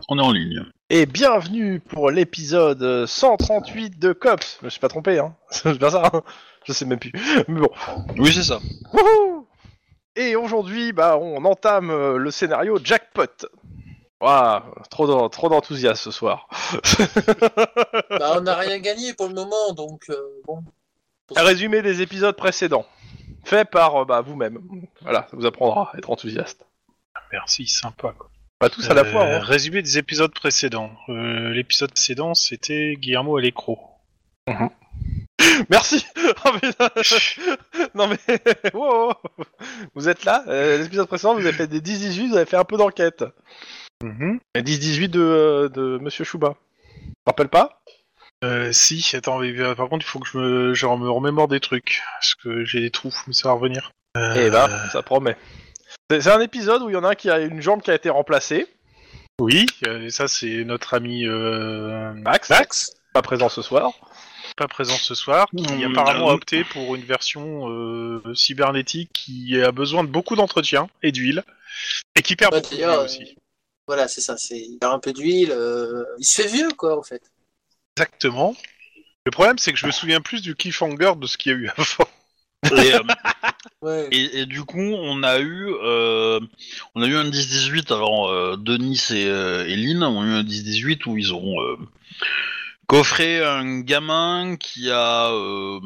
On est en ligne. Et bienvenue pour l'épisode 138 de Cops. Je me suis pas trompé, hein. C'est bien ça, hein. Je sais même plus. Mais bon. Oui, c'est ça. Wouhou. Et aujourd'hui, on entame le scénario Jackpot. Waouh, trop d'enthousiasme ce soir. On n'a rien gagné pour le moment, donc bon. Résumé des épisodes précédents. Fait par vous-même. Voilà, ça vous apprendra à être enthousiaste. Merci, sympa quoi. Pas tous à la fois, hein. Résumé des épisodes précédents. L'épisode précédent, c'était Guillermo à l'écro. Merci. Oh, putain. Non mais, wow. Vous êtes là. L'épisode précédent, vous avez fait des 10-18, vous avez fait un peu d'enquête. Et 10-18 de Monsieur Chouba. Tu te rappelles pas? Si, attends, mais, par contre, il faut que je me remémore des trucs, parce que j'ai des trous, mais ça va revenir. Eh ben, ça promet. C'est un épisode où il y en a un qui a une jambe qui a été remplacée. Oui, ça c'est notre ami Max. Pas présent ce soir. Pas présent ce soir, qui apparemment a opté pour une version cybernétique qui a besoin de beaucoup d'entretien et d'huile, et qui perd beaucoup d'huile aussi. Voilà, c'est ça, il perd un peu d'huile, il se fait vieux quoi en fait. Exactement. Le problème c'est que je me souviens plus du cliffhanger de ce qu'il y a eu avant. Ouais. Et du coup, on a eu un 10-18. Alors, Denis et Lynn ont eu un 10-18 où ils ont coffré un gamin qui avait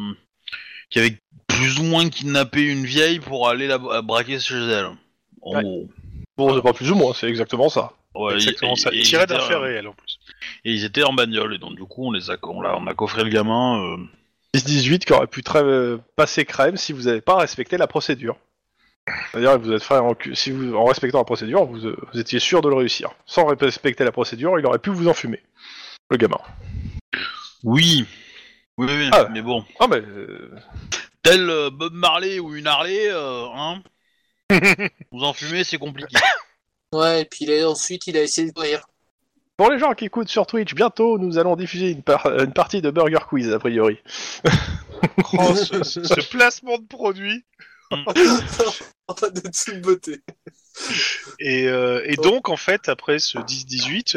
plus ou moins kidnappé une vieille pour aller la braquer chez elle. En gros. Bon, c'est pas plus ou moins, c'est exactement ça. Ouais, exactement ça. Tiré d'un fait réel en plus. Et ils étaient en bagnole, et donc du coup, on a coffré le gamin. 10-18 qui aurait pu passer crème si vous n'avez pas respecté la procédure. C'est-à-dire que vous êtes fait en respectant la procédure, vous étiez sûr de le réussir. Sans respecter la procédure, il aurait pu vous enfumer, le gamin. Oui, Ah, mais bon. Ah mais... Tel Bob Marley ou une Harley, hein. Vous enfumer, c'est compliqué. Ouais, et puis ensuite il a essayé de courir. Pour les gens qui écoutent sur Twitch, bientôt nous allons diffuser une partie de Burger Quiz, a priori. Oh, ce placement de produit. Pas de toute beauté. Et donc, en fait, après ce 10-18,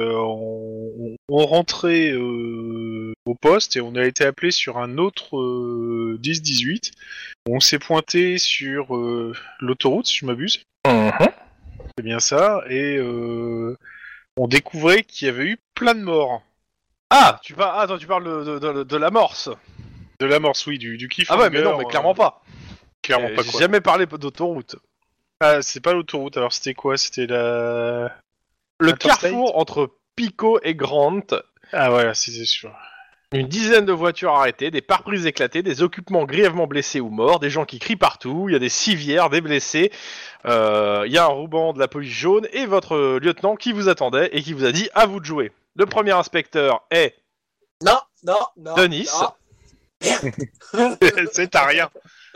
on rentrait au poste et on a été appelé sur un autre 10-18. On s'est pointé sur l'autoroute, si je m'abuse. C'est bien ça. Et on découvrait qu'il y avait eu plein de morts. Ah, tu parles de l'amorce. De l'amorce, oui, du cliffhanger. Ah ouais, mais non, mais clairement pas. Clairement pas J'ai quoi. jamais parlé d'autoroute. Ah, c'est pas l'autoroute, alors c'était quoi? C'était le carrefour entre Pico et Grant. Ah voilà, c'est sûr. Une dizaine de voitures arrêtées, des pare-brises éclatés, des occupants grièvement blessés ou morts, des gens qui crient partout, il y a des civières, des blessés, il y a un ruban de la police jaune et votre lieutenant qui vous attendait et qui vous a dit à vous de jouer. Le premier inspecteur est... Non. Denis. Non. Merde. T'as rien.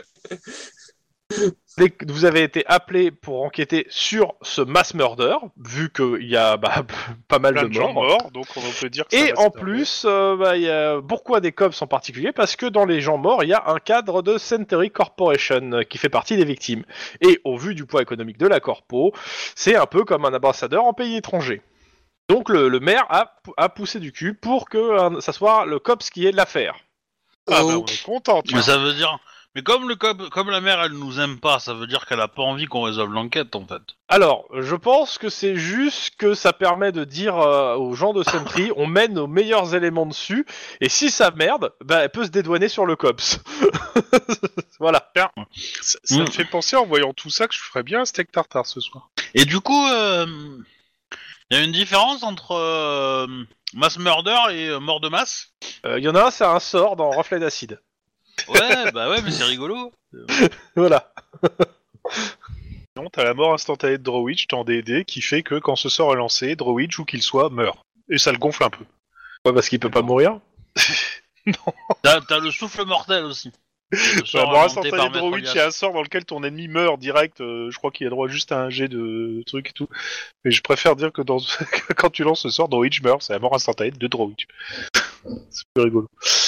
Vous avez été appelé pour enquêter sur ce mass murder, vu qu'il y a pas mal Plein de de gens morts. morts, donc on peut dire que ça Et va en se plus, il y a pourquoi des cops en particulier? Parce que dans les gens morts, il y a un cadre de Century Corporation qui fait partie des victimes. Et au vu du poids économique de la corpo, c'est un peu comme un ambassadeur en pays étranger. Donc le maire a poussé du cul pour que ça soit le cops qui ait l'affaire. Ah bah on est content, tu Mais vois. ça veut dire... Mais comme la mère, elle nous aime pas, ça veut dire qu'elle a pas envie qu'on résolve l'enquête, en fait. Alors, je pense que c'est juste que ça permet de dire aux gens de Sentry, on mène nos meilleurs éléments dessus, et si ça merde, elle peut se dédouaner sur le COPS. Voilà. Ça me fait penser en voyant tout ça que je ferais bien un steak tartare ce soir. Et du coup, il y a une différence entre mass murder et mort de masse. Il y en a un, c'est un sort dans Reflet d'acide. Ouais, mais c'est rigolo. Voilà. Non, t'as la mort instantanée de Drowitch en D&D qui fait que quand ce sort est lancé, Drowitch, où qu'il soit, meurt. Et ça le gonfle un peu. Ouais, parce qu'il peut pas mourir. T'as le souffle mortel aussi. La mort instantanée de Drowitch, il y a un sort dans lequel ton ennemi meurt direct. Je crois qu'il a droit juste à un jet de trucs et tout. Mais je préfère dire que quand tu lances ce sort, Drowitch meurt. C'est la mort instantanée de Drowitch. C'est plus rigolo.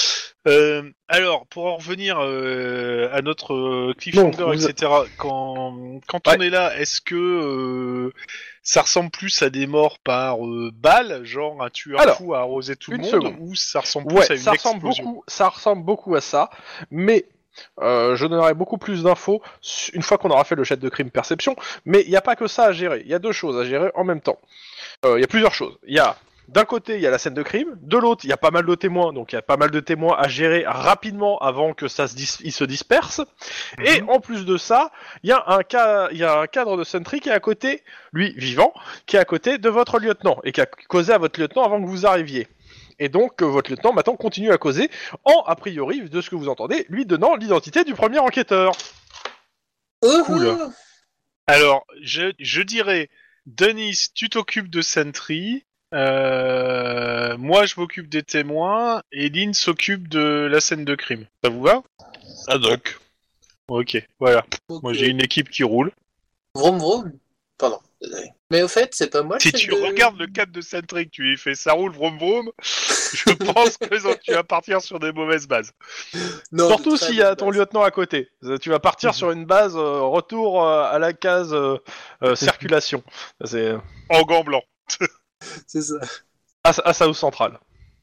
Alors, pour en revenir à notre cliffhanger, Donc, etc., quand on est là, est-ce que ça ressemble plus à des morts par balle, genre un tueur fou a arrosé tout le une monde, seconde. ou ça ressemble plus à une explosion? Ça ressemble beaucoup à ça, mais je donnerai beaucoup plus d'infos une fois qu'on aura fait le jet de crime perception, mais il n'y a pas que ça à gérer, il y a deux choses à gérer en même temps. Il y a plusieurs choses. D'un côté, il y a la scène de crime, de l'autre, il y a pas mal de témoins, donc il y a pas mal de témoins à gérer rapidement avant que ils se dispersent. Et en plus de ça, il y a un cadre de sentry qui est à côté, lui vivant, qui est à côté de votre lieutenant et qui a causé à votre lieutenant avant que vous arriviez. Et donc votre lieutenant maintenant continue à causer a priori, de ce que vous entendez, lui donnant l'identité du premier enquêteur. Cool. Alors, je dirais, Denis, tu t'occupes de Sentry. Moi, je m'occupe des témoins et Lynn s'occupe de la scène de crime. Ça vous va? Ad hoc. Ok, voilà. Ok. Moi, j'ai une équipe qui roule. Vroom vroom. Pardon, désolé. Mais au fait, c'est pas moi le Si chef tu de... regardes le cadre de Sentry, que tu lui fais ça roule, vroom vroom, je pense que tu vas partir sur des mauvaises bases. Non, Surtout de très s'il y a bonne ton base. lieutenant à côté. Tu vas partir sur une base retour à la case circulation. C'est En gants blancs. C'est ça. à South Central.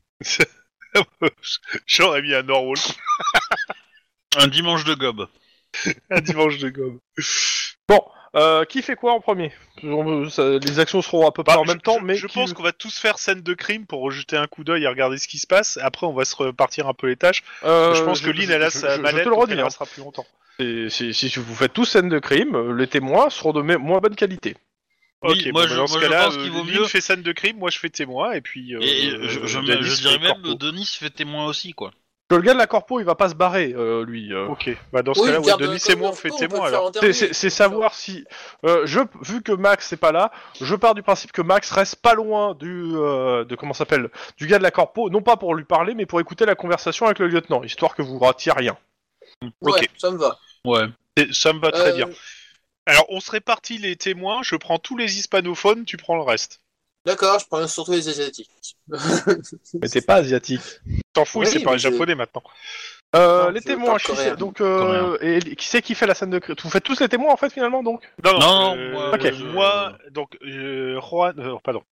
J'aurais mis un Norwalk, Un dimanche de gobe. un dimanche de gomme. Bon, qui fait quoi en premier? Les actions seront à peu près en même temps, mais je pense qu'on va tous faire scène de crime pour rejeter un coup d'œil et regarder ce qui se passe. Après, on va se repartir un peu les tâches. Je pense que Lynn, elle a sa mallette, je te le donc redis, elle hein. restera plus longtemps. Si vous faites tous scène de crime, les témoins seront de moins bonne qualité. Oui, Ok, moi, dans ce je cas-là, pense qu'il vaut Lynn mieux. fait scène de crime, moi je fais témoin, et puis... Et Denis je fait dirais même corpo. Denis fait témoin aussi, quoi. Que le gars de la corpo, il va pas se barrer, lui. Ok, bah dans ce Oui, cas-là, garde Denis comme et moi on info, fait peut témoin te faire alors. enterrer. C'est savoir si... vu que Max n'est pas là, je pars du principe que Max reste pas loin de comment ça s'appelle, du gars de la corpo, non pas pour lui parler, mais pour écouter la conversation avec le lieutenant, histoire que vous ratiez rien. Ouais, Ok. ça me va. Ouais. Ça me va très bien. Alors, on se répartit les témoins, je prends tous les hispanophones, tu prends le reste. D'accord, je prends surtout les asiatiques. Mais t'es pas asiatique. T'en fous, Oui, c'est pas mais un japonais maintenant. Les je témoins, parle coréen. donc, Coréen. et qui c'est qui fait la scène de crime? Vous faites tous les témoins en fait finalement donc? Non, moi, donc, Juan, pardon.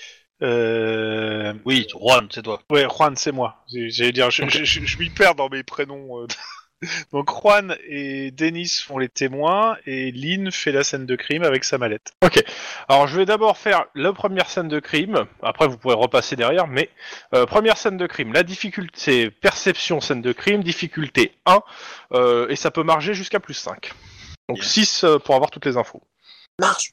Oui, Juan, c'est toi. Ouais, Juan, c'est moi. J'allais dire, je m'y perds dans mes prénoms. Donc, Juan et Denis font les témoins, et Lynn fait la scène de crime avec sa mallette. Ok. Alors je vais d'abord faire la première scène de crime. Après vous pourrez repasser derrière, mais première scène de crime. La difficulté c'est perception scène de crime, difficulté 1, et ça peut marger jusqu'à plus 5. Donc Bien. 6 pour avoir toutes les infos. Marche.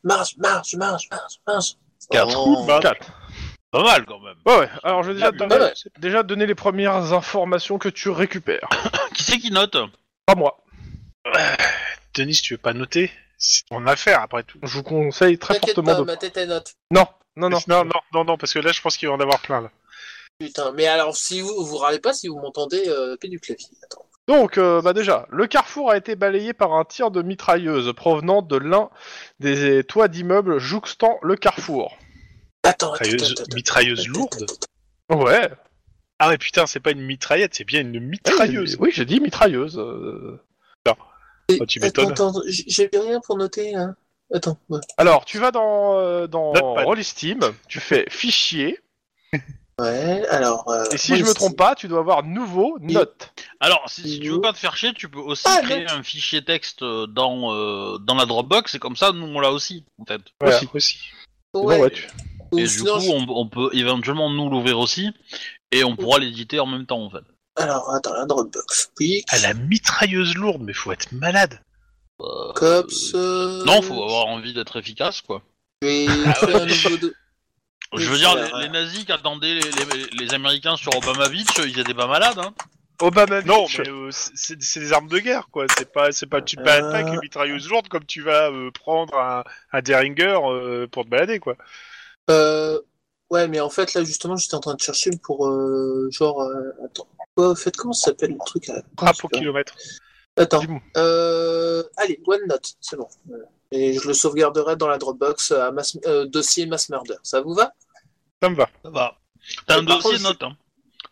4. Oh. 4. Pas mal, quand même. Ouais. Alors je vais Ouais. déjà donner les premières informations que tu récupères. Qui c'est qui note? Pas moi. Denis, tu veux pas noter? C'est ton affaire, après tout. Je vous conseille très T'inquiète fortement pas, de... ma tête est note. Non, Non, parce que là, je pense qu'il va en avoir plein, là. Putain, mais alors, si vous râlez pas, si vous m'entendez, pied du clavier. Attends. Donc, déjà, le carrefour a été balayé par un tir de mitrailleuse provenant de l'un des toits d'immeubles jouxtant le carrefour. Attends. Mitrailleuse lourde? Ouais. Ah ouais, putain, c'est pas une mitraillette, c'est bien une mitrailleuse. Oui, j'ai dit mitrailleuse. Oh, tu m'étonnes. Attends, j'ai rien pour noter, hein. Attends, ouais. Alors, tu vas dans Notepad. Roll Steam, tu fais fichier, Ouais, alors... et si je me trompe pas, tu dois avoir nouveau note. Alors, si tu veux pas te faire chier, tu peux aussi créer un fichier texte dans la Dropbox, et comme ça, nous, on l'a aussi, en fait. Voilà, Aussi. aussi. Ouais. Ouais, tu- Ou Et du sinon, coup, on peut éventuellement nous l'ouvrir aussi, et on pourra l'éditer en même temps, en fait. Alors, attends, la Dropbox. Oui, Ah, la mitrailleuse lourde, mais faut être malade. Cops... Non, faut avoir envie d'être efficace, quoi. Je vais créer un nouveau... Je veux dire, les nazis qui attendaient les Américains sur Obama Beach, ils étaient pas malades, hein. Obama Non, Beach. mais c'est des armes de guerre, quoi. C'est pas, tu te balades pas avec une mitrailleuse lourde comme tu vas prendre un Derringer pour te balader, quoi. Ouais, mais en fait, là, justement, j'étais en train de chercher pour, attends. Faites comment ça s'appelle le truc à la... Frappe au kilomètre. Attends. Dis-moi. Allez, OneNote, c'est bon. Et je le sauvegarderai dans la Dropbox à dossier Mass Murder. Ça vous va? Ça me va. Ça va. T'as un Par dossier contre, note, hein.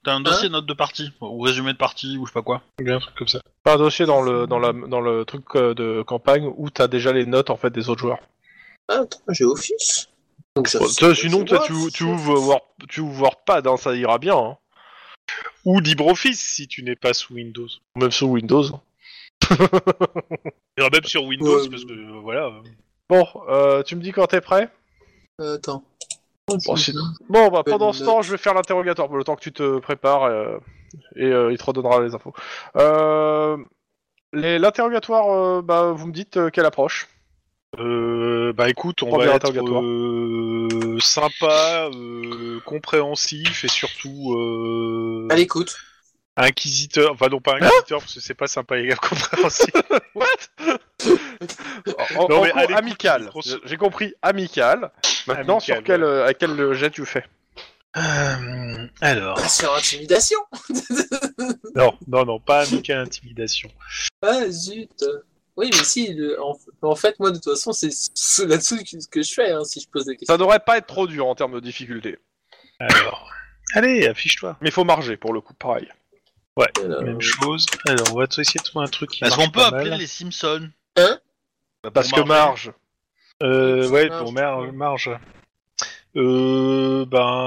T'as un dossier note de partie, ou résumé de partie, ou je sais pas quoi. Bien, un truc comme ça. Pas un dossier dans le truc de campagne où t'as déjà les notes en fait des autres joueurs. Ah, attends, j'ai Office. Donc, Sinon, tu ouvres WordPad, hein, ça ira bien. Hein. Ou LibreOffice si tu n'es pas sous Windows. Même sous Windows. Et même sur Windows, Ouais, parce que voilà. Bon, tu me dis quand t'es prêt? Attends. Bon, bah pendant ce temps, je vais faire l'interrogatoire pour le temps que tu te prépares et il te redonnera les infos. L'interrogatoire, bah vous me dites quelle approche. Bah écoute, on Premier va être interrogatoire. sympa, compréhensif et surtout À l'écoute. inquisiteur. Enfin non, pas inquisiteur parce que c'est pas sympa et compréhensif. What? Non, mais en allez, amical. grosso- J'ai compris amical. Maintenant, Amical, sur quel jet tu fais? Alors, Ah, sur intimidation. non, pas amical intimidation. Ah, zut. Oui, mais si, en fait, moi, de toute façon, c'est là-dessous que je fais, hein, si je pose des questions. Ça devrait pas être trop dur en termes de difficulté. Alors, allez, affiche-toi. Mais faut marger pour le coup, pareil. Ouais, Alors, même chose. Alors, on va essayer de trouver un truc qui Est-ce marche qu'on peut pas appeler mal. les Simpsons? Parce Pour que marge. Ouais, Marge, pour ouais. marge. Je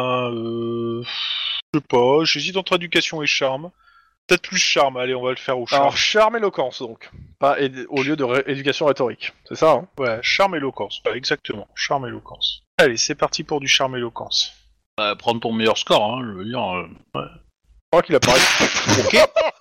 sais pas, j'hésite entre éducation et charme. Peut-être plus charme, allez, on va le faire au charme. Alors, charme éloquence, donc. Pas au lieu de éducation rhétorique. C'est ça, hein? Ouais, charme éloquence, ouais, exactement, charme éloquence. Allez, c'est parti pour du charme éloquence. Bah, prendre ton meilleur score, hein, je veux dire. Je crois qu'il apparaît. Ok.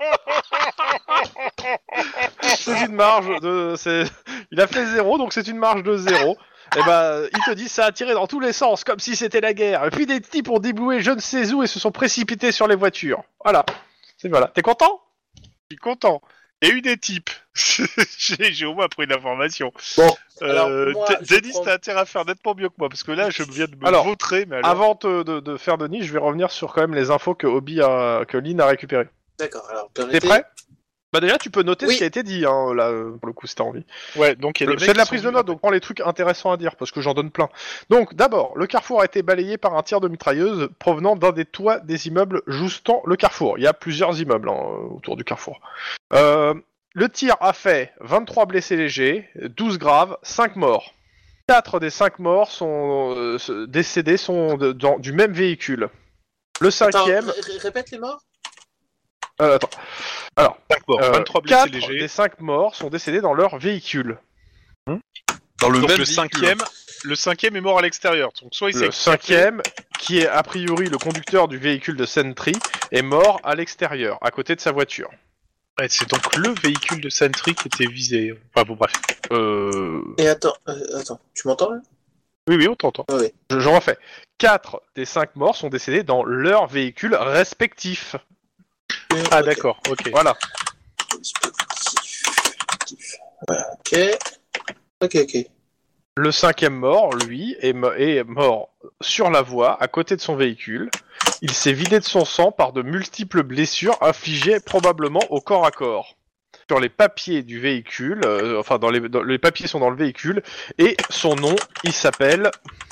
C'est une marge de... Il a fait 0, donc c'est une marge de 0. Et bah, il te dit ça a tiré dans tous les sens, comme si c'était la guerre. Et puis des types ont déboué je ne sais où et se sont précipités sur les voitures. Voilà. Voilà. T'es content? Je suis content. Il y a eu des types. J'ai au moins appris l'information. Bon, alors, moi, je Denis, prends- t'as intérêt à faire nettement mieux que moi, parce que là, je viens de me Alors, vautrer, mais alors... Avant de faire Denis, je vais revenir sur quand même les infos que que Lynn a récupérées. D'accord, alors, T'es permettez... prêt? Bah déjà, tu peux noter Oui. ce qui a été dit, hein, là, pour le coup, si t'as envie. Ouais, donc il y a des mecs C'est de la qui prise sont de notes, donc prends les trucs intéressants à dire, parce que j'en donne plein. Donc, d'abord, le carrefour a été balayé par un tir de mitrailleuse provenant d'un des toits des immeubles joustant le carrefour. Il y a plusieurs immeubles autour du carrefour. Le tir a fait 23 blessés légers, 12 graves, 5 morts. 4 des 5 morts sont décédés sont du même véhicule. Le Attends, cinquième... répète les morts. attends. Alors, 5 morts, 23 blessés 4 légers. des 5 morts sont décédés dans leur véhicule. Dans le Donc même le cinquième est mort à l'extérieur. Donc soit il s'est Le cinquième, qui est a priori le conducteur du véhicule de Sentry, est mort à l'extérieur, à côté de sa voiture. Ouais, c'est donc le véhicule de Sentry qui était visé. Enfin bon, bref. Et attends, tu m'entends là? Oui, on t'entend. Je refais. 4 des 5 morts sont décédés dans leurs véhicules respectifs. Ah Ok. d'accord, ok. Voilà. Voilà, ok. Le cinquième mort, lui, est mort sur la voie, à côté de son véhicule. Il s'est vidé de son sang par de multiples blessures infligées probablement au corps à corps. Sur les papiers du véhicule, les papiers sont dans le véhicule, et son nom, il s'appelle...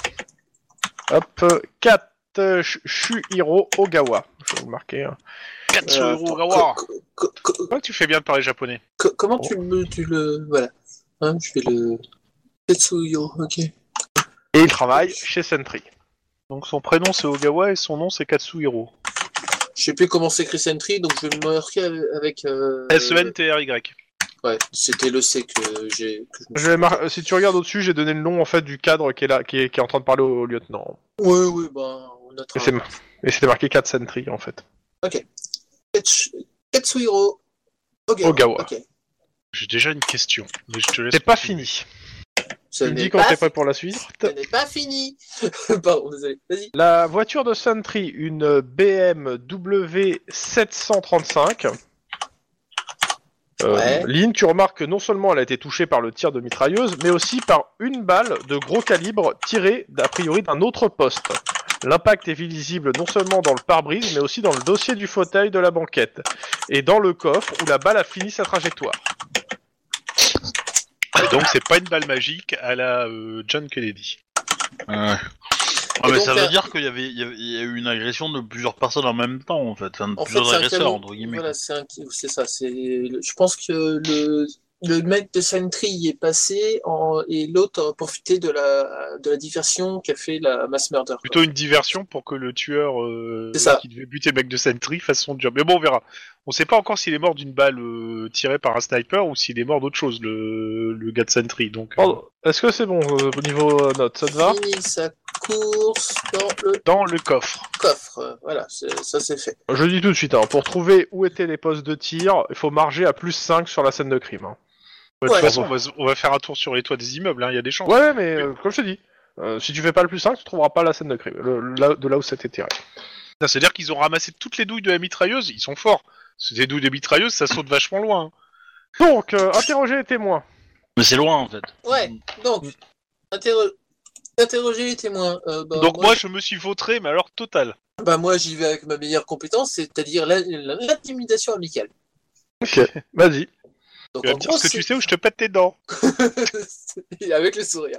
Katsuhiro Ogawa. Je vais vous le marquer. Hein. Katsuhiro attends, Ogawa. Ouais, tu fais bien de parler japonais. Comment tu le... Voilà. Hein, je vais le... Tetsuyo, ok. Et il travaille chez Sentry. Donc son prénom c'est Ogawa et son nom c'est Katsuhiro. Je sais plus comment s'écrit Sentry, donc je vais me marquer avec... S-E-N-T-R-Y. Ouais, c'était le C que j'ai... que je me suis- Si tu regardes au-dessus, j'ai donné le nom en fait du cadre qui est là, qui est en train de parler au lieutenant. Oui, bah, on notera. Et c'était marqué 4 Sentry en fait. Katsuhiro Ogawa. Ok. J'ai déjà une question, mais je te laisse. C'est pas continuer. fini. Ce Tu me dis n'est quand pas t'es prêt pour la suite. Ce n'est pas fini. Pardon, désolé. Vas-y. La voiture de Sentry, une BMW 735. Ouais. Lynn, tu remarques que non seulement elle a été touchée par le tir de mitrailleuse, mais aussi par une balle de gros calibre tirée a priori d'un autre poste. L'impact est visible non seulement dans le pare-brise, mais aussi dans le dossier du fauteuil de la banquette, et dans le coffre où la balle a fini sa trajectoire. Et donc c'est pas une balle magique à la John Kennedy. Ah, Et mais donc, ça veut dire qu'il y a eu une agression de plusieurs personnes en même temps, en fait. Enfin, de En fait, plusieurs c'est un agresseurs, camion. entre guillemets. Voilà, c'est ça. Je pense que le mec de Sentry y est passé et l'autre a profité de la diversion qu'a fait la mass murder. Quoi. Plutôt une diversion pour que le tueur C'est ça. qui devait buter le mec de Sentry fasse son job. Mais bon, on verra. On sait pas encore s'il est mort d'une balle tirée par un sniper ou s'il est mort d'autre chose, le gars de Sentry. Donc, Pardon, est-ce que c'est bon au niveau note, ça te va? Fini sa course dans le coffre. coffre. Voilà, ça c'est fait. Je dis tout de suite, pour trouver où étaient les postes de tir, il faut marger à plus 5 sur la scène de crime. De toute Ouais. façon, on va faire un tour sur les toits des immeubles, il y a des chances. Ouais, mais comme je te dis, si tu fais pas le plus 5, tu trouveras pas la scène de crime, de là où c'était tiré. C'est-à-dire qu'ils ont ramassé toutes les douilles de la mitrailleuse, ils sont forts. C'est des douilles de mitrailleuse, ça saute vachement loin. Donc, interroger les témoins. Mais c'est loin, en fait. Ouais, donc, interroger les témoins. Donc moi, je me suis vautré, mais alors total. Moi, j'y vais avec ma meilleure compétence, c'est-à-dire l'intimidation amicale. Ok, vas-y. Donc, Tu vas en me dire gros, ce que tu sais ou je te pète tes dents. Et avec le sourire.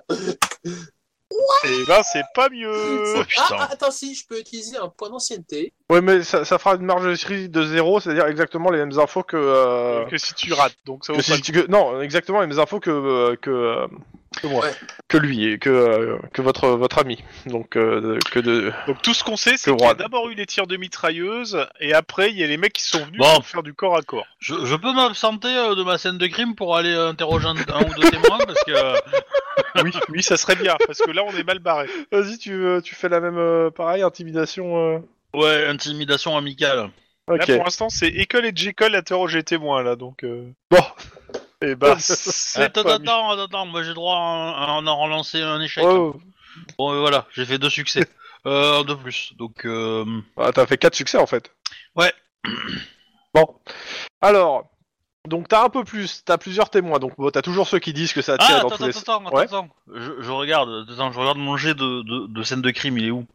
Et ben, c'est pas mieux. Oh, putain. Attends, si, je peux utiliser un point d'ancienneté. Ouais, mais ça fera une marge de risque de 0, c'est-à-dire exactement les mêmes infos que... Que si tu rates, donc ça vaut que pas si non, exactement les mêmes infos que moi. Ouais. que lui et que votre ami. Donc Donc tout ce qu'on sait, c'est Que qu'il y a Juan. d'abord eu les tirs de mitrailleuse, et après, il y a les mecs qui sont venus Bon. pour faire du corps à corps. Je peux m'absenter de ma scène de crime pour aller interroger un ou deux témoins, parce que... Oui, ça serait bien, parce que là, on est mal barré. vas-y, tu fais la même pareil intimidation. Ouais, intimidation amicale. Ok. Là, pour l'instant, c'est Ekel et Jekyll interroger les témoins, là, donc... Bon. Et bah, c'est Attends, pas mieux. attends, moi j'ai droit à en relancer un échec. Oh. Bon, voilà, j'ai fait 2 succès. De plus, donc... Ah, t'as fait 4 succès en fait. Ouais. Bon. Alors, donc t'as un peu plus, t'as plusieurs témoins, donc bon, t'as toujours ceux qui disent que ça tire Ah, dans attends, tous les... attends, Ouais. attends. Je regarde mon jet de scène de crime, il est où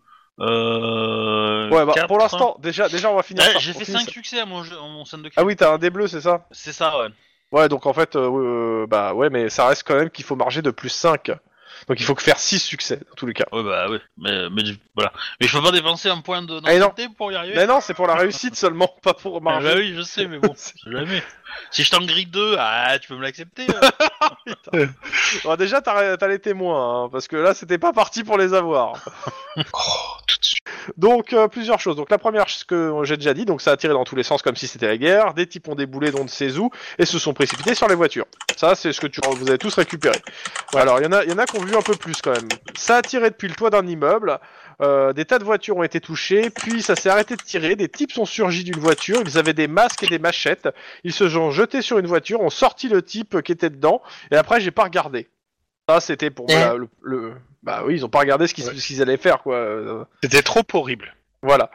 Ouais, bah 4, pour l'instant, déjà on va finir ça. j'ai On fait finit 5 ça. succès à mon scène de crime. Ah oui, t'as un dé bleu, c'est ça? C'est ça, ouais. Ouais, donc en fait, bah ouais, mais ça reste quand même qu'il faut marger de plus 5. Donc il faut que faire 6 succès, dans tous les cas. Ouais, bah ouais. Mais voilà. Mais je peux pas dépenser un point Ah, non. d'ancienneté pour y arriver. Mais non, c'est pour la réussite seulement, pas pour Ah, marger. bah oui, je sais, mais bon, jamais. Si je t'en grille 2, tu peux me l'accepter. Bon, déjà, t'as les témoins, hein, parce que là, c'était pas parti pour les avoir. Tout de suite. Donc, plusieurs choses. Donc, la première, ce que j'ai déjà dit, donc ça a tiré dans tous les sens comme si c'était la guerre. Des types ont déboulé d'on ne sait où et se sont précipités sur les voitures. Ça, c'est ce que vous avez tous récupéré. Ouais. Alors, il y en a qui ont vu un peu plus quand même. Ça a tiré depuis le toit d'un immeuble. Des tas de voitures ont été touchées, puis ça s'est arrêté de tirer. Des types sont surgis d'une voiture. Ils avaient des masques et des machettes. Ils se sont jetés sur une voiture, ont sorti le type qui était dedans. Et après, j'ai pas regardé. Ça, c'était pour voilà, bah oui, ils ont pas regardé ce qu'ils allaient faire, quoi. C'était trop horrible. Voilà.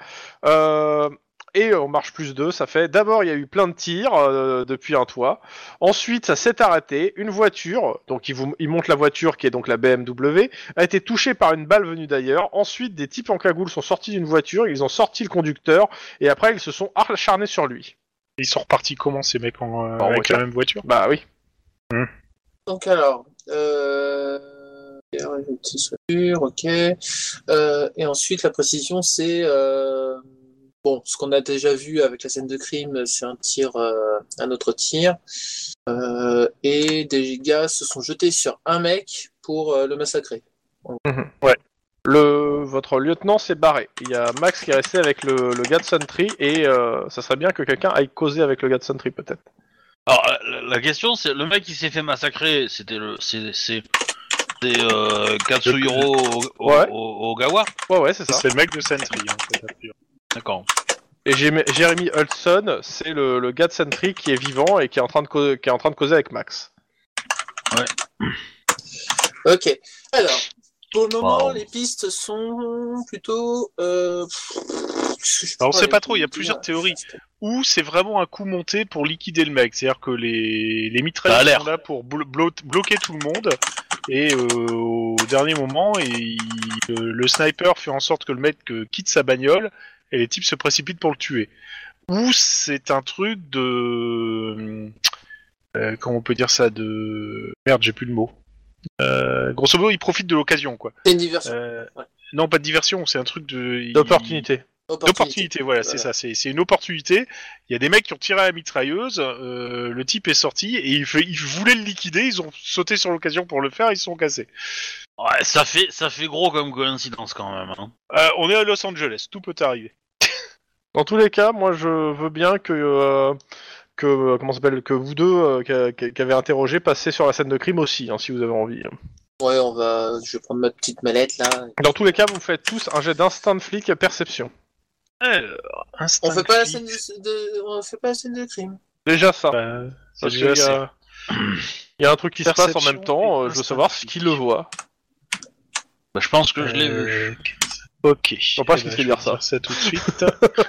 Et on marche plus 2, ça fait... D'abord, il y a eu plein de tirs depuis un toit. Ensuite, ça s'est arrêté. Une voiture, donc il monte la voiture, qui est donc la BMW, a été touchée par une balle venue d'ailleurs. Ensuite, des types en cagoule sont sortis d'une voiture, ils ont sorti le conducteur, et après, ils se sont acharnés sur lui. Ils sont repartis comment, ces mecs, avec voiture. la même voiture? Bah oui. Donc alors, ok. Et ensuite, la précision, c'est bon, ce qu'on a déjà vu avec la scène de crime, c'est un autre tir, et des gars se sont jetés sur un mec pour le massacrer. Ouais. Votre lieutenant s'est barré. Il y a Max qui est resté avec le gars de Sentry, et ça serait bien que quelqu'un aille causer avec le gars de Sentry, peut-être. Alors, la question, c'est le mec qui s'est fait massacrer, c'est Katsuhiro Ouais. Ogawa. Ouais, c'est ça. C'est le mec de Sentry, en fait, a priori. D'accord. Et Jeremy Hudson, c'est le gars de Sentry qui est vivant et qui est en train de causer avec Max. Ok. Alors, pour le moment, Wow. les pistes sont plutôt... Alors, on sait pas trop, il y a plusieurs théories. Ou c'est vraiment un coup monté pour liquider le mec, c'est-à-dire que les Ça a mitrailleurs l'air. sont là pour bloquer tout le monde, et au dernier moment, le sniper fait en sorte que le mec quitte sa bagnole, et les types se précipitent pour le tuer. Ou c'est un truc de... comment on peut dire ça, de... Merde, j'ai plus le mot. Grosso modo, il profite de l'occasion, quoi. C'est une diversion. Ouais. Non, pas de diversion, c'est un truc de... D'opportunité. D'opportunité, voilà, c'est ça. C'est une opportunité. Il y a des mecs qui ont tiré à la mitrailleuse, le type est sorti, et ils voulaient le liquider, ils ont sauté sur l'occasion pour le faire, ils se sont cassés. Ouais, ça fait gros comme coïncidence quand même. Hein. On est à Los Angeles, tout peut arriver. Dans tous les cas, moi je veux bien que comment ça s'appelle, que vous deux qui avez interrogé passez sur la scène de crime aussi, hein, si vous avez envie. Ouais, je vais prendre ma petite mallette là. Dans tous les cas, vous faites tous un jet d'instinct de flic perception. On fait pas la scène on fait pas la scène de crime. Déjà ça. C'est Parce déjà qu'il y a un truc qui se passe en même temps. et Je veux savoir qui le voit. Bah, je pense que je l'ai vu. Ok. Je vois pas ce qu'il fait dire ça. Ça tout de suite.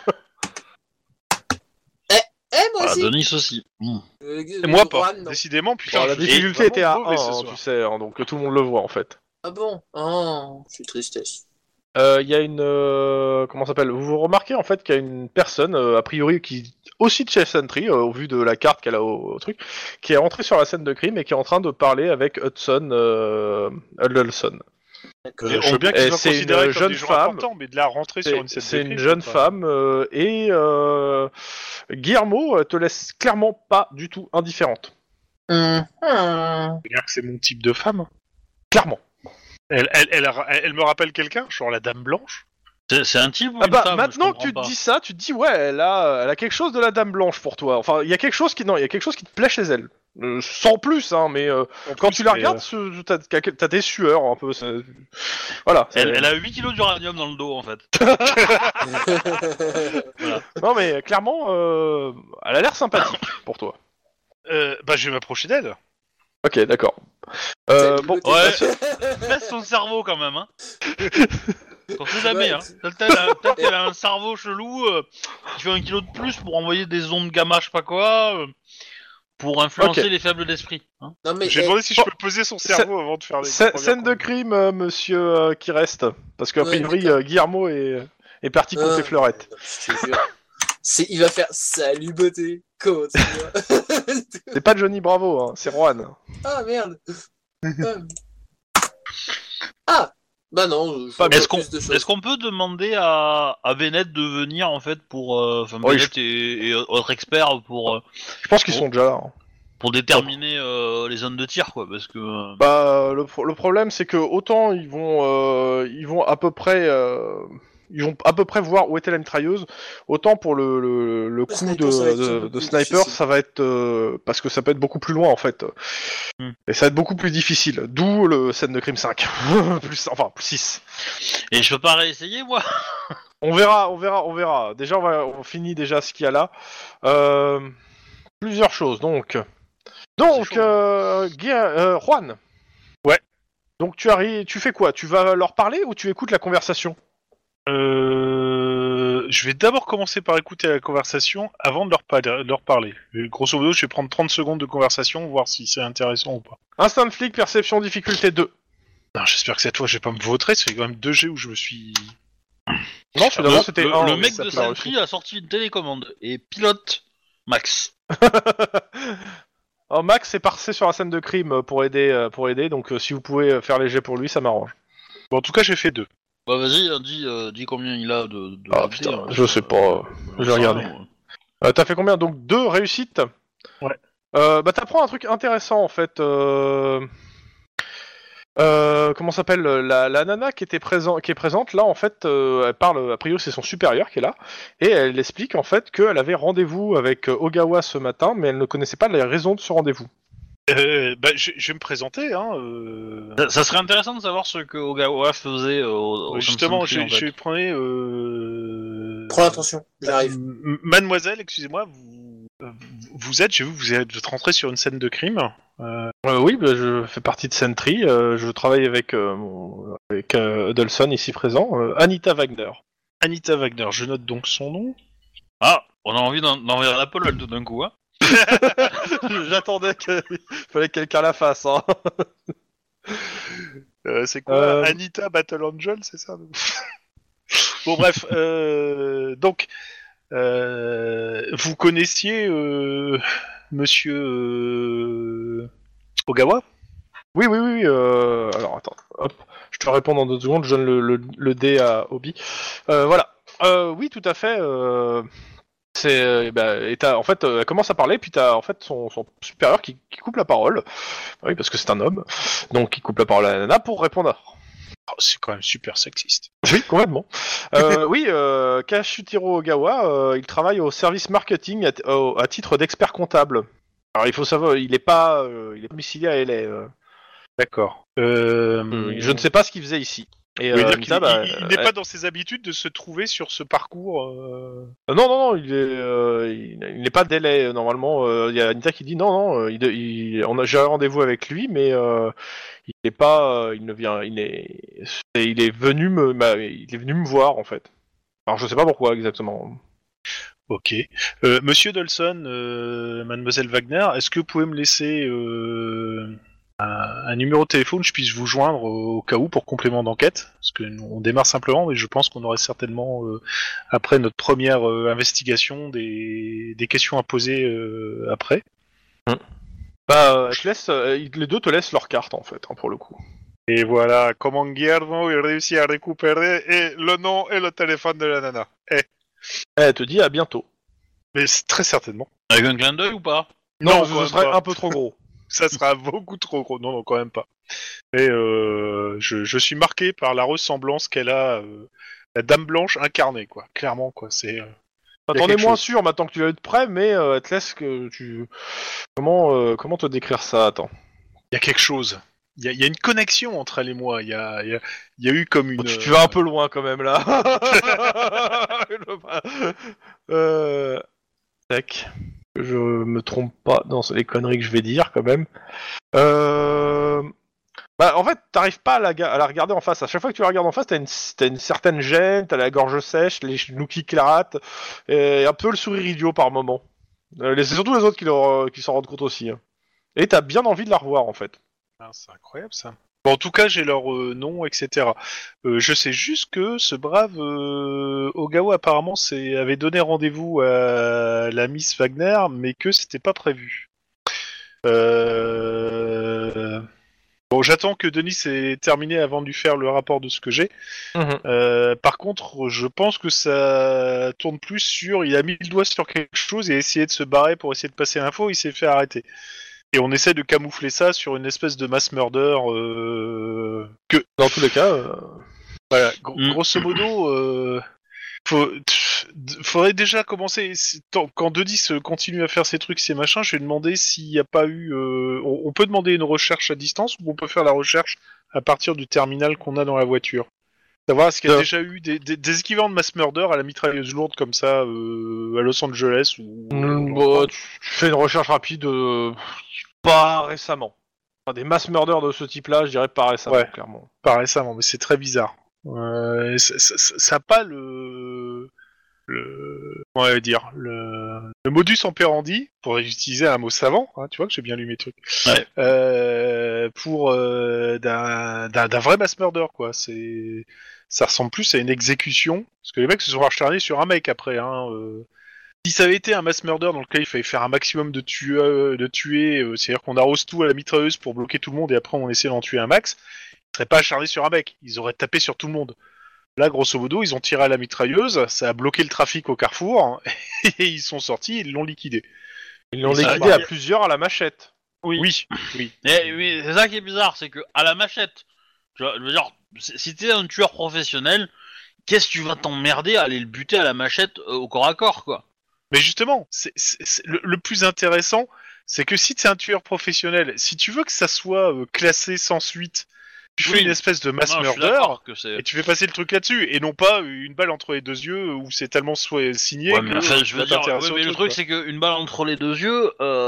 Moi aussi. Denis aussi. Et moi pas. Juan, non. Décidément, putain. Alors, la je suis difficulté était à vraiment 1, mauvais ce soir. tu sais, hein, donc tout le monde le voit en fait. Ah bon? Oh, je suis tristesse. Il y a une comment ça s'appelle? Vous remarquez en fait qu'il y a une personne a priori qui aussi de chez Sentry au vu de la carte qu'elle a au truc, qui est entrée sur la scène de crime et qui est en train de parler avec Huddleston. D'accord. Je veux bien Et qu'ils soient c'est une considérés comme jeune des gens femme. importants, mais de la rentrer sur une scène C'est de une crime, jeune c'est pas- femme et Guillermo te laisse clairement pas du tout indifférente. Mhm. C'est-à-dire que c'est mon type de femme. Clairement. Elle me rappelle quelqu'un, genre la Dame Blanche. C'est un type ou Ah une bah femme, maintenant je que tu te comprends dis ça, tu te dis ouais, elle a quelque chose de la Dame Blanche pour toi. Enfin, il y a quelque chose qui te plaît chez elle. Sans plus, hein, mais quand tu la regardes, t'as des sueurs un peu. Voilà. Elle a 8 kilos d'uranium dans le dos en fait. Non mais clairement, elle a l'air sympathique pour toi. Bah je vais m'approcher d'elle. Ok, d'accord. Bon, Ouais. Baisse son cerveau quand même. Hein. On sait jamais. Hein. Peut-être qu'elle a un cerveau chelou qui fait 1 kilo de plus pour envoyer des ondes gamma, je sais pas quoi, pour influencer les faibles d'esprit. Hein. Non mais J'ai demandé si je peux peser son cerveau avant de faire les. Scène de crime, monsieur qui reste. Parce qu'a Ouais, priori, d'accord. Guillermo est parti compter fleurette. Je te jure. Il va faire salut beauté. Comment tu vas? C'est pas Johnny Bravo, hein, c'est Juan. Ah merde. Ah bah non. Je vois Est-ce plus de choses. qu'on peut demander à Bennett de venir en fait pour enfin Oui, Bennett et autres experts Je pense qu'ils sont déjà là. Hein. pour déterminer les zones de tir quoi parce que Bah, le problème, c'est que autant ils vont à peu près voir où était la mitrailleuse, autant pour le coup sniper, ça va être un peu de plus sniper, difficile. ça va être parce que ça peut être beaucoup plus loin en fait. Et ça va être beaucoup plus difficile. D'où le scène de crime 5. plus 6. et je peux pas réessayer moi. On verra. Déjà, on finit déjà ce qu'il y a là. Plusieurs choses, donc. Juan. Ouais. Donc tu arrives, tu fais quoi? Tu vas leur parler ou tu écoutes la conversation? Je vais d'abord commencer par écouter la conversation avant de leur parler. Grosso modo, je vais prendre 30 secondes de conversation, voir si c'est intéressant ou pas. Instinct de flic, perception, difficulté 2. Non, j'espère que cette fois, je vais pas me vautrer, ça fait quand même 2 G où je me suis... Non, celui-là, c'était un. Le mec ça de te l'a Sentry a sorti une télécommande et pilote Max. Alors, Max est passé sur la scène de crime pour aider, donc si vous pouvez faire léger pour lui, ça m'arrange. Bon, en tout cas, j'ai fait 2. Bah vas-y, dis combien il a de Ah LT, putain, hein, je sais pas, je vais regarder. T'as fait combien? Donc 2 réussites? Ouais. Bah t'apprends un truc intéressant en fait. Comment s'appelle la nana qui est présente là en fait, elle parle, a priori c'est son supérieur qui est là, et elle explique en fait qu'elle avait rendez-vous avec Ogawa ce matin, mais elle ne connaissait pas les raisons de ce rendez-vous. Bah, je vais me présenter, hein. Ça serait intéressant de savoir ce que Ogawa faisait au Justement, Sentry, en je fait. vais prendre... Prends attention, j'arrive. Mademoiselle, excusez-moi, vous êtes rentré sur une scène de crime. Oui, bah, je fais partie de Sentry, je travaille avec Huddleston ici présent, Anita Wagner. Anita Wagner, je note donc son nom. Ah, on a envie d'envers la Pologne tout d'un coup, hein. J'attendais qu'il fallait que quelqu'un la fasse, hein. C'est quoi Anita Battle Angel, c'est ça? Bon bref, donc vous connaissiez Monsieur Ogawa? Oui, oui, oui. Alors attends, hop, je te réponds dans 2 secondes. Je donne le dé à Obi. Voilà. Oui, tout à fait. En fait, elle commence à parler, puis t'as en fait son supérieur qui coupe la parole. Oui, parce que c'est un homme, donc il coupe la parole à la nana pour répondre. Oh, c'est quand même super sexiste. Oui, complètement. Oui, Kashutiro Ogawa, il travaille au service marketing à titre d'expert comptable. Alors il faut savoir, il est domicilié à LA. D'accord. Je ne sais pas ce qu'il faisait ici. Et Vous voulez dire Anita, qu'il n'est pas dans ses habitudes de se trouver sur ce parcours non, non, non, il n'est pas délai normalement. Il y a Anita qui dit non, non, j'ai un rendez-vous avec lui, mais il n'est pas, il ne vient, il est venu il est venu me voir en fait. Alors je sais pas pourquoi exactement. Ok. Monsieur Dolson, Mademoiselle Wagner, est-ce que vous pouvez me laisser un numéro de téléphone, je puisse vous joindre au cas où pour complément d'enquête? Parce que on démarre simplement, mais je pense qu'on aurait certainement, après notre première investigation, des questions à poser après. Je te laisse, les deux te laissent leur carte en fait, hein, pour le coup. Et voilà, comment Guillermo il réussit à récupérer et le nom et le téléphone de la nana. Elle te dit à bientôt. Mais très certainement. Avec un clin d'œil ou pas? Non, quand même ce serait pas. un peu trop gros. Ça sera beaucoup trop gros. Non, non, quand même pas. Mais je suis marqué par la ressemblance qu'elle a, la Dame Blanche incarnée, quoi. Clairement, quoi. C'est. T'en es moins sûr maintenant que tu l'as eu de près, mais elle te laisse que tu. Comment te décrire ça? Attends. Il y a quelque chose. Il y a une connexion entre elle et moi. Il y a eu comme une. Tu vas un peu loin quand même là. Tac. Que je me trompe pas dans les conneries que je vais dire quand même. En fait, t'arrives pas à la regarder en face. À chaque fois que tu la regardes en face, t'as une certaine gêne, t'as la gorge sèche, les genoux qui claratent, et un peu le sourire idiot par moment. C'est surtout les autres qui s'en rendent compte aussi. Hein. Et t'as bien envie de la revoir en fait. Ah, c'est incroyable ça. Bon, en tout cas, j'ai leur nom, etc. Je sais juste que ce brave Ogawa apparemment avait donné rendez-vous à la Miss Wagner, mais que c'était pas prévu. Bon, j'attends que Denis ait terminé avant de lui faire le rapport de ce que j'ai. Par contre, je pense que ça tourne plus sur... Il a mis le doigt sur quelque chose et a essayé de se barrer pour essayer de passer l'info, il s'est fait arrêter. Et on essaie de camoufler ça sur une espèce de mass murder que... Dans tous les cas... Voilà, grosso modo... faudrait déjà commencer. Quand Denis continue à faire ses trucs, ses machins, je vais demander s'il n'y a pas eu. On peut demander une recherche à distance ou on peut faire la recherche à partir du terminal qu'on a dans la voiture. Savoir est-ce qu'il y a déjà eu des équivalents de mass murder à la mitrailleuse lourde comme ça à Los Angeles ou. tu fais une recherche rapide, pas récemment. Enfin, des mass murders de ce type-là, je dirais pas récemment, Ouais. clairement. Pas récemment, mais c'est très bizarre. Ça n'a pas comment on va dire, le modus operandi, pour utiliser un mot savant, hein, tu vois que j'ai bien lu mes trucs, Ouais. pour d'un vrai mass murder, quoi. Ça ressemble plus à une exécution, parce que les mecs se sont acharnés sur un mec après. Hein, Si ça avait été un mass murder dans lequel il fallait faire un maximum de tuer, c'est-à-dire qu'on arrose tout à la mitrailleuse pour bloquer tout le monde et après on essaie d'en tuer un max, ils seraient pas acharnés sur un mec, ils auraient tapé sur tout le monde. Là, grosso modo, ils ont tiré à la mitrailleuse, ça a bloqué le trafic au carrefour, et ils sont sortis, ils l'ont liquidé. Ils l'ont liquidé à plusieurs à la machette. Oui. Mais c'est ça qui est bizarre, c'est que à la machette, tu vois, je veux dire, si t'es un tueur professionnel, qu'est-ce que tu vas t'emmerder à aller le buter à la machette au corps à corps, quoi? Mais justement, le plus intéressant, c'est que si t'es un tueur professionnel, si tu veux que ça soit classé sans suite, tu fais une espèce de mass murder et tu fais passer le truc là-dessus et non pas une balle entre les deux yeux où c'est tellement signé. Ouais, mais enfin, je veux dire, mais le truc quoi. c'est qu'une balle entre les deux yeux,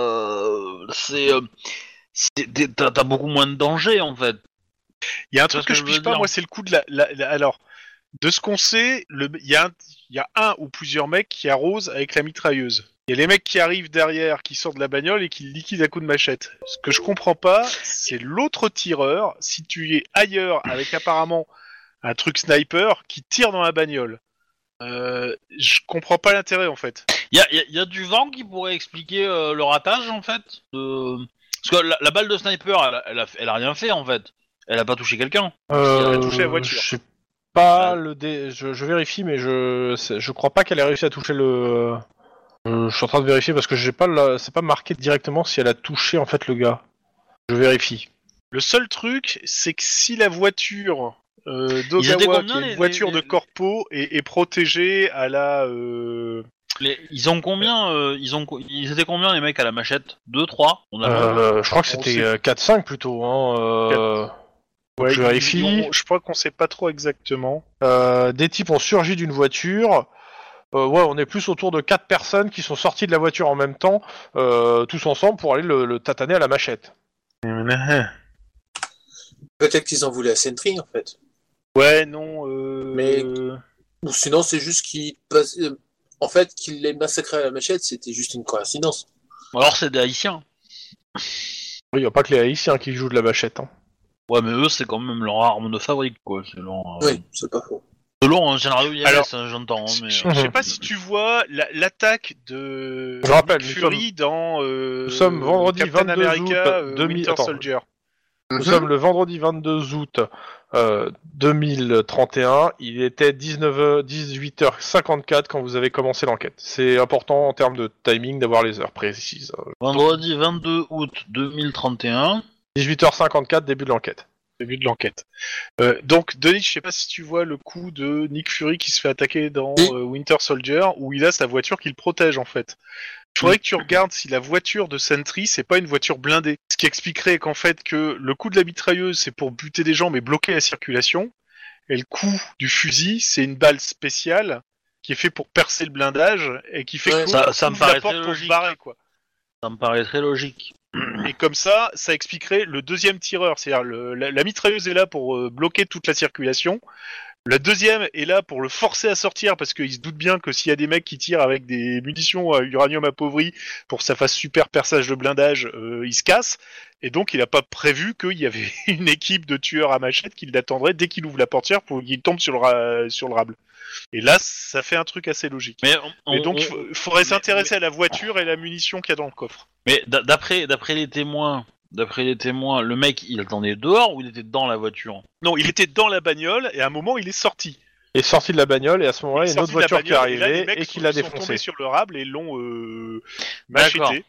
t'as beaucoup moins de danger en fait. Il y a un truc que je pige pas, moi, c'est le coup de alors, de ce qu'on sait, il y a un ou plusieurs mecs qui arrosent avec la mitrailleuse. Il y a les mecs qui arrivent derrière, qui sortent de la bagnole et qui le liquident à coups de machette. Ce que je comprends pas, c'est l'autre tireur, situé ailleurs, avec apparemment un truc sniper, qui tire dans la bagnole. Je comprends pas l'intérêt, en fait. Il y a du vent qui pourrait expliquer le ratage en fait. Parce que la balle de sniper, elle a rien fait en fait. Elle a pas touché quelqu'un. Elle a touché la voiture. Je sais pas je vérifie, mais je crois pas qu'elle ait réussi à toucher le. Je suis en train de vérifier parce que j'ai pas c'est pas marqué directement si elle a touché en fait le gars. Je vérifie. Le seul truc, c'est que si la voiture Ils étaient d'Ogawa, combien, qui est une les- voiture les- de corpo, est protégée à la... Ils ont combien ils étaient combien les mecs à la machette 2, 3 On a Je crois que On c'était sait. 4-5 plutôt. Ouais, je vérifie. je crois qu'on sait pas trop exactement. Des types ont surgi d'une voiture. Ouais, on est plus autour de 4 personnes qui sont sorties de la voiture en même temps, tous ensemble pour aller le tataner à la machette. Peut-être qu'ils en voulaient à Sentry, en fait. Ouais, non... Mais- Ou sinon, c'est juste en fait, qu'ils les massacraient à la machette, c'était juste une coïncidence. Alors c'est des haïtiens. Il n'y a pas que les haïtiens qui jouent de la machette. Hein. Ouais, mais eux c'est quand même leur arme de fabrique quoi. C'est leur, Oui, c'est pas faux. selon un scénario IMS, Alors, j'entends. Hein, mais Je sais pas si tu vois l'attaque de Je rappelle, Nick Fury dans nous sommes vendredi Captain 22 America, août 2000. Winter Attends. Soldier. Nous sommes le vendredi 22 août 2031. Il était 18h54 quand vous avez commencé l'enquête. C'est important en termes de timing d'avoir les heures précises. vendredi 22 août 2031. 18h54, début de l'enquête. Début de l'enquête. Donc, Denis, je sais pas si tu vois le coup de Nick Fury qui se fait attaquer dans Oui. Winter Soldier, où il a sa voiture qui le protège en fait. Il faudrait que tu regardes si la voiture de Sentry, c'est pas une voiture blindée. Ce qui expliquerait qu'en fait, que le coup de la mitrailleuse, c'est pour buter des gens mais bloquer la circulation. Et le coup du fusil, c'est une balle spéciale qui est fait pour percer le blindage et qui fait Ouais, que ça me ouvre paraît la porte très pour se logique. barrer, quoi. Ça me paraît très logique. Et comme ça expliquerait le deuxième tireur. C'est-à-dire la mitrailleuse est là pour bloquer toute la circulation. La deuxième est là pour le forcer à sortir parce qu'il se doute bien que s'il y a des mecs qui tirent avec des munitions à uranium appauvri pour que ça fasse super perçage de blindage, ils se cassent. Et donc il n'a pas prévu qu'il y avait une équipe de tueurs à machette qui l'attendrait dès qu'il ouvre la portière pour qu'il tombe sur le rable. Et là, ça fait un truc assez logique. Mais, Mais donc il faudrait s'intéresser à la voiture et la munition qu'il y a dans le coffre. mais d'après les témoins, le mec il attendait dehors ou il était dans la voiture? Non, il était dans la bagnole et à un moment il est sorti. Il est sorti de la bagnole et à ce moment-là, il y a une autre voiture qui est bagnole, et là, les arrivée mecs et qui l'a sont tombés défoncé. sur le rable et l'ont D'accord. macheté.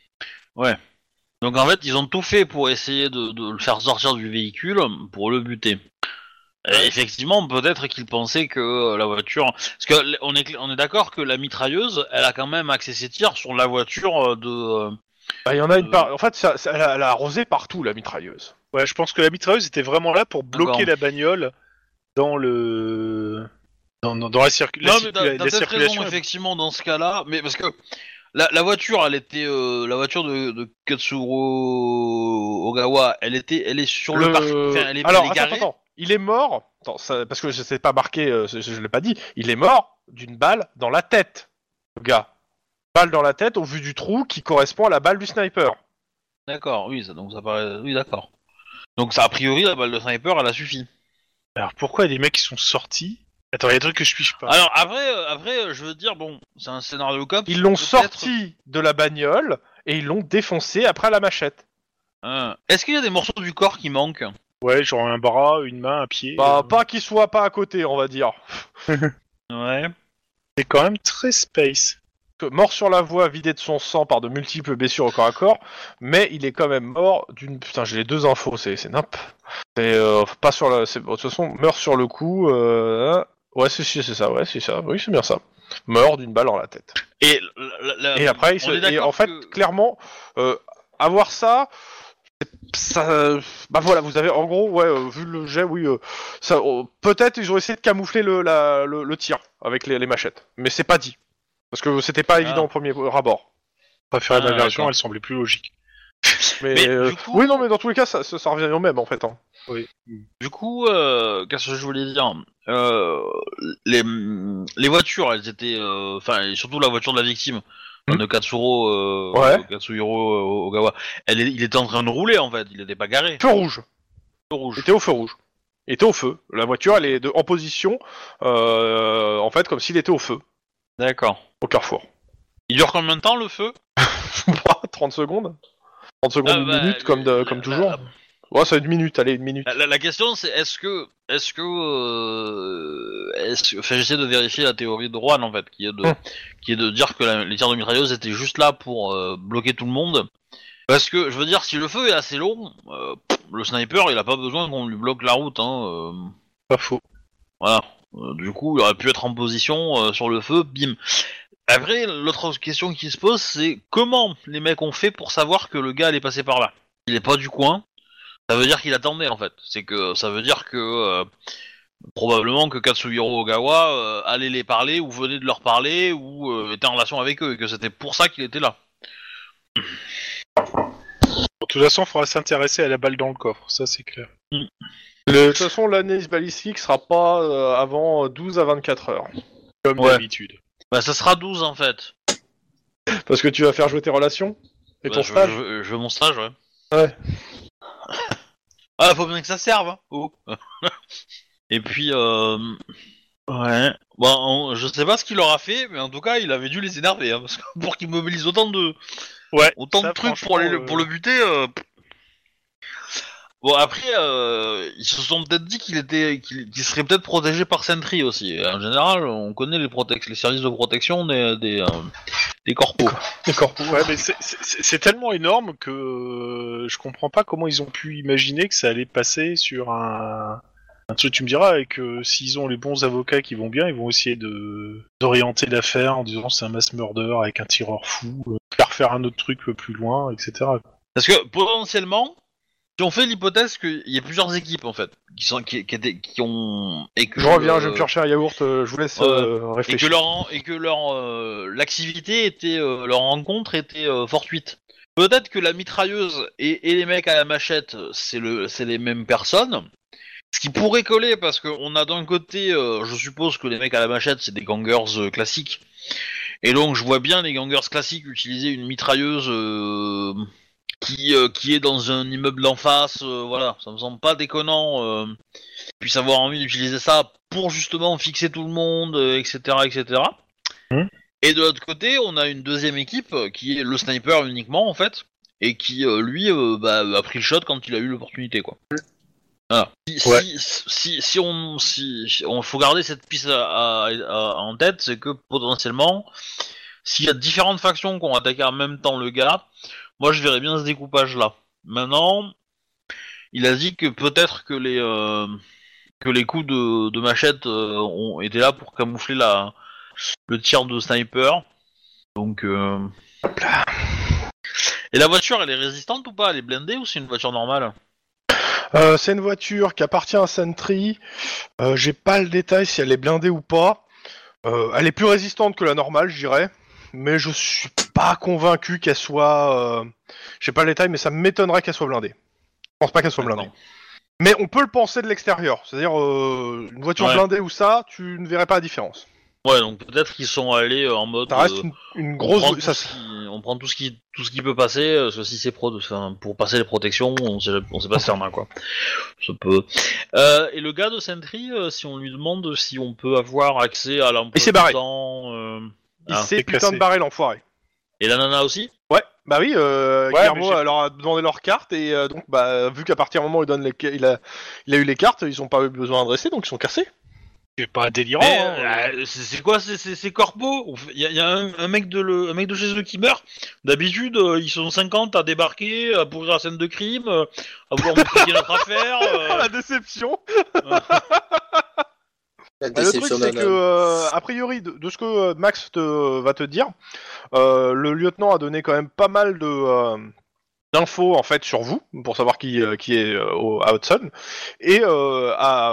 Donc en fait ils ont tout fait pour essayer de le faire sortir du véhicule pour le buter. Et effectivement, peut-être qu'ils pensaient que la voiture... Parce que on est d'accord que la mitrailleuse, elle a quand même axé ses tirs sur la voiture de... Bah, il y en a une part. En fait, elle a arrosé partout la mitrailleuse. Ouais, je pense que la mitrailleuse était vraiment là pour bloquer D'accord. la bagnole dans le dans la, Non mais t'as la peut-être circulation. raison effectivement dans ce cas-là, mais parce que la voiture, elle était... la voiture de Katsuro Ogawa, elle est sur le parc... Enfin, elle est Alors, garée. attends. Il est mort. Attends, parce que je sais pas marqué, je l'ai pas dit. Il est mort d'une balle dans la tête, le gars. Balle dans la tête au vu du trou qui correspond à la balle du sniper. D'accord, oui, donc ça paraît... Oui, d'accord. Donc ça, a priori, la balle de sniper, elle a suffi. Alors pourquoi il y a des mecs qui sont sortis? Attends, il y a des trucs que je piche pas. Alors après, je veux dire, bon, c'est un scénario cop. Ils l'ont peut-être- sorti de la bagnole et ils l'ont défoncé après à la machette. Est-ce qu'il y a des morceaux du corps qui manquent? Ouais, genre un bras, une main, un pied. Bah, pas qu'il soit pas à côté, on va dire. Ouais. C'est quand même très space. Mort sur la voie, vidé de son sang par de multiples blessures au corps à corps, mais il est quand même mort d'une... Putain, j'ai les deux infos, c'est nimp. C'est pas sur la... De toute façon, meurt sur le coup... Ouais, c'est ça, oui, c'est bien ça. Mort d'une balle dans la tête. Et, Et après, on est et d'accord en fait, que- clairement, avoir ça... bah voilà, vous avez en gros, ouais, vu le jet, oui, ça, peut-être ils ont essayé de camoufler le tir avec les machettes, mais c'est pas dit. Parce que c'était pas évident au premier rabord. Préférer ma version, d'accord. elle semblait plus logique. Mais, Mais, du coup- oui, non, mais dans tous les cas, ça revient au même en fait. Hein. Du coup, qu'est-ce que je voulais dire? Les voitures, elles étaient... Enfin, et surtout la voiture de la victime, de Katsuro, Ouais. Katsuhiro Ogawa. Il était en train de rouler, en fait, il était pas garé. Feu rouge. Feu rouge. Il était au feu rouge. Il était au feu. La voiture, elle est en position, en fait, comme s'il était au feu, D'accord. au carrefour. Il dure combien de temps, le feu? 30 secondes. 30 secondes, une minute, comme toujours. Ouais, ça va une minute, allez, une minute. La question c'est enfin, j'essaie de vérifier la théorie de Juan en fait, qui est de dire que les tirs de mitrailleuse étaient juste là pour bloquer tout le monde. Parce que je veux dire, si le feu est assez long, le sniper il a pas besoin qu'on lui bloque la route. Pas faux. Voilà. Du coup, il aurait pu être en position sur le feu, bim. Après, l'autre question qui se pose, c'est comment les mecs ont fait pour savoir que le gars allait passer par là. Il est pas du coin. Ça veut dire qu'il attendait en fait. Ça veut dire que probablement que Katsuhiro Ogawa allait les parler ou venait de leur parler ou était en relation avec eux et que c'était pour ça qu'il était là. De toute façon, il faudra s'intéresser à la balle dans le coffre, ça c'est clair. De toute façon, l'analyse balistique sera pas avant 12 à 24 heures. Comme d'habitude. Bah ça sera 12 en fait. Parce que tu vas faire jouer tes relations et ton stage. Je veux mon stage, ouais. Ouais. Ah, faut bien que ça serve, hein. Oh. Et puis, ouais. Bon, je sais pas ce qu'il leur a fait, mais en tout cas, il avait dû les énerver, hein, parce que pour qu'ils mobilisent autant de trucs pour le buter. Bon, après, ils se sont peut-être dit qu'il serait peut-être protégé par Sentry aussi. En général, on connaît les services de protection des corpos. Des corpos. Ouais, mais c'est tellement énorme que je comprends pas comment ils ont pu imaginer que ça allait passer sur un truc. Tu me diras, et que s'ils ont les bons avocats qui vont bien, ils vont essayer d'orienter l'affaire en disant c'est un mass murder avec un tireur fou, faire un autre truc plus loin, etc. Parce que potentiellement, si on fait l'hypothèse qu'il y a plusieurs équipes en fait qui ont et que je reviens, je vais me chercher un yaourt, je vous laisse réfléchir. Et que leur l'activité était leur rencontre était fortuite. Peut-être que la mitrailleuse et les mecs à la machette c'est les mêmes personnes. Ce qui pourrait coller parce qu'on a d'un côté, je suppose que les mecs à la machette c'est des gangers classiques. Et donc je vois bien les gangers classiques utiliser une mitrailleuse qui est dans un immeuble d'en face, voilà, ça me semble pas déconnant qu'ils puissent avoir envie d'utiliser ça pour justement fixer tout le monde, etc., etc. Et de l'autre côté, on a une deuxième équipe qui est le sniper uniquement en fait, et qui lui a pris le shot quand il a eu l'opportunité quoi. Voilà. Si on faut garder cette piste en tête, c'est que potentiellement, s'il y a différentes factions qui ont attaqué en même temps le gars, moi je verrais bien ce découpage là. Maintenant, il a dit que peut-être que les coups de machette ont été là pour camoufler le tir de sniper. Donc et la voiture elle est résistante ou pas? Elle est blindée ou c'est une voiture normale? C'est une voiture qui appartient à Sentry. J'ai pas le détail si elle est blindée ou pas. Elle est plus résistante que la normale, je dirais. Mais je suis pas convaincu qu'elle soit... J'ai pas le détail, mais ça m'étonnerait qu'elle soit blindée. Je pense pas qu'elle soit blindée. Mais on peut le penser de l'extérieur. C'est-à-dire, une voiture blindée ou ça, tu ne verrais pas la différence. Ouais, donc peut-être qu'ils sont allés en mode... Ça reste une grosse... On prend tout ce qui peut passer, parce que si c'est pour passer les protections, on sait pas se faire main, quoi. Ça peut... et le gars de Sentry, si on lui demande si on peut avoir accès à l'emploi du temps... il s'est putain de barré, l'enfoiré. Et la nana aussi? Ouais, bah oui, Guillermo leur a demandé leur carte, et donc, bah, vu qu'à partir du moment où il a eu les cartes, ils ont pas eu besoin d'adresser, donc ils sont cassés. C'est pas délirant. C'est quoi ces corpos? Il y a un mec de chez eux qui meurt. D'habitude, ils sont 50 à débarquer, à pourrir la scène de crime, à vouloir montrer notre affaire. La déception. La Le truc, déception c'est que, a priori, de ce que Max va te dire, le lieutenant a donné quand même pas mal d'infos en fait sur vous pour savoir qui est à Hudson et vous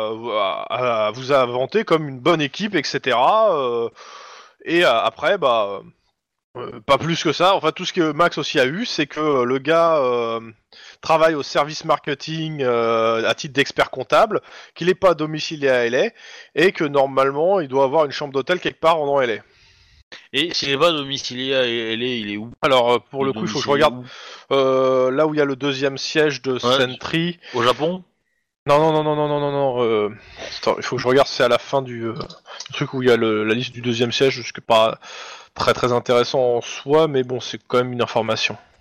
a vanté comme une bonne équipe, etc. Et après, bah, pas plus que ça. Enfin, tout ce que Max aussi a eu, c'est que le gars travaille au service marketing à titre d'expert comptable, qu'il n'est pas domicilié à LA et que normalement, il doit avoir une chambre d'hôtel quelque part en LA. Et s'il n'est pas domicilié à LA, il est où? Alors, pour le coup, il faut que je regarde là où il y a le deuxième siège de Sentry. Au Japon? Non. Attends, il faut que je regarde, c'est à la fin du truc où il y a la liste du deuxième siège, ce qui n'est pas très très intéressant en soi, mais bon, c'est quand même une information.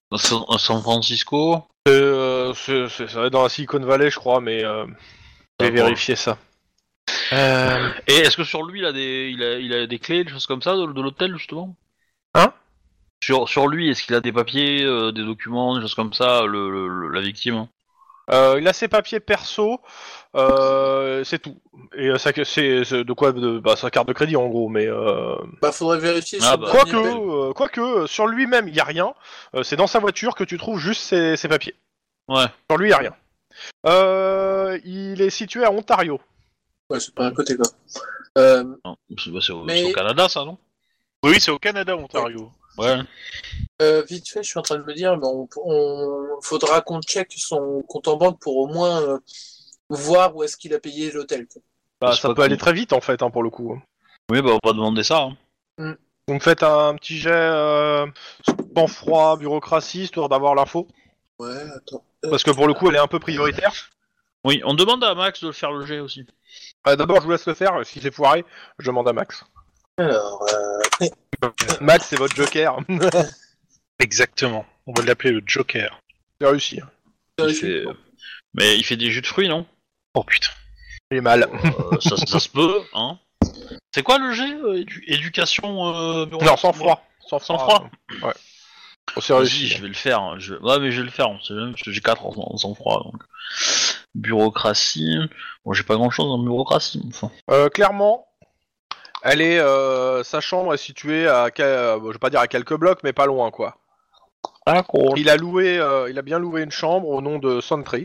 À San Francisco. Ça va être dans la Silicon Valley, je crois, mais je vais vérifier ça. Et est-ce que sur lui, il a des clés, des choses comme ça de l'hôtel, justement? Hein? Sur lui, est-ce qu'il a des papiers, des documents, des choses comme ça, la victime? Il a ses papiers perso, c'est tout. Et c'est de quoi sa carte de crédit en gros, mais Faudrait vérifier. Ah, sur bah. le quoique sur lui-même il y a rien. C'est dans sa voiture que tu trouves juste ses papiers. Ouais. Sur lui il y a rien. Il est situé à Ontario. Ouais, c'est pas à côté quoi. Non, c'est au Mais- Canada, ça, non? Oui, c'est au Canada, Ontario. Ouais. Vite fait, je suis en train de me dire, mais on faudra qu'on check son compte en banque pour au moins voir où est-ce qu'il a payé l'hôtel. Quoi. Bah, C'est ça pas peut aller con. très vite en fait pour le coup. Oui, bah, on va demander ça. Hein. Vous me faites un petit jet sang-froid, bureaucratie, histoire d'avoir l'info. Ouais, attends. Parce que pour le coup elle est un peu prioritaire. Oui, on demande à Max de faire le jet aussi. D'abord je vous laisse le faire, si c'est foiré, je demande à Max. Alors, Max c'est votre joker. Exactement. On va l'appeler le Joker. J'ai réussi. Mais il fait des jus de fruits, non? Oh putain. Il est mal. Ça se peut, hein. C'est quoi le jet éducation Non, sang-froid. Sang-froid. Ouais. Oh, c'est Vas-y, réussi. je vais le faire. Ouais, mais je vais le faire. On sait jamais, parce que j'ai 4 en sang-froid. Donc. Bureaucratie. Bon, j'ai pas grand-chose en bureaucratie. Enfin. Clairement, elle est, sa chambre est située je vais pas dire à quelques blocs, mais pas loin quoi. D'accord. Il a bien loué une chambre au nom de Sentry.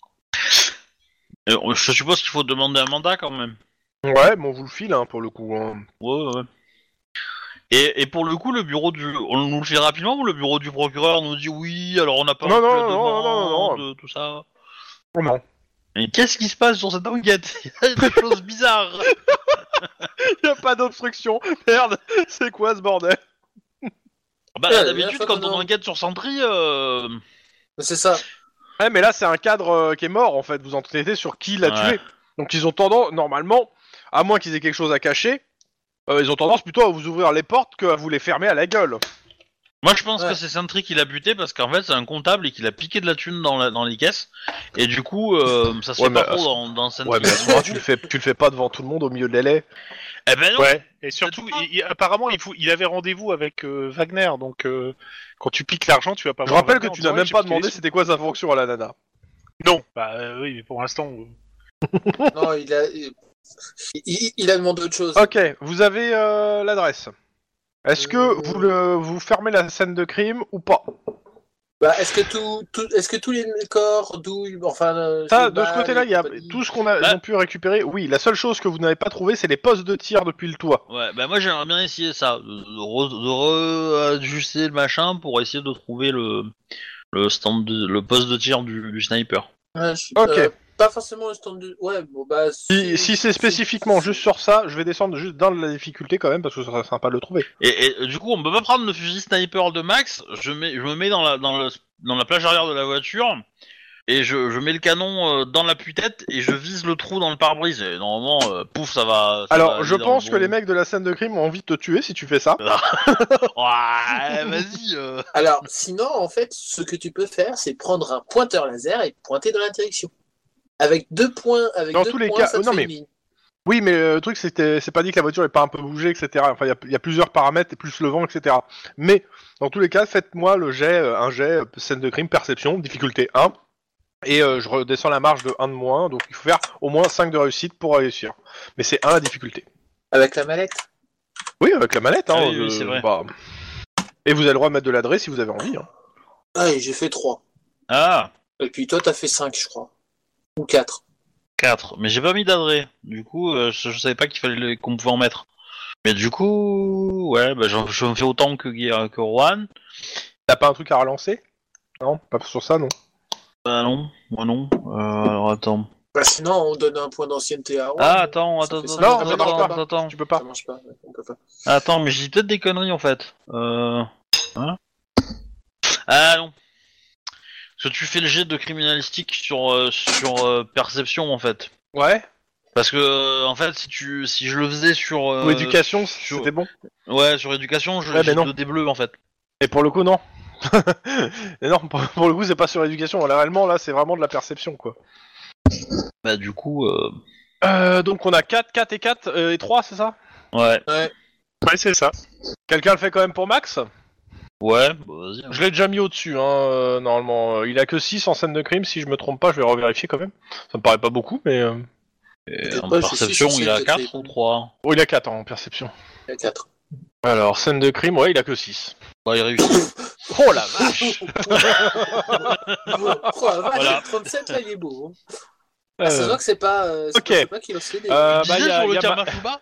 Je suppose qu'il faut demander un mandat quand même. Ouais, bon, on vous le file pour le coup. Hein. Ouais. Et pour le coup, le bureau on nous le fait rapidement ou le bureau du procureur nous dit oui, alors on n'a pas Non, reçu non, la non, demande, tout ça. Non. Mais qu'est-ce qui se passe sur cette enquête? Il y a des choses bizarres. Y a pas d'obstruction. Merde, c'est quoi ce bordel? Bah Ouais, d'habitude la quand fois on qu'on enquête sur Sentry, c'est ça. Ouais, mais là c'est un cadre qui est mort en fait. Vous enquêtez sur qui l'a Ouais. tué. Donc ils ont tendance, normalement, à moins qu'ils aient quelque chose à cacher, ils ont tendance plutôt à vous ouvrir les portes qu'à vous les fermer à la gueule. moi je pense Ouais. que c'est Sentry qui l'a buté parce qu'en fait c'est un comptable et qu'il a piqué de la thune dans les caisses et du coup ça se Ouais, fait pas mais trop dans Sentry. Ouais, mais à ce moment, tu le fais pas devant tout le monde au milieu de l'élé. Eh ben non. Ouais. Et surtout, C'est apparemment, il avait rendez-vous avec Wagner, donc quand tu piques l'argent, tu vas pas Je voir rappelle Wagner que tu en n'as disant, même j'ai pas piqué demandé les sous. c'était quoi sa fonction à la nana. Non. Bah oui, mais pour l'instant. Non, il a demandé autre chose. Ok, vous avez l'adresse. Est-ce que vous fermez la scène de crime ou pas? Est-ce que tous les corps, douilles, enfin. Ça, les de ce balles, côté-là, il y a compagnie. tout ce ils ont pu récupérer. Oui, la seule chose que vous n'avez pas trouvé, c'est les postes de tir depuis le toit. Ouais, bah moi j'aimerais bien essayer ça, de réajuster le machin pour essayer de trouver le poste de tir du sniper. Ouais, Ok. pas forcément le stand de. Ouais, bon bah. Si c'est spécifiquement juste sur ça, je vais descendre juste dans la difficulté quand même parce que ça serait sympa de le trouver. Et du coup, on peut pas prendre le fusil sniper de Max. Je me mets dans la plage arrière de la voiture et je mets le canon dans l'appui-tête et je vise le trou dans le pare-brise. Et normalement, pouf, ça va. Alors, va je aller dans pense le que bon- les mecs de la scène de crime ont envie de te tuer si tu fais ça. Ouais, vas-y. Alors, sinon, en fait, ce que tu peux faire, c'est prendre un pointeur laser et pointer dans la direction. Avec 2 points, Dans deux tous les points, cas, ça te non, fait mais- une ligne. Oui, mais le truc, c'est pas dit que la voiture n'est pas un peu bougée, etc. Enfin, il y a plusieurs paramètres, et plus le vent, etc. Mais, dans tous les cas, faites-moi le jet, scène de crime, perception, difficulté 1. Et je redescends la marge de 1 de moins, donc il faut faire au moins 5 de réussite pour réussir. Mais c'est 1 la difficulté. Avec la mallette. Oui, avec la manette, hein. Oui, c'est vrai. Et vous avez le droit de mettre de l'adresse si vous avez envie. Hein. Ah, et j'ai fait 3. Ah, Et puis toi, t'as fait 5, je crois. Ou 4. 4. Mais j'ai pas mis d'adresse. Du coup, je savais pas qu'on pouvait en mettre. Mais du coup, ouais, bah je me fais autant que Juan. T'as pas un truc à relancer? Non, pas sur ça, non. Bah non, moi non. Alors attends. Bah, sinon, on donne un point d'ancienneté à Juan. Ah, attends. Ça fait ça. Non, ça marche pas. Attends. Tu peux pas. Ça marche pas, ouais, on peut pas. Attends, mais j'ai peut-être des conneries en fait. Hein? Ah non. Parce que tu fais le jet de criminalistique sur perception en fait. Ouais. Parce que en fait, si je le faisais sur Ou éducation, sur- c'était bon. ouais, sur éducation, Ouais, j'ai mais non. 2 dés bleus en fait. Et pour le coup, non. Et non, pour le coup, c'est pas sur l'éducation. Là, réellement, là, c'est vraiment de la perception, quoi. Bah du coup, Donc on a 4, 4 et 4 et 3, c'est ça? ouais. Ouais. Ouais, c'est ça. Quelqu'un le fait quand même pour Max? Ouais, bah vas-y. Je l'ai déjà mis au-dessus, normalement. Il a que 6 en scène de crime, si je me trompe pas, je vais revérifier quand même. Ça me paraît pas beaucoup, mais... Et Peut-être en pas, j'ai perception, six il a scènes de 4 crime. ou 3. Oh, il a 4 en perception. Il y a 4. Alors, scène de crime, ouais, il a que 6. Bah il réussit. Oh la vache! Oh la vache, Voilà. le 37 là il est beau. Hein. Ah, ça se voit que c'est pas, ok. c'est pas qu'il en fait des. Bah, Disais y a- sur le y a Kamafuba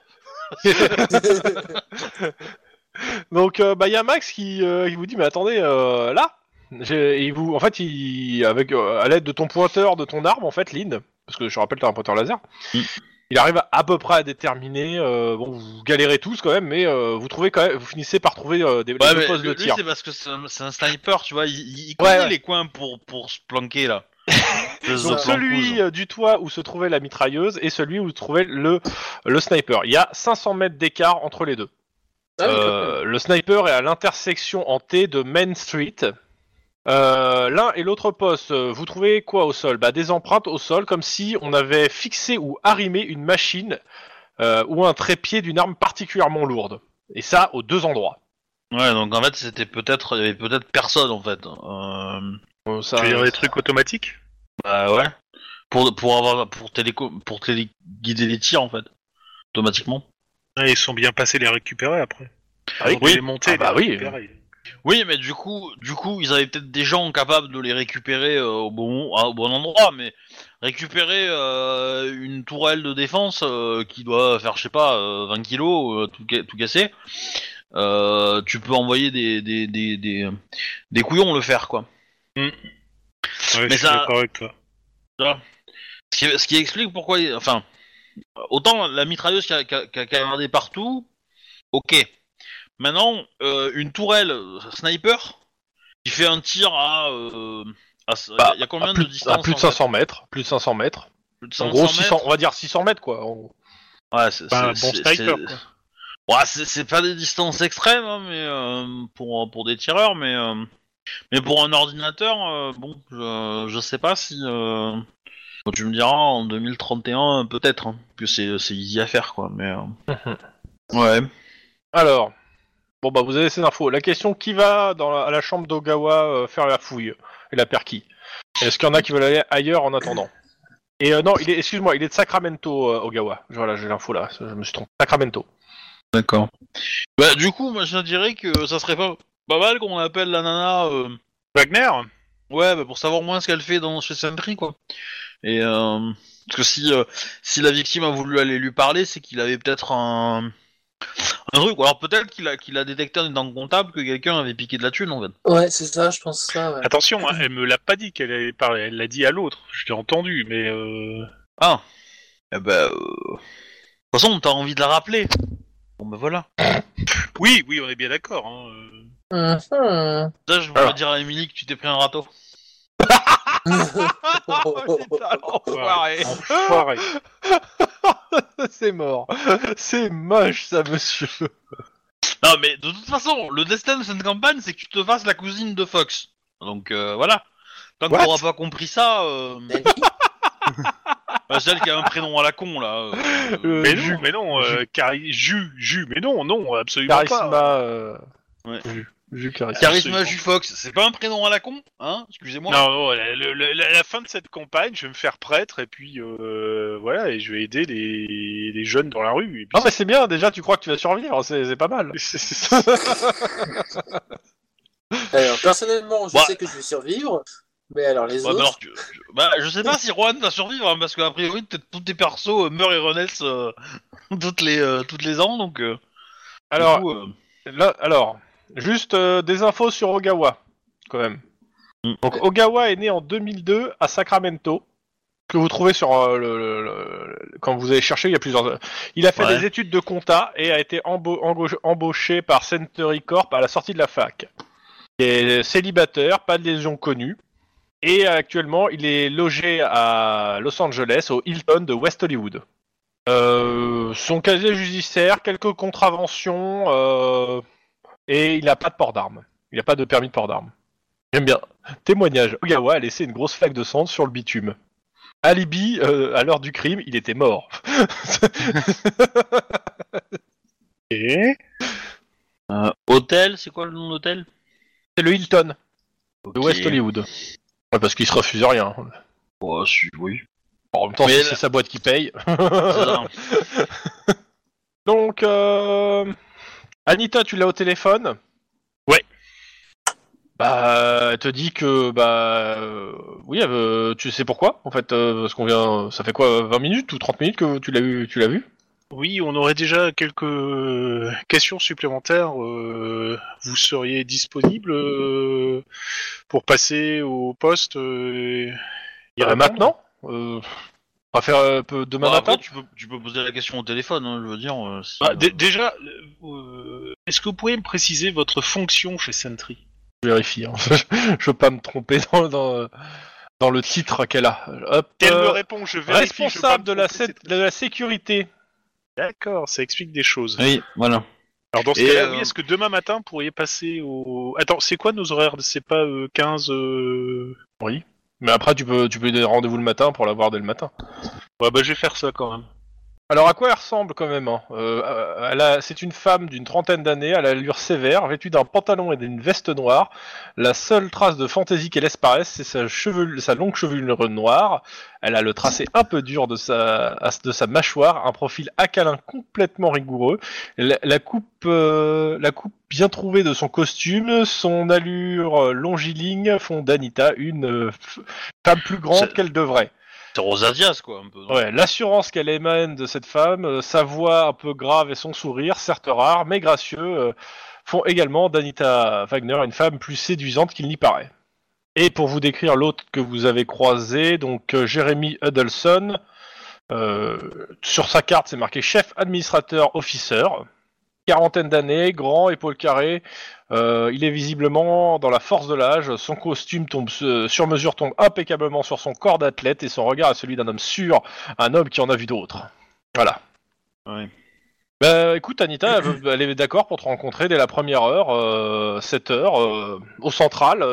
Donc, il y a Max qui vous dit, mais attendez, là, en fait, avec à l'aide de ton pointeur, de ton arme, en fait, Lynn, parce que je rappelle, t'as un pointeur laser, il arrive à peu près à déterminer. Bon, vous galérez tous quand même, mais vous finissez par trouver les Ouais, deux mais postes de lui, tir. c'est parce que c'est un sniper, tu vois, il connaît Ouais. les coins pour se planquer là. Donc celui du toit où se trouvait la mitrailleuse et celui où se trouvait le sniper. Il y a 500 mètres d'écart entre les deux. Ah oui, quand même. Le sniper est à l'intersection en T de Main Street. L'un et l'autre poste, vous trouvez quoi au sol? Bah, des empreintes au sol, comme si on avait fixé ou arrimé une machine ou un trépied d'une arme particulièrement lourde. Et ça, aux deux endroits. Ouais, donc en fait, il y avait peut-être personne en fait. Ça, Tu veux dire des trucs automatiques? Bah ouais. Pour téléguider les tirs en fait. Automatiquement. Ouais, ils sont bien passés les récupérer après. Ah oui, Avant de les monter, ah bah les oui. récupérer. Oui, mais du coup, ils avaient peut-être des gens capables de les récupérer au bon endroit, mais récupérer une tourelle de défense qui doit faire, je sais pas, 20 kilos, tout cassé, tu peux envoyer des couillons le faire, quoi. Ouais, Mais je suis ça- d'accord avec toi. Ce qui explique pourquoi... Enfin, autant la mitrailleuse qui a cavardé partout, ok. Maintenant, une tourelle sniper qui fait un tir à... il y a combien de distance à plus de en fait 500 mètres. Plus de 500 mètres. Plus de En 500 gros, 600, mètres. on va dire 600 mètres, quoi. En gros. Ouais, Bah, un bon sniper, quoi. Ouais, c'est pas des distances extrêmes, hein, mais pour des tireurs, mais pour un ordinateur, bon, je sais pas si. Tu me diras en 2031 peut-être, hein, que c'est easy à faire, quoi. Mais ouais. Alors, bon bah vous avez ces infos. La question, qui va à la chambre d'Ogawa faire la fouille et la perquis? Est-ce qu'il y en a qui veulent aller ailleurs en attendant? Et non, excuse-moi, il est de Sacramento, Ogawa. Voilà, j'ai l'info là, je me suis trompé. Sacramento. D'accord. Bah du coup, moi je dirais que ça serait pas mal qu'on appelle la nana. Wagner? Ouais, bah, pour savoir moins ce qu'elle fait chez Sentry, quoi. Et parce que si la victime a voulu aller lui parler, c'est qu'il avait peut-être un truc. Ou alors peut-être qu'il a détecté en étant comptable que quelqu'un avait piqué de la thune, en fait. Ouais, c'est ça, je pense ça. Ouais. Attention, hein, elle me l'a pas dit qu'elle allait parler, elle l'a dit à l'autre. Je l'ai entendu, mais Ah. Eh ben. De toute façon, t'as envie de la rappeler. Bon, bah voilà. oui, on est bien d'accord. Hein. Mhm. Ça, je voudrais dire à Emily que tu t'es pris un râteau. Oh, putain, l'enfoiré. Enfoiré. C'est mort. C'est moche, ça, monsieur. Non, mais de toute façon, le destin de cette campagne, c'est que tu te fasses la cousine de Fox. Donc voilà. Tant que What t'auras pas compris ça, Nani celle qui a un prénom à la con là. Mais Jus. non, mais non, Jus, mais non, absolument Charisma. pas. Ouais. Jus charisma. Charisma absolument. J Fox, c'est pas un prénom à la con, hein? Excusez-moi. Non, la fin de cette campagne, je vais me faire prêtre et puis voilà, et je vais aider les jeunes dans la rue. Et puis Non mais c'est bien, déjà tu crois que tu vas survivre, c'est pas mal. Alors, personnellement, je Bah. sais que je vais survivre, mais alors les Ouais, mais autres. alors, je sais pas si Juan va survivre, hein, parce qu'a priori, tous tes persos meurent et renaissent toutes les ans, donc. Alors, du coup, alors, juste des infos sur Ogawa, quand même. Donc Ogawa est né en 2002 à Sacramento, que vous trouvez sur quand vous allez chercher, il y a plusieurs. Il a fait Ouais. des études de compta et a été embauché par Century Corp à la sortie de la fac. Il est célibataire, pas de lésion connue, et actuellement il est logé à Los Angeles au Hilton de West Hollywood. Son casier judiciaire, quelques contraventions, et il n'a pas de port d'armes. Il n'a pas de permis de port d'armes. J'aime bien. Témoignage. Ogawa a laissé une grosse flaque de sang sur le bitume. Alibi, à l'heure du crime, il était mort. Et Hôtel, c'est quoi le nom d'hôtel? C'est le Hilton de Ok. West Hollywood. Ouais, parce qu'il se refuse rien. Oh, oui. En même temps, Mais si là- c'est sa boîte qui paye. C'est ça. Donc, Anita, tu l'as au téléphone? Ouais. Bah, elle te dit que, oui, tu sais pourquoi, en fait, parce qu'on vient, ça fait quoi, 20 minutes ou 30 minutes que tu l'as vu? oui, on aurait déjà quelques questions supplémentaires. Vous seriez disponible pour passer au poste y répondre Maintenant? On va faire demain Bah, matin? après, tu peux poser la question au téléphone, hein, je veux dire. Si, Déjà, est-ce que vous pourriez me préciser votre fonction chez Sentry? Je vérifie, hein. Je veux pas me tromper dans le titre qu'elle a. Hop, Elle me répond, je vérifie. responsable je veux pas me tromper, de la sécurité. D'accord, ça explique des choses. Oui, voilà. Alors dans ce Et, cas-là, oui, est-ce que demain matin, vous pourriez passer au... Attends, c'est quoi nos horaires? C'est pas 15... Oui. Mais après, tu peux donner rendez-vous le matin pour l'avoir dès le matin. Ouais, bah je vais faire ça quand même. Alors, à quoi elle ressemble quand même, hein c'est une femme d'une trentaine d'années, à l'allure sévère, vêtue d'un pantalon et d'une veste noire. La seule trace de fantaisie qu'elle laisse paraître, c'est sa longue chevelure noire. Elle a le tracé un peu dur de sa mâchoire, un profil acalin complètement rigoureux. La coupe bien trouvée de son costume, son allure longiligne font d'Anita une femme plus grande C'est- qu'elle devrait. C'est Rosa Diaz, quoi, un peu. non Ouais, l'assurance qu'elle émane de cette femme, sa voix un peu grave et son sourire, certes rare mais gracieux, font également d'Anita Wagner une femme plus séduisante qu'il n'y paraît. Et pour vous décrire l'autre que vous avez croisé, donc Jeremy Huddleston, sur sa carte c'est marqué chef administrateur officer, quarantaine d'années, grand, épaules carrées, il est visiblement dans la force de l'âge, son costume sur mesure tombe impeccablement sur son corps d'athlète et son regard est celui d'un homme sûr, un homme qui en a vu d'autres. Voilà. Ouais. Bah écoute Anita, elle est d'accord pour te rencontrer dès la première heure, 7 heures, au central.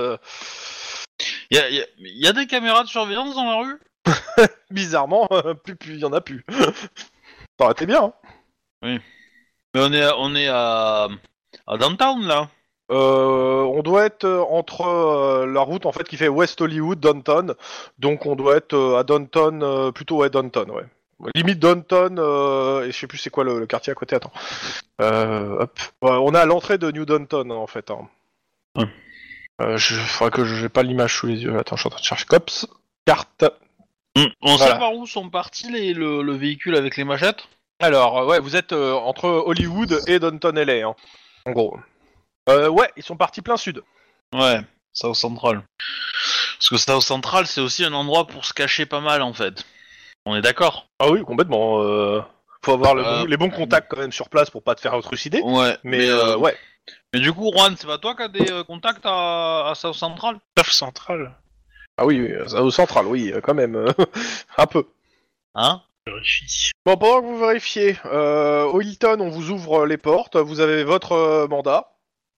Y a des caméras de surveillance dans la rue? Bizarrement, plus il y en a plus. Ça aurait été bien. Hein. Mais on est à Downtown, là. On doit être entre la route en fait qui fait West Hollywood, Downton, donc on doit être à Downton, plutôt Downton, ouais. Limite Downton, et je sais plus c'est quoi le quartier à côté, attends. Hop. Ouais, on est à l'entrée de New Downton en fait. Hein. Ouais. Faudrait que j'ai pas l'image sous les yeux, attends, je suis en train de chercher Cops, carte. On Voilà. sait par où sont partis le véhicule avec les machettes? Alors, ouais, vous êtes entre Hollywood et Downton LA, hein, en gros. Ouais, ils sont partis plein sud. Ouais, South Central. Parce que South Central, c'est aussi un endroit pour se cacher pas mal, en fait. On est d'accord? Ah oui, complètement. Faut avoir Euh, les bons contacts quand même sur place pour pas te faire trucider. Ouais. Mais ouais. Mais du coup, Juan, c'est pas toi qui as des contacts à South Central? Staff central. Ah oui, au central, oui, quand même. Un peu. Hein? Vérifie. Bon, pendant que vous vérifiez, au Hilton, on vous ouvre les portes, vous avez votre mandat.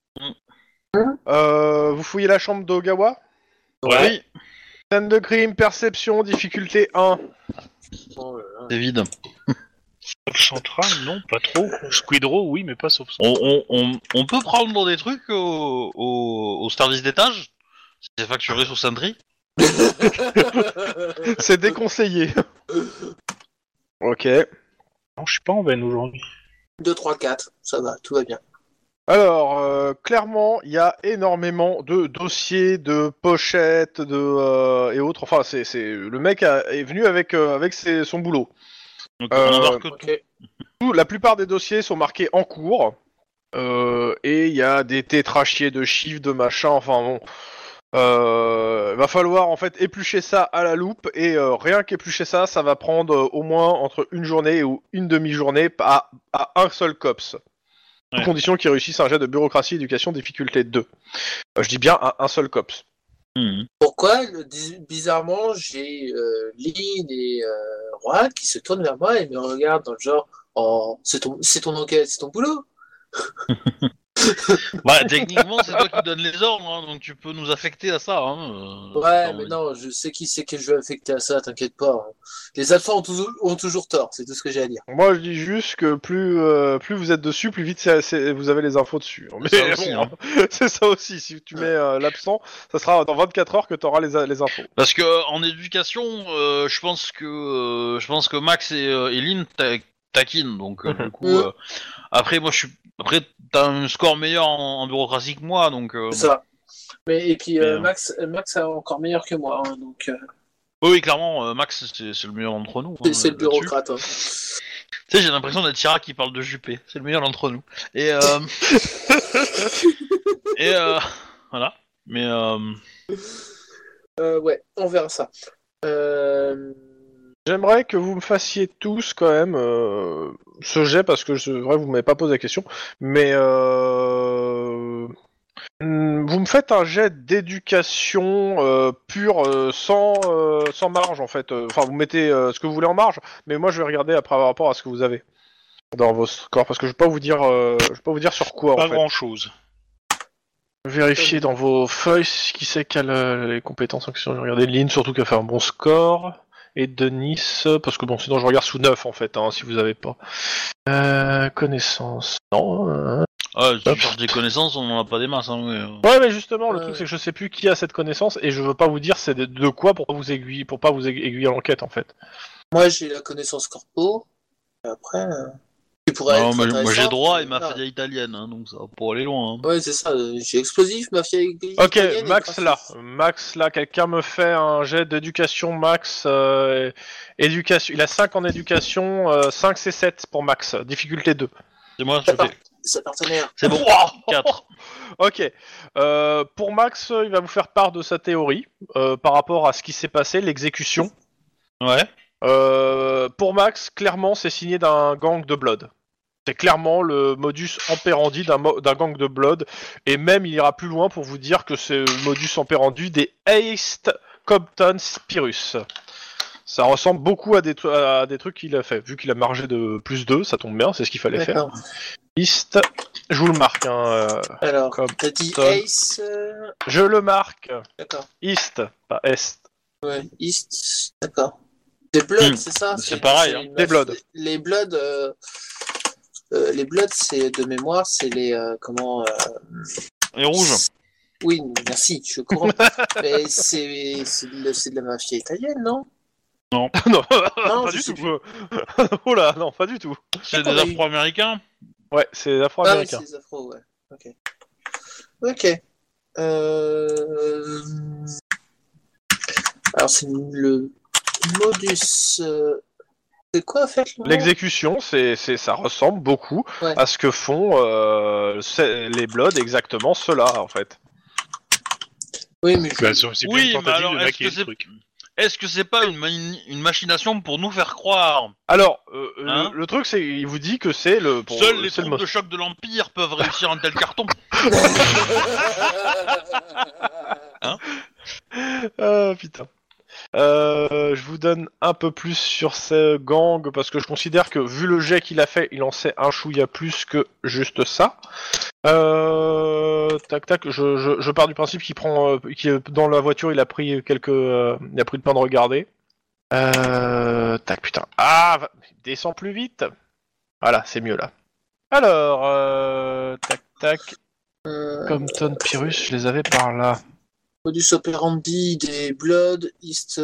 Vous fouillez la chambre d'Ogawa. Ouais. Oui, Scène de crime, perception, difficulté 1. Oh là là. c'est vide. Staff central, non, pas trop. Squidrow, oui, mais pas sauf central. On peut prendre des trucs au service d'étage? Si c'est facturé sur Sentry? C'est déconseillé. Ok. Non, je suis pas en veine aujourd'hui. 2, 3, 4, ça va, tout va bien. Alors, clairement, il y a énormément de dossiers, de pochettes, et autres. Enfin, c'est le mec est venu avec son boulot. Donc on embarque tout. Ok. La plupart des dossiers sont marqués en cours. Et il y a des tétrachiers de chiffres, de machin. Enfin bon, va falloir en fait éplucher ça à la loupe. Et rien qu'éplucher ça, ça va prendre au moins entre une journée ou une demi-journée à un seul cops. Ouais. À condition qu'ils réussissent un jet de bureaucratie, éducation, difficulté 2. Je dis bien à un seul cops. Mhm. Pourquoi, bizarrement, j'ai Lynn et Juan qui se tournent vers moi et me regardent dans le genre, oh, c'est ton enquête, c'est ton boulot. Bah, techniquement, c'est toi qui donnes les ordres, hein, donc tu peux nous affecter à ça. Ouais, mais non, je sais qui c'est que je vais affecter à ça, t'inquiète pas. Les alphas ont toujours tort, c'est tout ce que j'ai à dire. Moi, je dis juste que plus vous êtes dessus, plus vite vous avez les infos dessus. Mais ça aussi, bon, c'est ça aussi. Si tu mets l'absent, ça sera dans 24 heures que tu auras les infos. Parce que en éducation, je pense que Max et Lynn taquinent, donc du coup, après moi après t'as un score meilleur en bureaucratie que moi, donc. C'est ça. Mais, et puis Mais, Max est encore meilleur que moi, hein, donc Oui, clairement, Max c'est le meilleur d'entre nous. Hein, c'est le là-dessus. bureaucrate. Hein. Tu sais, j'ai l'impression d'être Chirac qui parle de Juppé. C'est le meilleur d'entre nous. Et et voilà. Mais Ouais, on verra ça. J'aimerais que vous me fassiez tous quand même ce jet parce que c'est vrai vous m'avez pas posé la question, mais vous me faites un jet d'éducation pure sans marge en fait. Enfin vous mettez ce que vous voulez en marge, mais moi je vais regarder après par rapport à ce que vous avez dans vos scores parce que je vais pas vous dire sur quoi Pas en fait. grand chose. Vérifier dans vos feuilles qui c'est qui a les compétences en question. Je vais regarder Lynn surtout qui a fait un bon score. Et Denis, parce que bon, sinon je regarde sous 9 en fait, hein, si vous avez pas. Connaissances. Non. tu cherches des connaissances, on en a pas des masses. Hein, mais, Ouais, mais justement, le truc c'est que je sais plus qui a cette connaissance et je veux pas vous dire c'est de quoi pour pas vous aiguiller à l'enquête en fait. Moi, j'ai la connaissance corpo. Et après, qui pourrait non, être moi j'ai intéressante, droit et mais voilà. mafia italienne, hein, donc ça va pour aller loin. Hein. Ouais, c'est ça. J'ai explosif, mafia italienne. Ok, et Max là, quelqu'un me fait un jet d'éducation Max. Éducation, il a 5 en éducation, 5 c'est 7 pour Max, difficulté 2. C'est moi, je fais. Sa partenaire. C'est bon, 4. Ok. Pour Max, il va vous faire part de sa théorie par rapport à ce qui s'est passé, l'exécution. Ouais. Pour Max, clairement, c'est signé d'un gang de Blood. C'est clairement le modus operandi d'un gang de Blood, et même il ira plus loin pour vous dire que c'est le modus operandi des East Compton Spirus. Ça ressemble beaucoup à des trucs qu'il a fait. Vu qu'il a margé de plus 2, ça tombe bien, c'est ce qu'il fallait faire. D'accord. East, je vous le marque. Alors, Compton. t'as dit Ace. Je le marque. D'accord. East, pas Est. Ouais, East. D'accord. Des Bloods, c'est ça C'est pareil, hein. une Des Bloods. Les Bloods. Les Bloods, c'est de mémoire, c'est les comment. Et rouge. Oui, merci, je suis au courant. Mais c'est de la mafia italienne, non? non, Non, pas je du sais tout. Oh là, non, pas du tout. C'est des Afro-Américains. Ouais, c'est Ah oui, afro-américain. c'est les afros, ouais. Ok. Ok. Alors, c'est le modus. C'est quoi, en fait, le nom? L'exécution, ça ressemble beaucoup Ouais. à ce que font les Bloods, exactement cela en fait. Oui, mais Bah, c'est bien Oui, une mais tentative alors de maquiller le truc. est-ce que c'est pas une machination pour nous faire croire Alors, Hein le truc, c'est il vous dit que c'est le. Seuls les c'est le troupes de choc de l'Empire peuvent réussir un tel carton. Ah putain. Je vous donne un peu plus sur ce gang parce que je considère que vu le jet qu'il a fait, il en sait un chouïa plus que juste ça. Tac tac, je pars du principe qu'il prend, dans la voiture, il a pris il a pris le temps de regarder. Tac putain. Ah, descends plus vite. Voilà, c'est mieux là. Alors, tac tac. Compton Pyrrhus, je les avais par là. modus operandi des Blood, East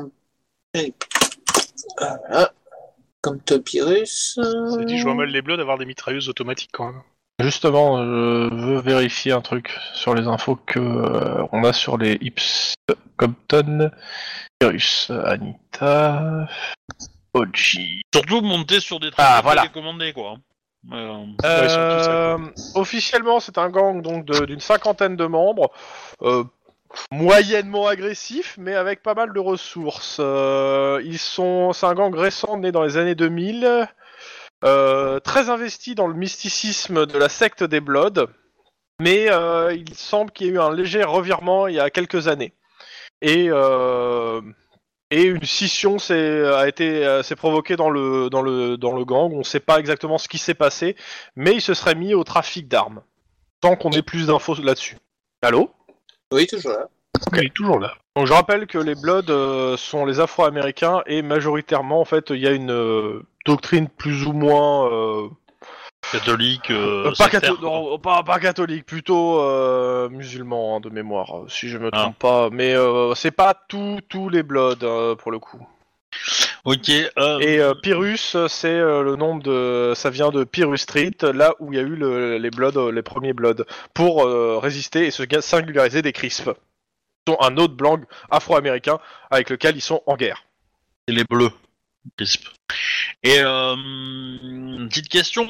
Compton Pyrrhus. C'est dit, je vois mal les Bloods avoir des mitrailleuses automatiques quand même. Justement, je veux vérifier un truc sur les infos que on a sur les Ips Compton Pyrrhus. Anita, Oji. Surtout monter sur des trucs voilà. télécommandés, quoi. Ouais, ils sont tous à Officiellement, c'est un gang donc d'une 50aine de membres, moyennement agressif, mais avec pas mal de ressources. C'est un gang récent né dans les années 2000, très investi dans le mysticisme de la secte des Bloods, mais il semble qu'il y ait eu un léger revirement il y a quelques années. Et une scission s'est provoquée dans le gang. On ne sait pas exactement ce qui s'est passé, mais il se serait mis au trafic d'armes. sans qu'on ait plus d'infos là-dessus. Allô? Oui, toujours là. Il est toujours là. Donc je rappelle que les Bloods sont les Afro-Américains et majoritairement en fait il y a une doctrine plus ou moins Catholique, pas, sectaire, quoi. non, pas catholique, plutôt musulman de mémoire, si je me trompe Ah. pas. Mais c'est pas tous les Bloods pour le coup. Ok. Et Pyrrhus, c'est le nom de, ça vient de Pyrrhus Street, là où il y a eu les Bloods, les premiers Bloods, pour résister et se singulariser des Crisps. Ils sont un autre blanc afro-américain avec lequel ils sont en guerre. Et les bleus. Crisp. Et une petite question,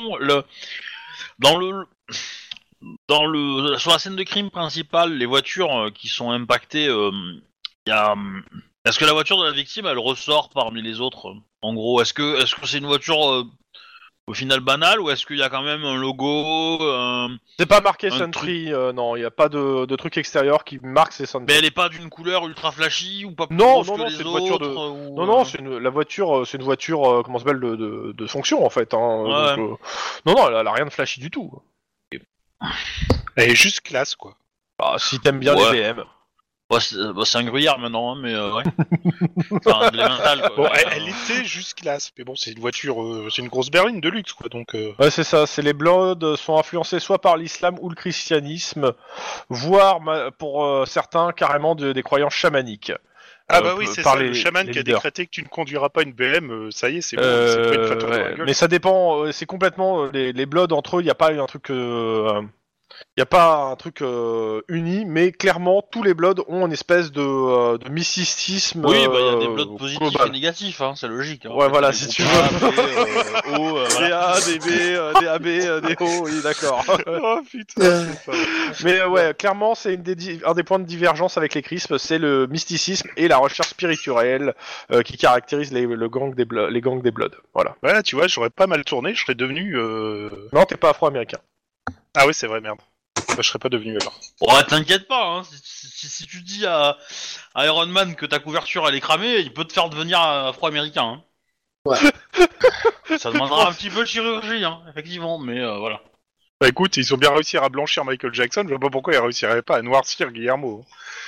sur la scène de crime principale, les voitures qui sont impactées, est-ce que la voiture de la victime elle ressort parmi les autres? En gros, est-ce que c'est une voiture au final banale ou est-ce qu'il y a quand même un logo? C'est pas marqué Un Sentry, non, il n'y a pas de truc extérieur qui marque ces Sentry. Mais elle est pas d'une couleur ultra flashy ou pas plus Non, grosse non, que non, les c'est une voiture autres de- ou, Non, non, la voiture, c'est une voiture, comment ça s'appelle, de fonction en fait. Hein, Ouais. donc, non, elle a rien de flashy du tout. Elle est juste classe, quoi. Bah, si t'aimes bien Ouais. les BM. Ouais, c'est un gruyère maintenant, hein, mais ouais. Enfin, de l'émental, quoi. Bon, elle était juste classe, mais bon, c'est une voiture, c'est une grosse berline de luxe, quoi, donc... Ouais, c'est ça, c'est les Bloods sont influencés soit par l'islam ou le christianisme, voire pour certains carrément des croyances chamaniques. Ah bah oui, c'est par ça, le chaman les qui a leaders. décrété que tu ne conduiras pas une BM, ça y est, c'est bon, c'est pas une photo dans la Ouais, gueule. mais ça dépend, c'est complètement les Bloods entre eux, il n'y a pas un truc il n'y a pas un truc uni, mais clairement tous les Bloods ont une espèce de mysticisme. Oui, bah il y a des blocs positifs global. et négatifs, hein, c'est logique. Hein. Ouais, En fait, voilà, il y a si des tu groupes veux. A, B, O, Des voilà. A, des B, des AB, des O, oui, d'accord. Oh putain, c'est ça. Mais ouais, clairement, c'est un des points de divergence avec les Crisps, c'est le mysticisme et la recherche spirituelle qui caractérisent les gangs des Bloods. Voilà. Voilà, tu vois, j'aurais pas mal tourné, je serais devenu... Non, t'es pas afro-américain. Ah oui, c'est vrai, merde. Bah, je serais pas devenu alors. Ouais, t'inquiète pas, hein, si tu dis à Iron Man que ta couverture elle est cramée, il peut te faire devenir afro-américain. Hein. Ouais. Ça demandera un petit peu de chirurgie, hein, effectivement, mais voilà. Bah écoute, ils ont bien réussi à blanchir Michael Jackson, je vois pas pourquoi ils réussiraient pas à noircir Guillermo.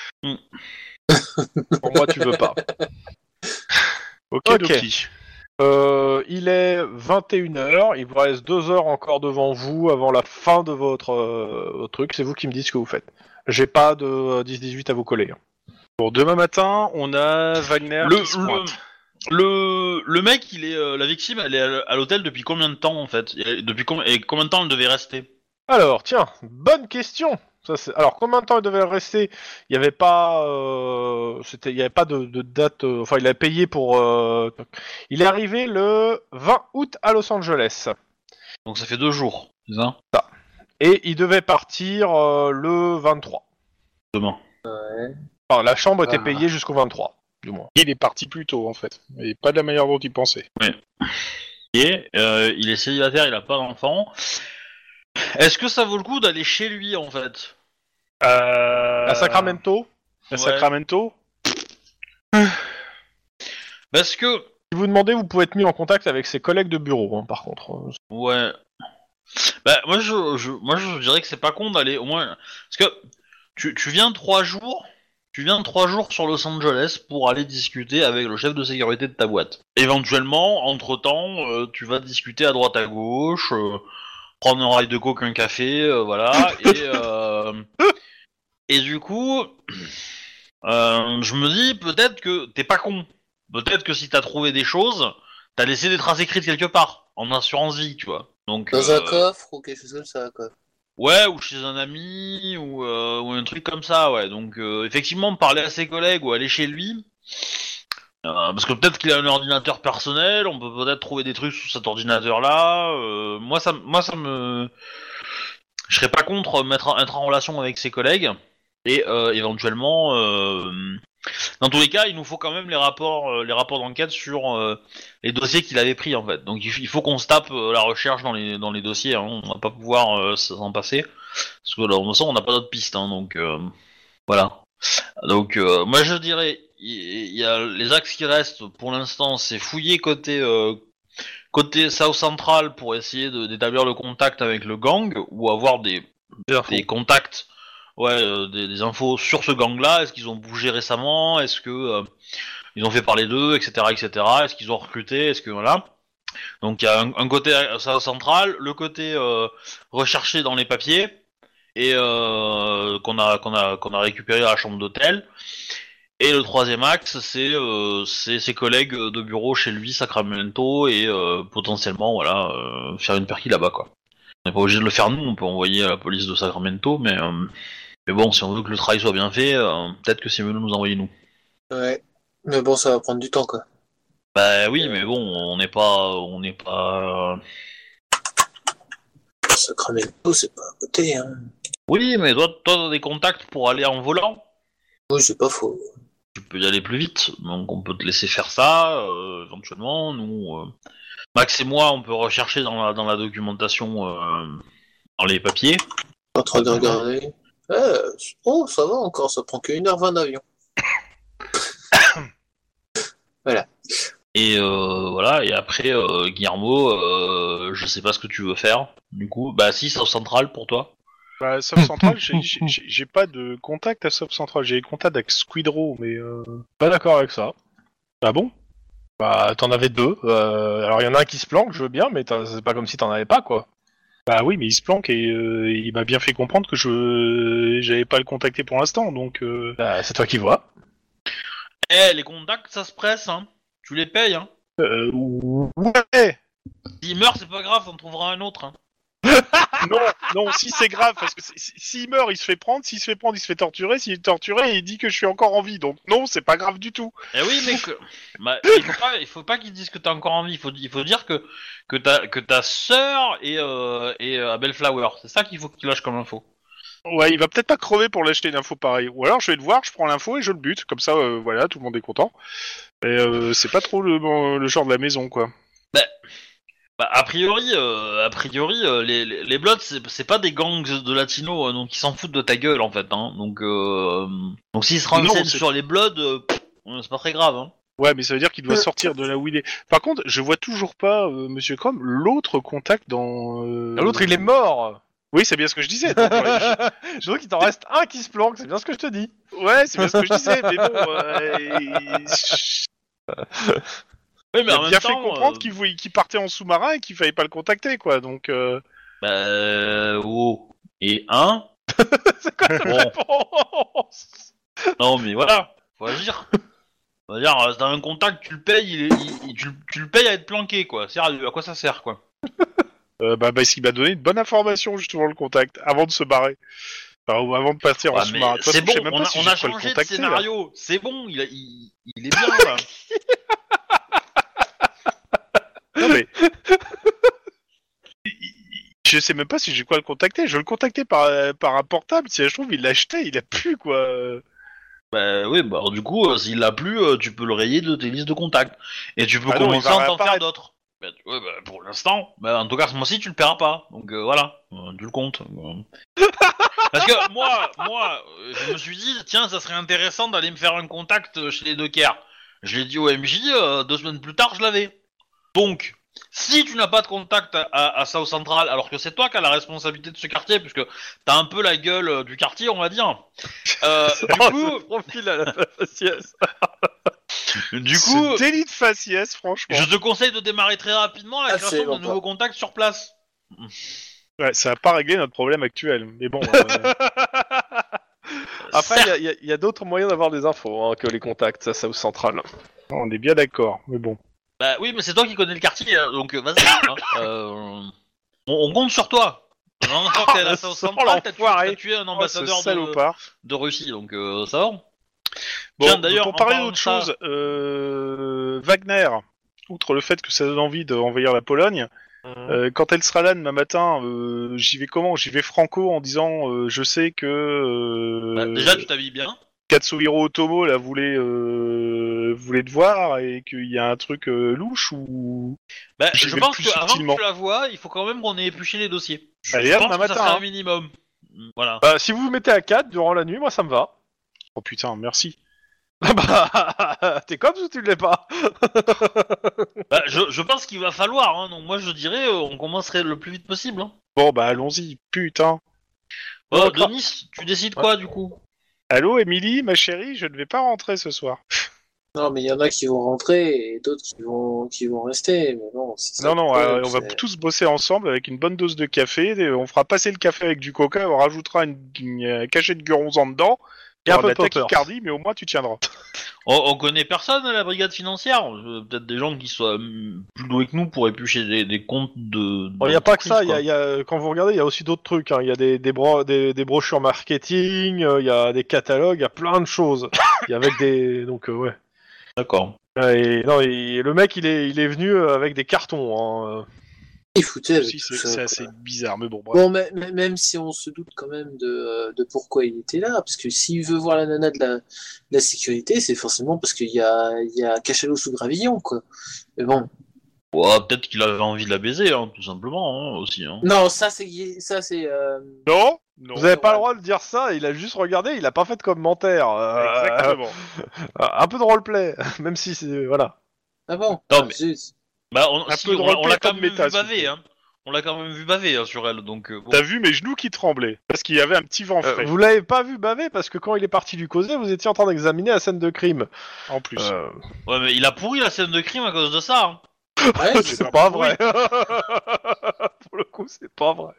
Pour moi, tu veux pas. Ok, Ok. Doki. Il est 21h, il vous reste 2 heures encore devant vous avant la fin de votre truc, c'est vous qui me dites ce que vous faites. J'ai pas de 10-18 à vous coller. Hein. Bon, demain matin, on a Wagner qui se pointe. Le mec, il est la victime, elle est à l'hôtel depuis combien de temps en fait? Depuis combien de temps elle devait rester? Alors, tiens, bonne question. Alors, combien de temps il devait rester? Il n'y avait pas, il y avait pas de date. Enfin, il a payé pour. Il est arrivé le 20 août à Los Angeles Donc ça fait 2 jours, c'est ça? et il devait partir le 23. Demain. Ouais. Enfin, la chambre était Ah. payée jusqu'au 23, du moins. Il est parti plus tôt, en fait. Et pas de la manière dont il pensait. Et il est célibataire, il a pas d'enfant. Est-ce que ça vaut le coup d'aller chez lui en fait? À Sacramento, À Ouais. Sacramento. Parce que si vous demandez, vous pouvez être mis en contact avec ses collègues de bureau, hein, par contre. ouais. Bah moi je dirais que c'est pas con d'aller au moins parce que tu viens 3 jours. Tu viens 3 jours sur Los Angeles pour aller discuter avec le chef de sécurité de ta boîte. Éventuellement, entre-temps, tu vas discuter à droite à gauche, prendre un rail de coke, un café, voilà. Et du coup, je me dis peut-être que t'es pas con. Peut-être que si t'as trouvé des choses, t'as laissé des traces écrites quelque part, en assurance vie, tu vois. Donc, Dans un coffre ou quelque chose comme ça, quoi. ouais, ou chez un ami, ou un truc comme ça, ouais. Donc, effectivement, parler à ses collègues ou aller chez lui, parce que peut-être qu'il a un ordinateur personnel, on peut peut-être trouver des trucs sous cet ordinateur-là. Moi, ça me... Je serais pas contre être en relation avec ses collègues, et éventuellement... Dans tous les cas, il nous faut quand même les rapports d'enquête sur les dossiers qu'il avait pris en fait. Donc il faut qu'on se tape la recherche dans les dossiers. Hein. On va pas pouvoir s'en passer parce que là, on n'a pas d'autres pistes. Hein. Donc voilà. Donc moi je dirais il y a les axes qui restent pour l'instant, c'est fouiller côté South Central pour essayer d'établir le contact avec le gang ou avoir des des contacts, des infos sur ce gang-là. Est-ce qu'ils ont bougé récemment? Est-ce que ils ont fait parler d'eux, etc., etc. Est-ce qu'ils ont recruté? Est-ce que voilà. Donc il y a un côté central, le côté recherché dans les papiers et qu'on a récupéré à la chambre d'hôtel. Et le troisième axe, c'est ses collègues de bureau chez lui, Sacramento, et potentiellement faire une perquis là-bas quoi. On n'est pas obligé de le faire nous, on peut envoyer à la police de Sacramento, mais bon, si on veut que le travail soit bien fait, peut-être que c'est mieux de nous envoyer nous. Ouais. Mais bon, ça va prendre du temps, quoi. Bah oui, mais bon, on n'est pas. Sacramento, c'est pas à côté, hein. Oui, mais toi, t'as des contacts pour aller en volant. Oui, c'est pas faux. Tu peux y aller plus vite, donc on peut te laisser faire ça, éventuellement. Nous, Max et moi, on peut rechercher dans la documentation, dans les papiers. En train de regarder. Oh, ça va encore, ça prend que 1h20 d'avion. Voilà. Et voilà, et après, Guillermo, je sais pas ce que tu veux faire. Du coup, bah si, South Central pour toi. Bah, South Central, j'ai pas de contact à South Central. J'ai des contacts avec Squidrow, mais Pas d'accord avec ça. Ah bon? Bah, t'en avais deux. Alors, il y en a un qui se planque, je veux bien, mais c'est pas comme si t'en avais pas, quoi. Bah oui, mais il se planque et il m'a bien fait comprendre que j'avais pas le contacté pour l'instant, donc... Bah, c'est toi qui vois. Eh, les contacts, ça se presse, hein. Tu les payes, hein. Ouais. S'il meurt, c'est pas grave, on trouvera un autre, hein. Non, si c'est grave, parce que s'il meurt, il se fait prendre, s'il se fait prendre, il se fait torturer, s'il est torturé, il dit que je suis encore en vie, donc non, c'est pas grave du tout. Eh oui, mais bah, il faut pas qu'ils disent que t'es encore en vie, il faut dire que ta sœur est à Bellflower, c'est ça qu'il faut que tu lâches comme info. Ouais, il va peut-être pas crever pour l'acheter une info pareille. Ou alors je vais le voir, je prends l'info et je le bute, comme ça, voilà, tout le monde est content. Et c'est pas trop le genre de la maison, quoi. Bah, a priori, les Bloods, c'est pas des gangs de latinos, donc ils s'en foutent de ta gueule en fait. Hein. Donc s'ils se renseignent sur les Bloods, c'est pas très grave. Hein. Ouais, mais ça veut dire qu'il doit sortir de là où il est. Par contre, je vois toujours pas, Monsieur Chrome, l'autre contact dans... L'autre, il est mort. Oui, c'est bien ce que je disais. Donc, Donc, il t'en reste un qui se planque, c'est bien ce que je te dis. Ouais, c'est bien ce que je disais, mais bon... Oui, mais il en a même bien temps, fait comprendre qu'il partait en sous-marin et qu'il fallait pas le contacter, quoi, donc... Et un. C'est quoi cette Bon. réponse? Non, mais voilà, faut agir. On va dire, t'as un contact, tu le payes, tu le payes à être planqué, quoi. Sérieux, à quoi ça sert, quoi? Parce qu'il m'a donné une bonne information, justement, le contact, avant de se barrer. Enfin, ou avant de partir en sous-marin. C'est bon, on a changé changé de scénario. C'est bon, il est bien, là. Non, mais... Je sais même pas si j'ai quoi le contacter. Je vais le contacter par un portable. Si je trouve, il l'a acheté, il a plus, quoi. Bah oui, bah du coup, s'il l'a plus, tu peux le rayer de tes listes de contacts. Et tu peux Ah non, commencer il va à en faire réapparaître. d'autres. Bah, pour l'instant, en tout cas ce mois-ci tu le paieras pas. Donc voilà, tu le comptes. Parce que moi, je me suis dit, tiens, ça serait intéressant d'aller me faire un contact chez les Dockers. Je l'ai dit au MJ, 2 semaines plus tard, je l'avais. Donc, si tu n'as pas de contact à South Central, alors que c'est toi qui as la responsabilité de ce quartier, puisque t'as un peu la gueule du quartier, on va dire. Du coup, profil à la faciès. Du coup, Ce délit de faciès, franchement. je te conseille de démarrer très rapidement la création Absolument de nouveaux contacts sur place. Ouais, ça va pas régler notre problème actuel. Mais bon. Après, il y a d'autres moyens d'avoir des infos hein, que les contacts à South Central. On est bien d'accord. Mais bon. Bah oui, mais c'est toi qui connais le quartier, hein, donc vas-y. Hein, on compte sur toi. Non, t'es à la South Central, t'as tué un ambassadeur salopard. de Russie, donc ça va. Bon, Tiens, d'ailleurs, pour parler en parlant d'autre de ça- chose, Wagner, outre le fait que ça donne envie d'envahir la Pologne, quand elle sera là demain matin, j'y vais comment? J'y vais franco en disant je sais que Bah, déjà, tu t'habilles bien. Katsuhiro Otomo là voulait te voir et qu'il y a un truc louche ou Bah, J'y je vais pense plus qu'avant que subtilement. tu la vois, il faut quand même qu'on ait épluché les dossiers. Je Allez, pense demain que ça matin, serait hein. un minimum. Voilà. Bah, si vous vous mettez à 4 durant la nuit, moi ça me va. Oh putain, merci. Bah, t'es comme ou tu l'es pas? Bah, je pense qu'il va falloir, hein, donc moi je dirais on commencerait le plus vite possible. Hein. Bon bah allons-y, putain. Denis, tu décides quoi du coup? Allô, Émilie, ma chérie, je ne vais pas rentrer ce soir. Non, mais il y en a qui vont rentrer et d'autres qui vont rester. Mais bon, c'est ça Non, le non, problème, on va c'est- tous bosser ensemble avec une bonne dose de café. On fera passer le café avec du coca, on rajoutera une cachette de guronzan dedans. Et un T'auras peu de de la poppers. tachycardie, mais au moins tu tiendras. On connaît personne à la brigade financière. Peut-être des gens qui soient plus doués que nous pour éplucher des comptes de. Bon, il n'y a pas que ça, d'entreprise, il y a, quand vous regardez, il y a aussi d'autres trucs. Hein. Il y a des brochures marketing, il y a des catalogues, il y a plein de choses. Il y a avec des. Donc, ouais. quoi. D'accord. Non, le mec, il est venu avec des cartons. Hein. Ils foutaient avec Si, tout c'est ça, quoi. assez bizarre, mais bon, bref. Bon, même si on se doute quand même de pourquoi il était là, parce que s'il veut voir la nana de la sécurité, c'est forcément parce il y a Cachalot sous Gravillon, quoi. Mais bon. Ouais, peut-être qu'il avait envie de la baiser, hein, tout simplement, hein, aussi. Hein. Non, ça c'est. Non, non. Vous avez pas le droit de dire ça, il a juste regardé, il a pas fait de commentaire. Exactement. Un peu de roleplay, même si c'est. Voilà. Ah bon? Non, Ah, mais- zut. Bah, Un si, peu de on roleplay, l'a pas quand de même méta, vu s'il vous baver, plaît. hein. On l'a quand même vu baver hein, sur elle, donc. Bon. T'as vu mes genoux qui tremblaient parce qu'il y avait un petit vent frais Vous l'avez pas vu baver parce que quand il est parti du causer, vous étiez en train d'examiner la scène de crime. en plus. Ouais, mais il a pourri la scène de crime à cause de ça. Hein. Ouais, C'est pas vrai. Pour le coup, c'est pas vrai.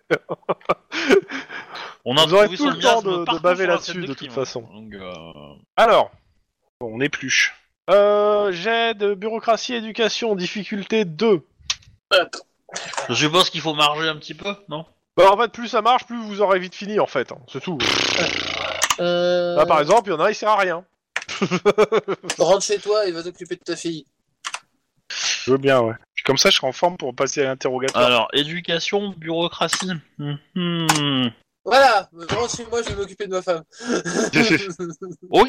On a Vous aurez trouvé tout son le temps miasme de partout baver sur la là-dessus, scène de crime, toute façon. hein. Donc, Alors, Bon, on épluche. j'ai de bureaucratie éducation, difficulté 2. Attends. je suppose qu'il faut marger un petit peu, non? Bah en fait, plus ça marche, plus vous aurez vite fini en fait. Hein. C'est tout. Là par exemple, il y en a, il sert à rien. Rentre chez toi et va t'occuper de ta fille. Je veux bien, ouais. Puis comme ça, je serai en forme pour passer à l'interrogatoire. Alors, éducation, bureaucratie. Voilà, rentre chez moi, je vais m'occuper de ma femme. Ok.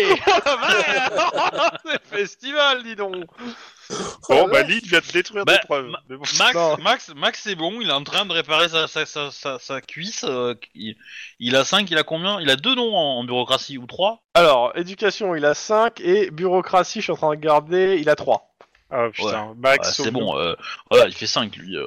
C'est le festival, dis donc. Bon, bah, Lyd vient de détruire Bah, des preuves. Mais bon. Non. Max, c'est bon, il est en train de réparer sa cuisse. Il a 5, il a combien? Il a 2 noms en bureaucratie, ou 3? Alors, éducation, il a 5 et bureaucratie, je suis en train de regarder, il a 3. Ah putain, Ouais, Max, c'est sauve-nous. bon, voilà, il fait 5 lui.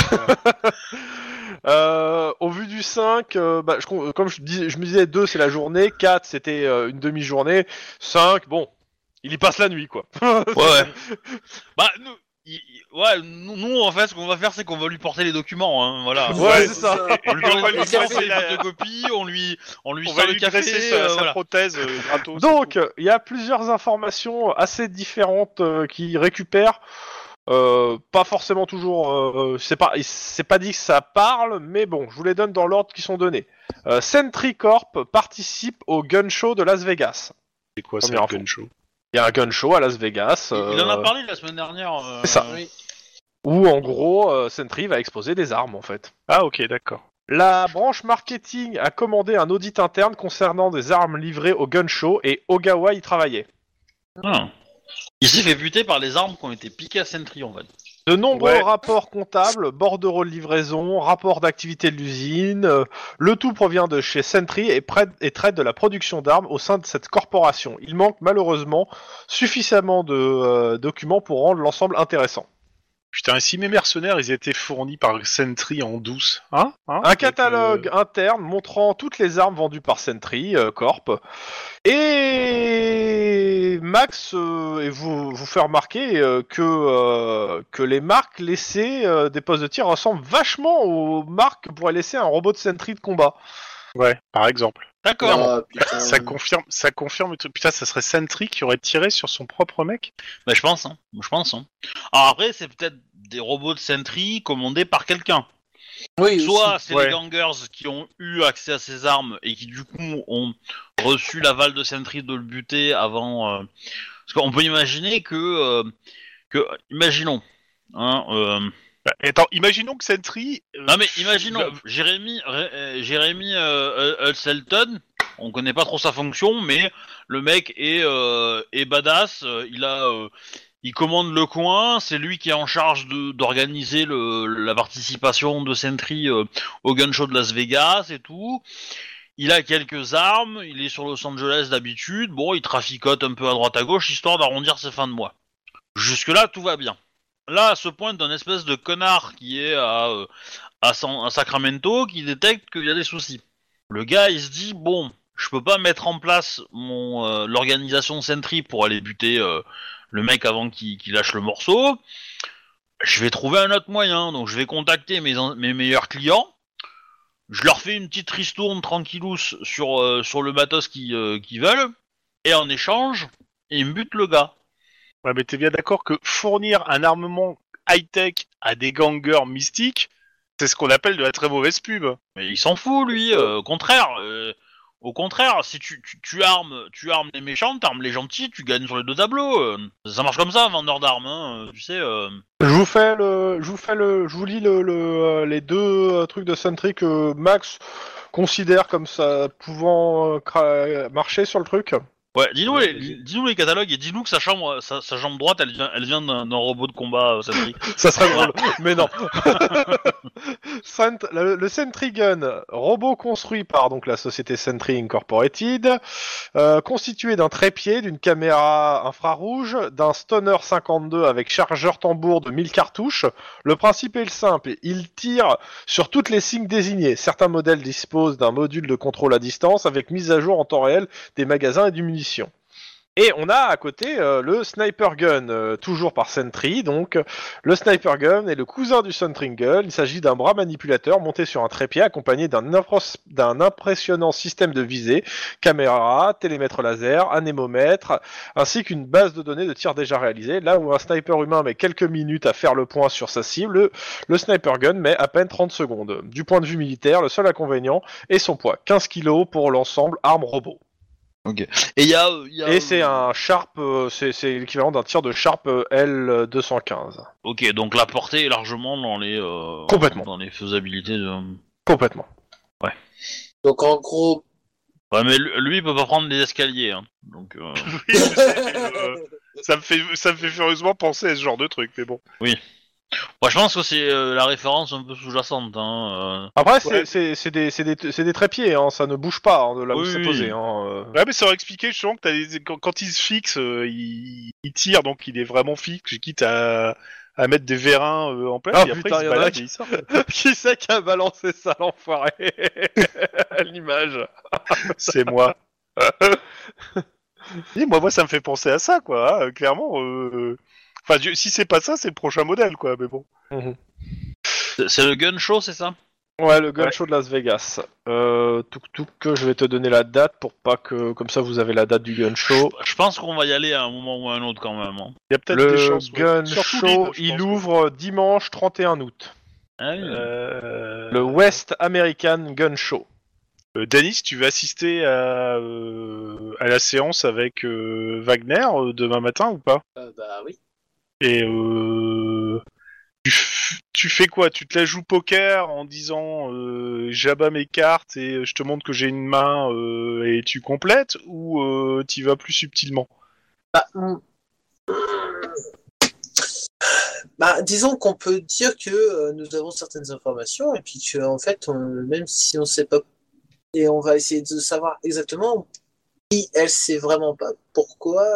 Au vu du 5, bah, comme je me disais, 2 c'est la journée, 4 c'était une demi-journée, 5, bon, il y passe la nuit quoi. Ouais. Bah, nous, en fait, ce qu'on va faire, c'est qu'on va lui porter les documents, hein, voilà. Ouais, c'est ça. On lui Et on donne va les lui documents, dresser les la- photocopies, on lui On sort va le lui café, dresser sa voilà. prothèse gratos. Donc, il y a plusieurs informations assez différentes qui récupèrent. Pas forcément toujours. C'est pas dit que ça parle, mais bon, je vous les donne dans l'ordre qui sont donnés. Sentry Corp participe au gun show de Las Vegas. C'est quoi ça, Première le info. gun show? Il y a un gun show à Las Vegas. Il en a parlé la semaine dernière. C'est ça. Oui. Où en gros, Sentry va exposer des armes en fait. Ah ok, d'accord. La branche marketing a commandé un audit interne concernant des armes livrées au gun show et Ogawa y travaillait. Ah. Il s'est fait buter par les armes qui ont été piquées à Sentry, en fait. De nombreux Ouais. rapports comptables, bordereaux de livraison, rapports d'activité de l'usine, le tout provient de chez Sentry et traite de la production d'armes au sein de cette corporation. Il manque malheureusement suffisamment de documents pour rendre l'ensemble intéressant. Putain, et si mes mercenaires, ils étaient fournis par Sentry en douce, hein, Un Avec, catalogue interne montrant toutes les armes vendues par Sentry Corp. Et Max et vous fait remarquer que les marques laissées des postes de tir ressemblent vachement aux marques que pourrait laisser un robot de Sentry de combat. Ouais, par exemple. D'accord. Ah, putain. Ça confirme le truc. Putain, ça serait Sentry qui aurait tiré sur son propre mec? Bah, je pense, hein. Alors après, c'est peut-être des robots de Sentry commandés par quelqu'un. Oui, Soit aussi. c'est Ouais. les gangers qui ont eu accès à ces armes et qui du coup ont reçu l'aval de Sentry de le buter avant. Parce qu'on peut imaginer imaginons, hein, Bah, attends, imaginons que Sentry... non mais imaginons, Jérémy Selton, on connaît pas trop sa fonction, mais le mec est badass, il commande le coin, c'est lui qui est en charge d'organiser la participation de Sentry au gun show de Las Vegas et tout. Il a quelques armes, il est sur Los Angeles d'habitude, bon, il traficote un peu à droite à gauche histoire d'arrondir ses fins de mois. Jusque-là, tout va bien. Là, se pointe un espèce de connard qui est à Sacramento qui détecte qu'il y a des soucis. Le gars, il se dit, bon, je peux pas mettre en place l'organisation Sentry pour aller buter le mec avant qu'il lâche le morceau. Je vais trouver un autre moyen, donc je vais contacter mes meilleurs clients. Je leur fais une petite ristourne tranquillous sur le matos qu'ils veulent, et en échange, ils me butent le gars. Ouais, mais t'es bien d'accord que fournir un armement high-tech à des gangers mystiques, c'est ce qu'on appelle de la très mauvaise pub. Mais il s'en fout, lui. Au contraire, si tu armes les méchants, t'armes les gentils, tu gagnes sur les deux tableaux. Ça marche comme ça, un vendeur d'armes, hein, tu sais. Je vous lis les deux trucs de Sentry que Max considère comme ça pouvant marcher sur le truc. Ouais, dis-nous les catalogues et dis-nous que sa jambe droite, elle vient d'un robot de combat Sentry. Ça serait drôle, mais non. Le Sentry Gun, robot construit par donc la société Sentry Incorporated, constitué d'un trépied, d'une caméra infrarouge, d'un Stoner 52 avec chargeur tambour de 1000 cartouches. Le principe est simple, il tire sur toutes les signes désignés. Certains modèles disposent d'un module de contrôle à distance avec mise à jour en temps réel des magasins et du munitions. Et on a à côté le Sniper Gun, toujours par Sentry. Donc, le Sniper Gun est le cousin du Sentry Gun. Il s'agit d'un bras manipulateur monté sur un trépied accompagné d'un impressionnant système de visée, caméra, télémètre laser, anémomètre, ainsi qu'une base de données de tir déjà réalisée. Là où un sniper humain met quelques minutes à faire le point sur sa cible, le Sniper Gun met à peine 30 secondes. Du point de vue militaire, le seul inconvénient est son poids, 15 kg pour l'ensemble arme robot. Ok. Et Et c'est un Sharp, c'est l'équivalent d'un tir de Sharp L215. Ok, donc la portée est largement dans les Complètement. dans les faisabilités de. Complètement. Donc en gros, Ouais, mais lui il peut pas prendre des escaliers, hein. Donc. Oui, je sais, ça me fait furieusement penser à ce genre de truc, mais bon. Moi, je pense que c'est la référence un peu sous-jacente. Hein, Après, Ouais. c'est des trépieds, hein, ça ne bouge pas hein, de là où Oui, c'est oui. posé. Hein, Ouais, mais ça aurait expliqué justement que quand il se fixe, il tire, donc il est vraiment fixe, quitte à mettre des vérins en place, Ah, et après putain, il y se en a balade qui- et il sort. Qui c'est qui a balancé ça, l'enfoiré? L'image. C'est moi. Et moi, ça me fait penser à ça, quoi. Hein, clairement. Enfin, si c'est pas ça, c'est le prochain modèle, quoi. Mais bon. c'est le gun show, c'est ça? Ouais, le gun Ouais. show de Las Vegas. Je vais te donner la date pour pas que, comme ça, vous avez la date du gun show. Je pense qu'on va y aller à un moment ou à un autre quand même. Hein. Il y a peut-être des Le chances. ouais. gun Surtout show, Lynn, je il pense, ouvre dimanche 31 août. Ah oui. Le West American Gun Show. Denis, tu vas assister à la séance avec Wagner demain matin ou pas? bah oui. Et tu fais quoi? Tu te la joues poker en disant j'abats mes cartes et je te montre que j'ai une main et tu complètes, ou tu vas plus subtilement? Bah, disons qu'on peut dire que nous avons certaines informations et puis que en fait, même si on sait pas, et on va essayer de savoir exactement qui elle sait vraiment pas pourquoi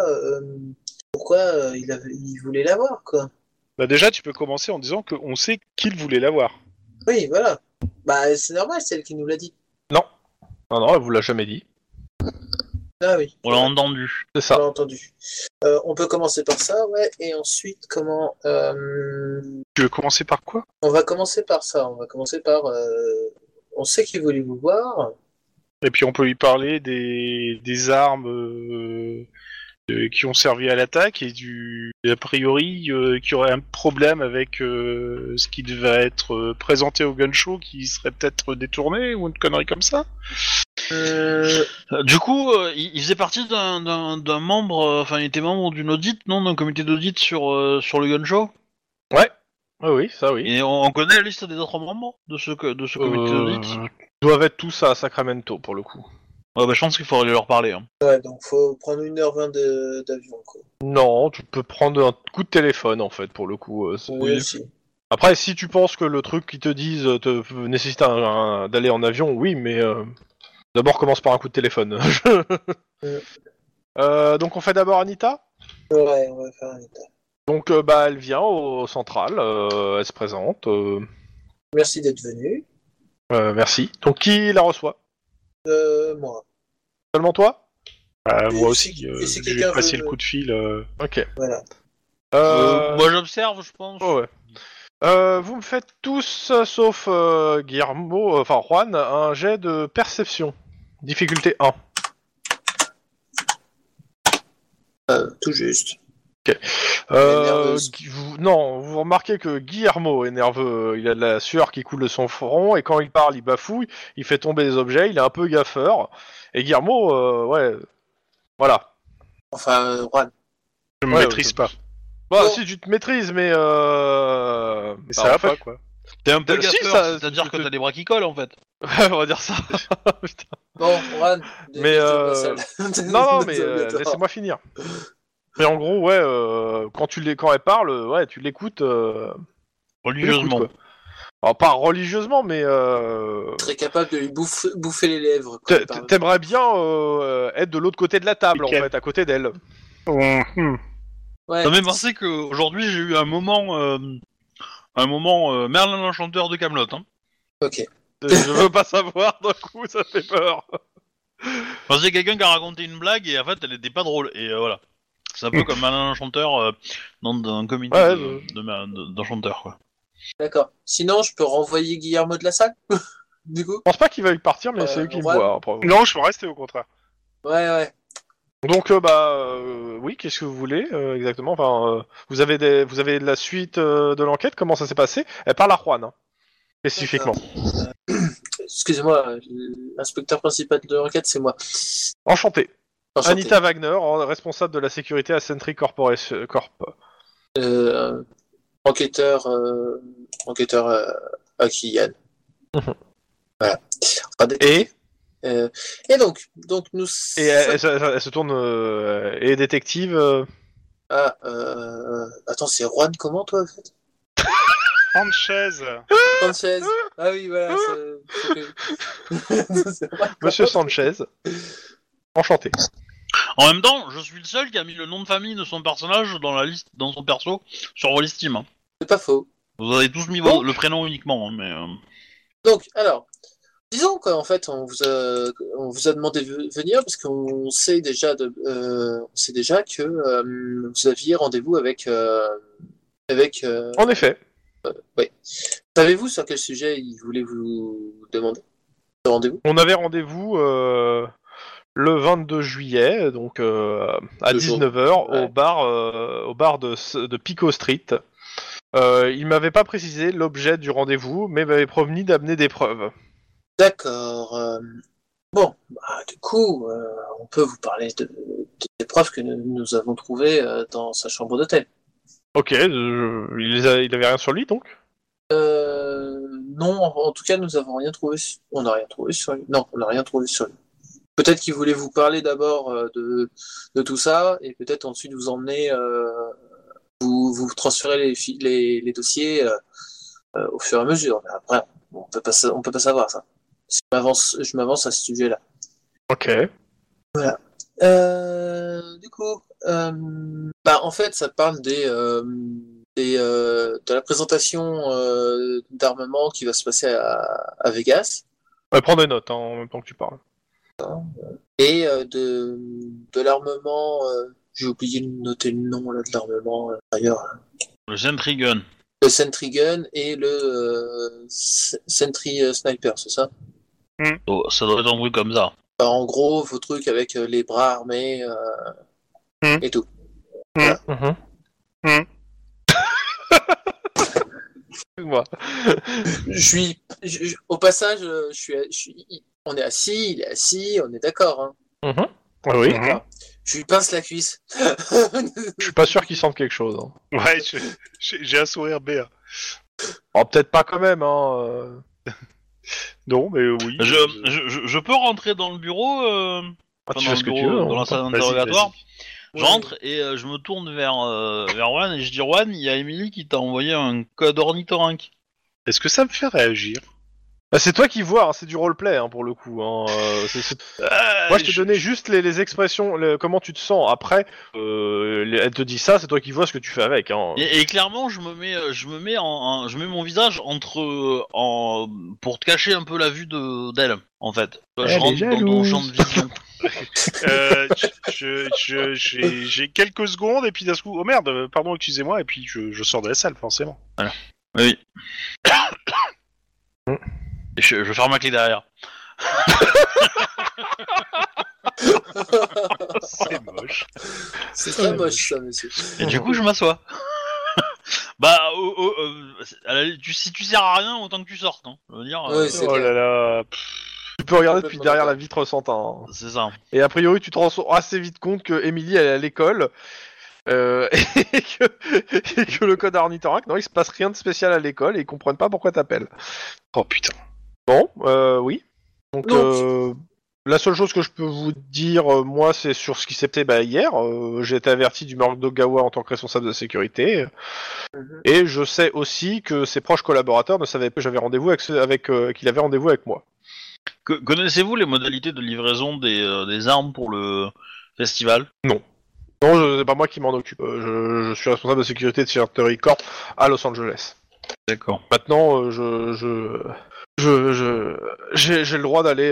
il voulait l'avoir quoi. Bah déjà, tu peux commencer en disant qu'on sait qu'il voulait l'avoir. Oui, voilà. Bah c'est normal, c'est elle qui nous l'a dit. Non, elle vous l'a jamais dit. Ah oui. On l'a entendu. C'est On ça. l'a entendu. On peut commencer par ça, ouais, et ensuite comment Tu veux commencer par quoi? on va commencer par ça. On va commencer par on sait qu'il voulait vous voir. Et puis on peut lui parler des armes qui ont servi à l'attaque et a priori qu'il y aurait un problème avec ce qui devait être présenté au gun show qui serait peut-être détourné ou une connerie comme ça. Du coup, il faisait partie d'un membre, enfin il était membre d'une audit, non, d'un comité d'audit sur le gun show. Ouais. Oui, ça oui. Et on connaît la liste des autres membres de ce comité d'audit. Ils doivent être tous à Sacramento pour le coup. Ouais, bah je pense qu'il faudrait leur parler. Hein. Ouais, donc faut prendre 1h20 d'avion quoi. Non, tu peux prendre un coup de téléphone en fait pour le coup. Oui aussi. Après, si tu penses que le truc qu'ils te disent te nécessite d'aller en avion, oui, mais d'abord commence par un coup de téléphone. Donc on fait d'abord Anita. Ouais, on va faire un état. Donc elle vient au central, elle se présente. Merci d'être venu. Merci. Donc qui la reçoit? Moi. Seulement toi? Moi Et aussi, si je quelqu'un vais passer veut- le coup de fil. Ok. Voilà. Moi j'observe, je pense. Oh, ouais. Vous me faites tous, sauf Guillermo, enfin Juan, un jet de perception. Difficulté 1. Tout juste. nerveuse. Non, vous remarquez que Guillermo est nerveux. Il a de la sueur qui coule de son front et quand il parle, il bafouille, il fait tomber des objets, il est un peu gaffeur. Et Guillermo, ouais, voilà. Enfin, Juan. Je me Ouais, maîtrise pas. Bah, Bon. si tu te maîtrises, mais Mais ça va pas, quoi. T'es un peu Si, gaffeur, ça- c'est-à-dire que t'as des bras qui collent en fait. on va dire ça. Putain. Bon, Juan, Mais, dégage de ma salle. Non, mais Désolé, laissez-moi finir. Mais en gros, ouais, quand elle parle, ouais, tu l'écoutes. Tu Religieusement. l'écoutes, quoi. Alors, pas religieusement, mais Très capable de lui bouffer les lèvres. quand il parle. t'aimerais bien être de l'autre côté de la table, en Nickel. fait, à côté d'elle. Ouais. Ça m'a pensé qu'aujourd'hui j'ai eu un moment Merlin l'Enchanteur de Camelot. Hein. Ok. Je veux pas savoir, d'un coup, ça fait peur. Enfin, c'est quelqu'un qui a raconté une blague et en fait elle était pas drôle. Et voilà. C'est un peu comme Merlin l'Enchanteur dans un comité Ouais, d'enchanteurs, quoi. D'accord. Sinon, je peux renvoyer Guillermo de la salle. Du coup. Je pense pas qu'il va y partir, mais c'est lui qui me Juan. voit. Après. Non, je peux rester au contraire. Ouais. Donc, oui, qu'est-ce que vous voulez exactement? Enfin, vous avez de la suite de l'enquête. Comment ça s'est passé? Elle parle à Juan, hein, spécifiquement. Excusez-moi, l'inspecteur principal de l'enquête, c'est moi. Enchanté. Enchanté. Anita Wagner, responsable de la sécurité à Sentry Corporation Corp. Enquêteur à Kylian. Voilà. Et Et donc nous. elle se tourne et détective. Ah, attends, c'est Juan comment toi en fait? Sanchez. Sanchez. Ah oui, voilà. C'est Juan Monsieur comment? Sanchez. Enchanté. En même temps, je suis le seul qui a mis le nom de famille de son personnage dans la liste, dans son perso, sur vos Steam. Hein. C'est pas faux. Vous avez tous mis le prénom uniquement, hein, mais. Donc, alors, disons qu'en fait, on vous a demandé de venir parce qu'on sait déjà que vous aviez rendez-vous avec. En effet. Oui. Savez-vous sur quel sujet il voulait vous demander ce rendez-vous? On avait rendez-vous le 22 juillet, donc à 19h, Ouais. au bar de Pico Street. Il m'avait pas précisé l'objet du rendez-vous, mais m'avait promis d'amener des preuves. D'accord. Bon, du coup, on peut vous parler des preuves que nous avons trouvées dans sa chambre d'hôtel. Ok, il avait rien sur lui, donc? Non, en tout cas, nous avons rien trouvé. On n'a rien trouvé sur lui. Non, on n'a rien trouvé sur lui. Peut-être qu'il voulait vous parler d'abord de tout ça, et peut-être ensuite vous emmener, vous transférer les dossiers au fur et à mesure. Mais après, on peut pas savoir ça. Je m'avance à ce sujet-là. Ok. Du coup, en fait, ça parle de la présentation d'armement qui va se passer à Vegas Ouais, prends des notes hein, en même temps que tu parles. et de l'armement. J'ai oublié de noter le nom là, de l'armement ailleurs. Le Sentry Gun. Le Sentry Gun et le Sentry Sniper, c'est ça? Oh, ça doit être un truc comme ça. En gros, vos trucs avec les bras armés et tout. Excuse-moi. Au passage, on est assis, il est assis, on est d'accord. Hein. Ah oui. D'accord. Je lui pince la cuisse. Je suis pas sûr qu'il sente quelque chose. Hein. Ouais, j'ai un sourire béat. Oh, peut-être pas quand même. Hein. Non, mais oui. Je peux rentrer dans le bureau, Tu dans fais le ce que bureau, tu veux. dans hein. la salle Vas-y, d'interrogatoire. Ouais. J'entre et je me tourne vers Juan et je dis Juan, il y a Emily qui t'a envoyé un code ornithorynque. Est-ce que ça me fait réagir? C'est toi qui vois, hein, c'est du roleplay hein, pour le coup. Hein, Moi, je t'ai donné juste les expressions, comment tu te sens. Après, elle te dit ça, c'est toi qui vois ce que tu fais avec. Hein. Et clairement, je mets mon visage pour te cacher un peu la vue d'elle, en fait. Je Elle rentre est dans ton jalouse. champ de vision. J'ai quelques secondes et puis d'un coup, oh merde, pardon, excusez-moi, et puis je sors de la salle forcément. Oui. Et je ferme ma clé derrière. C'est moche. C'est très moche ça, monsieur. Et du coup, je m'assois. Bah, si tu sers à rien, autant que tu sortes. Hein. Je veux dire, Ouais, c'est Oh là clair. là. Tu peux regarder depuis Complètement derrière la d'accord. vitre sans teint. Hein. c'est ça. Et a priori, tu te rends assez vite compte que Emily elle est à l'école. Et que le code ornithorynque, non, il se passe rien de spécial à l'école et ils comprennent pas pourquoi t'appelles. Oh putain. Bon, oui. Donc, Donc- la seule chose que je peux vous dire, moi, c'est sur ce qui s'est passé hier. J'ai été averti du meurtre d'Ogawa en tant que responsable de sécurité. Mhm. Et je sais aussi que ses proches collaborateurs ne savaient pas que j'avais rendez-vous qu'il avait rendez-vous avec moi. Connaissez-vous les modalités de livraison des armes pour le festival? Non, c'est pas moi qui m'en occupe. Je suis responsable de sécurité de Century Corp à Los Angeles. D'accord. Maintenant, j'ai le droit d'aller.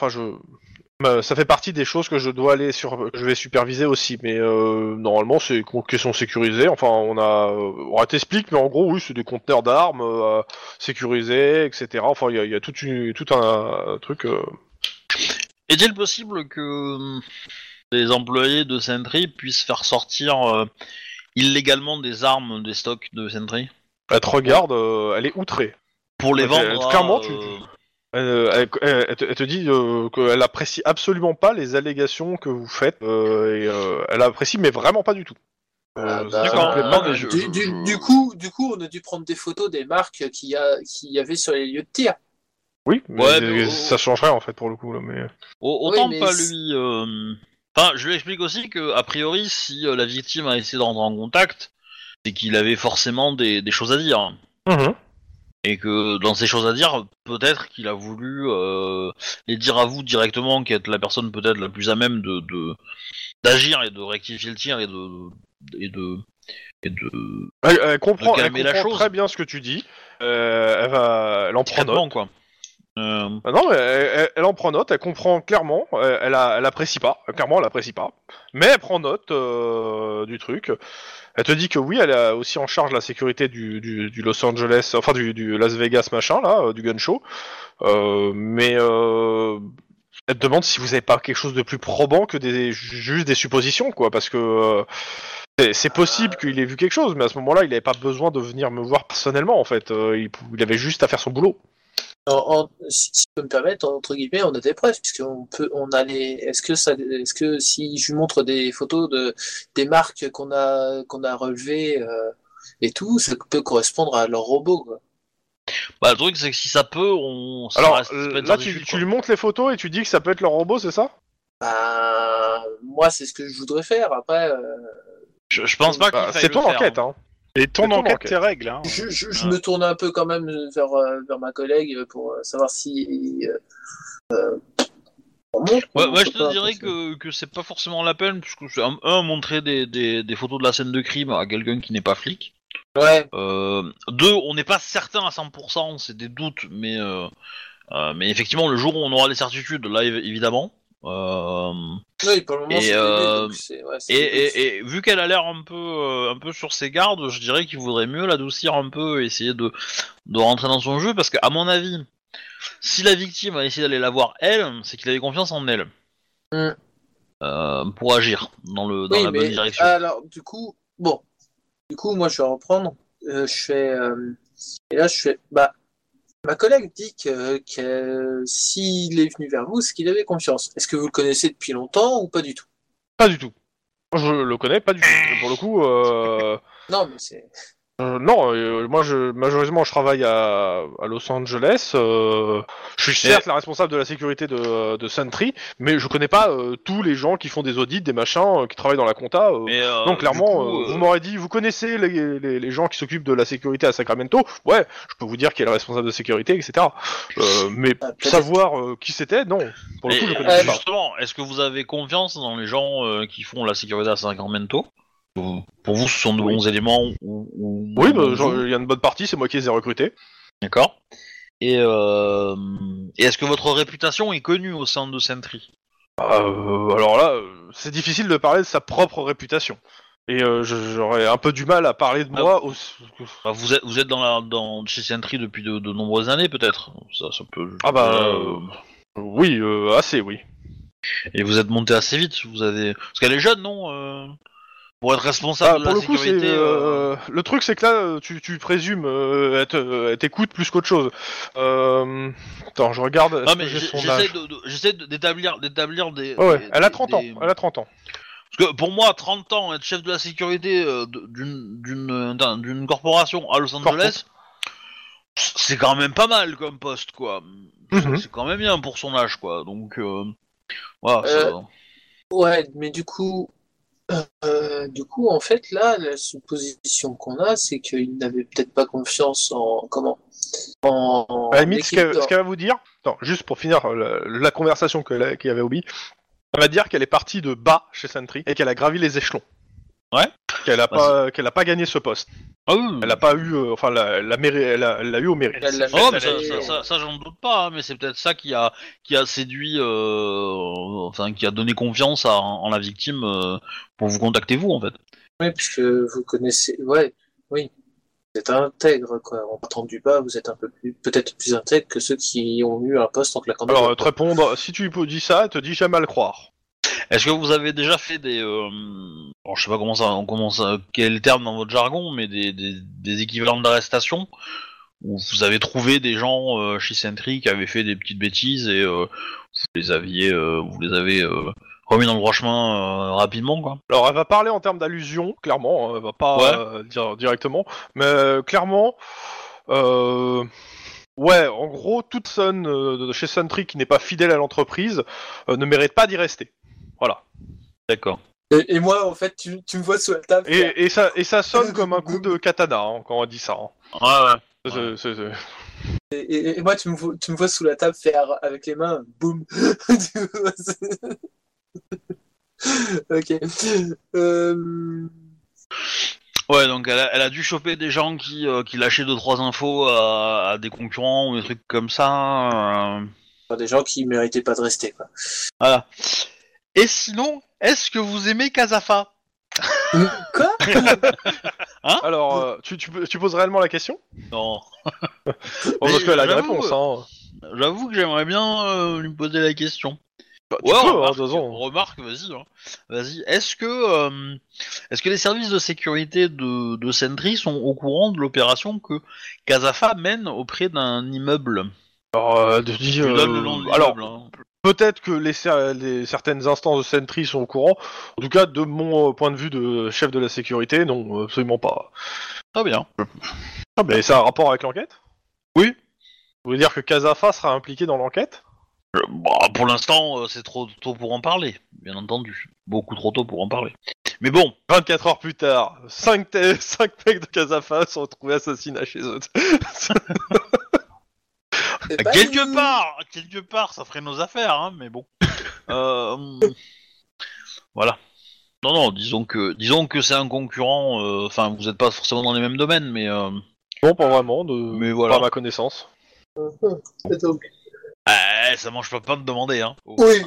Ça fait partie des choses que je dois aller je vais superviser aussi, mais normalement c'est question sécurisée. Enfin, on t'explique, mais en gros, oui, c'est des conteneurs d'armes sécurisés, etc. Enfin, il y a tout un truc. Est-il possible que les employés de Sentry puissent faire sortir illégalement des armes des stocks de Sentry Elle te regarde, elle est outrée. pour les Ouais, vendre clairement, à, Elle te dit qu'elle apprécie absolument pas les allégations que vous faites, elle apprécie, mais vraiment pas du tout. Ah, Ça bah, lui plaît pas, non, mais mais Du coup, on a dû prendre des photos des marques qu'il y avait sur les lieux de tir. Oui, mais Ouais, mais ça changerait en fait pour le coup. Là, mais... autant Oui, mais pas lui. Enfin, je lui explique aussi que a priori, si la victime a essayé de rentrer en contact, c'est qu'il avait forcément des choses à dire. Et que dans ces choses à dire, peut-être qu'il a voulu les dire à vous directement, qui êtes la personne peut-être la plus à même d'agir et de rectifier le tir et de Elle comprend, de calmer elle la comprend chose. très bien ce que tu dis. Elle en prend discrètement, note. quoi. Ah non, mais elle en prend note, elle comprend clairement, elle apprécie pas, clairement elle apprécie pas, mais elle prend note du truc. Elle te dit que oui, elle a aussi en charge la sécurité du Los Angeles, enfin du Las Vegas machin là, du gun show, mais elle te demande si vous avez pas quelque chose de plus probant que juste des suppositions quoi, parce que c'est possible qu'il ait vu quelque chose, mais à ce moment-là, il avait pas besoin de venir me voir personnellement en fait, il avait juste à faire son boulot. Si je peux me permettre, entre guillemets, on a des preuves, on a les. Est-ce que si je lui montre des photos des marques qu'on a relevées et tout, ça peut correspondre à leur robot, quoi. Bah, le truc, c'est que si ça peut, ça Alors reste pas une là, certitude, tu quoi. lui montres les photos et tu dis que ça peut être leur robot, c'est ça? Bah, moi, c'est ce que je voudrais faire. Après, Je pense pas qu'il Bah, faille c'est le ton faire, enquête, hein. hein. Et ton C'est ton enquête, enquête. tes règles, hein. je me tourne un peu quand même vers ma collègue pour savoir si. Ouais, je te dirais que c'est pas forcément la peine, puisque c'est montrer des photos de la scène de crime à quelqu'un qui n'est pas flic. Ouais. Deux, on n'est pas certain à 100%, c'est des doutes, mais effectivement, le jour où on aura les certitudes, là, évidemment. Oui, pour le moment, Et, c'est euh, donc c'est des doutes. et vu qu'elle a l'air un peu sur ses gardes, je dirais qu'il vaudrait mieux l'adoucir un peu, essayer de rentrer dans son jeu, parce qu'à mon avis, si la victime a essayé d'aller la voir elle, c'est qu'il avait confiance en elle. Mm. Pour agir dans Oui, la bonne mais direction. alors, moi, je vais reprendre. Je fais. Et là, je fais. Bah, ma collègue dit que s'il est venu vers vous, c'est qu'il avait confiance. Est-ce que vous le connaissez depuis longtemps ou pas du tout? Pas du tout. Je le connais pas du tout. Pour le coup, Non, mais c'est. Non, moi, majoritairement, je travaille à Los Angeles. Je suis certes la responsable de la sécurité de Sentry, mais je connais pas tous les gens qui font des audits, des machins, qui travaillent dans la compta. Donc, clairement, du coup, vous m'aurez dit, vous connaissez les gens qui s'occupent de la sécurité à Sacramento. Ouais, je peux vous dire qui est le responsable de sécurité, etc. Mais peut-être. savoir qui c'était, non. Pour le coup, je connais pas. justement, est-ce que vous avez confiance dans les gens qui font la sécurité à Sacramento? Pour vous, ce sont de bons éléments ou Oui, il y a une bonne partie, c'est moi qui les ai recrutés. D'accord. Et est-ce que votre réputation est connue au sein de Sentry? Alors là, c'est difficile de parler de sa propre réputation. Et j'aurais un peu du mal à parler de moi. Enfin, vous êtes chez Sentry depuis de nombreuses années, peut-être. Ça peut. Oui, assez, oui. Et vous êtes monté assez vite. Parce qu'elle est jeune, non pour être responsable de la sécurité. Le truc, c'est que là, tu présumes, elle t'écoute plus qu'autre chose. Attends, je regarde. Non, mais j'essaie d'établir des. Ouais, elle a 30 ans. Elle a 30 ans. Parce que pour moi, 30 ans, être chef de la sécurité d'une corporation à Los Angeles, c'est quand même pas mal comme poste, quoi. C'est quand même bien pour son âge, quoi. Donc, voilà. Ouais, mais du coup, en fait, là, la supposition qu'on a, c'est qu'il n'avait peut-être pas confiance en À la limite, ce qu'elle va vous dire, juste pour finir la conversation qu'il y avait Obi, elle va dire qu'elle est partie de bas chez Sentry et qu'elle a gravi les échelons. Ouais. Qu'elle a pas gagné ce poste. Ah oui. Elle a pas eu, elle l'a eu au mérite. Oh, mais ça j'en doute pas, hein, mais c'est peut-être ça qui a séduit, qui a donné confiance en la victime pour vous contacter vous en fait. Oui, puisque vous connaissez, ouais, oui, vous êtes intègre quoi. En partant du bas, vous êtes peut-être plus intègre que ceux qui ont eu un poste en claquant des doigts. Alors, te répondre, si tu dis ça, elle te dit j'aime à le croire. Est-ce que vous avez déjà fait des, je sais pas quel est le terme dans votre jargon, mais des équivalents d'arrestation où vous avez trouvé des gens chez Sentry qui avaient fait des petites bêtises et vous les avez remis dans le droit chemin rapidement, quoi. Alors, elle va parler en termes d'allusion, clairement, elle va pas dire directement, mais clairement, ouais, en gros, toute personne de chez Sentry qui n'est pas fidèle à l'entreprise ne mérite pas d'y rester. Voilà. D'accord. Et moi, en fait, tu me vois sous la table. Et ça sonne comme un coup de katana quand on dit ça. Ouais. Et moi, tu me vois sous la table faire avec les mains, boum. Ok. Ouais, donc elle a dû choper des gens qui lâchaient 2-3 infos à des concurrents ou des trucs comme ça. Des gens qui méritaient pas de rester, quoi. Voilà. Et sinon, est-ce que vous aimez Casafa? Quoi? Hein? Alors, tu poses réellement la question? Non. Parce qu'elle a une réponse, hein. J'avoue que j'aimerais bien lui poser la question. Tu peux, remarque, vas-y. Hein. Vas-y. Est-ce que les services de sécurité de Sentry sont au courant de l'opération que Casafa mène auprès d'un immeuble? Alors, hein. Peut-être que certaines instances de Sentry sont au courant. En tout cas, de mon point de vue de chef de la sécurité, non, absolument pas. Très bien. Mais ça a un rapport avec l'enquête? Oui. Vous voulez dire que Casafa sera impliqué dans l'enquête? Pour l'instant, c'est trop tôt pour en parler, bien entendu. Beaucoup trop tôt pour en parler. Mais bon. 24 heures plus tard, 5 mecs de Casafa sont retrouvés assassinés chez eux. Quelque part, ça ferait nos affaires, hein, mais bon. Voilà. Non, disons que c'est un concurrent. Enfin, vous n'êtes pas forcément dans les mêmes domaines, mais. Non, pas vraiment, mais voilà. Pas à ma connaissance. Ça mange pas de demander, hein. Oui.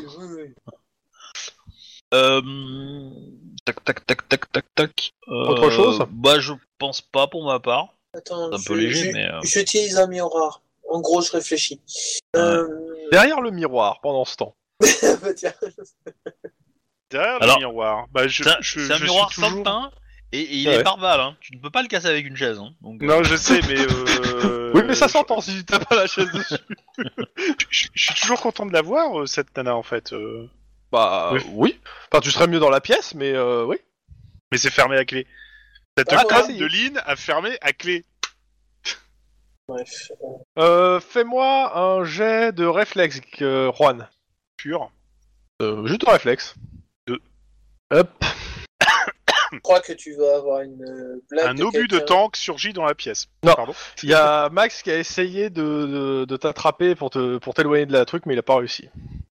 Tac. Autre chose? Bah, je pense pas pour ma part. Attends, c'est un peu léger, mais. J'utilise un miroir. En gros, je réfléchis. Derrière le miroir, pendant ce temps. Bah, tiens. Derrière le miroir. Bah, c'est un miroir sans teint et il est par balle. Hein. Tu ne peux pas le casser avec une chaise. Hein. Donc, non, je sais, mais. Oui, mais ça s'entend si tu tapes pas la chaise dessus. Je suis toujours content de la voir, cette nana, en fait. Bah, oui. Enfin, tu serais mieux dans la pièce, mais oui. Mais c'est fermé à clé. Cette Ah, com ouais. de Lynn a fermé à clé. Bref. Fais-moi un jet de réflexe, Juan. Pur. Juste un réflexe. 2. Hop. Je crois que tu vas avoir une blague Un de obus de quelqu'un. tank surgit dans la pièce. Non. Pardon. Il y a Max qui a essayé de t'attraper pour t'éloigner de la truc, mais il a pas réussi.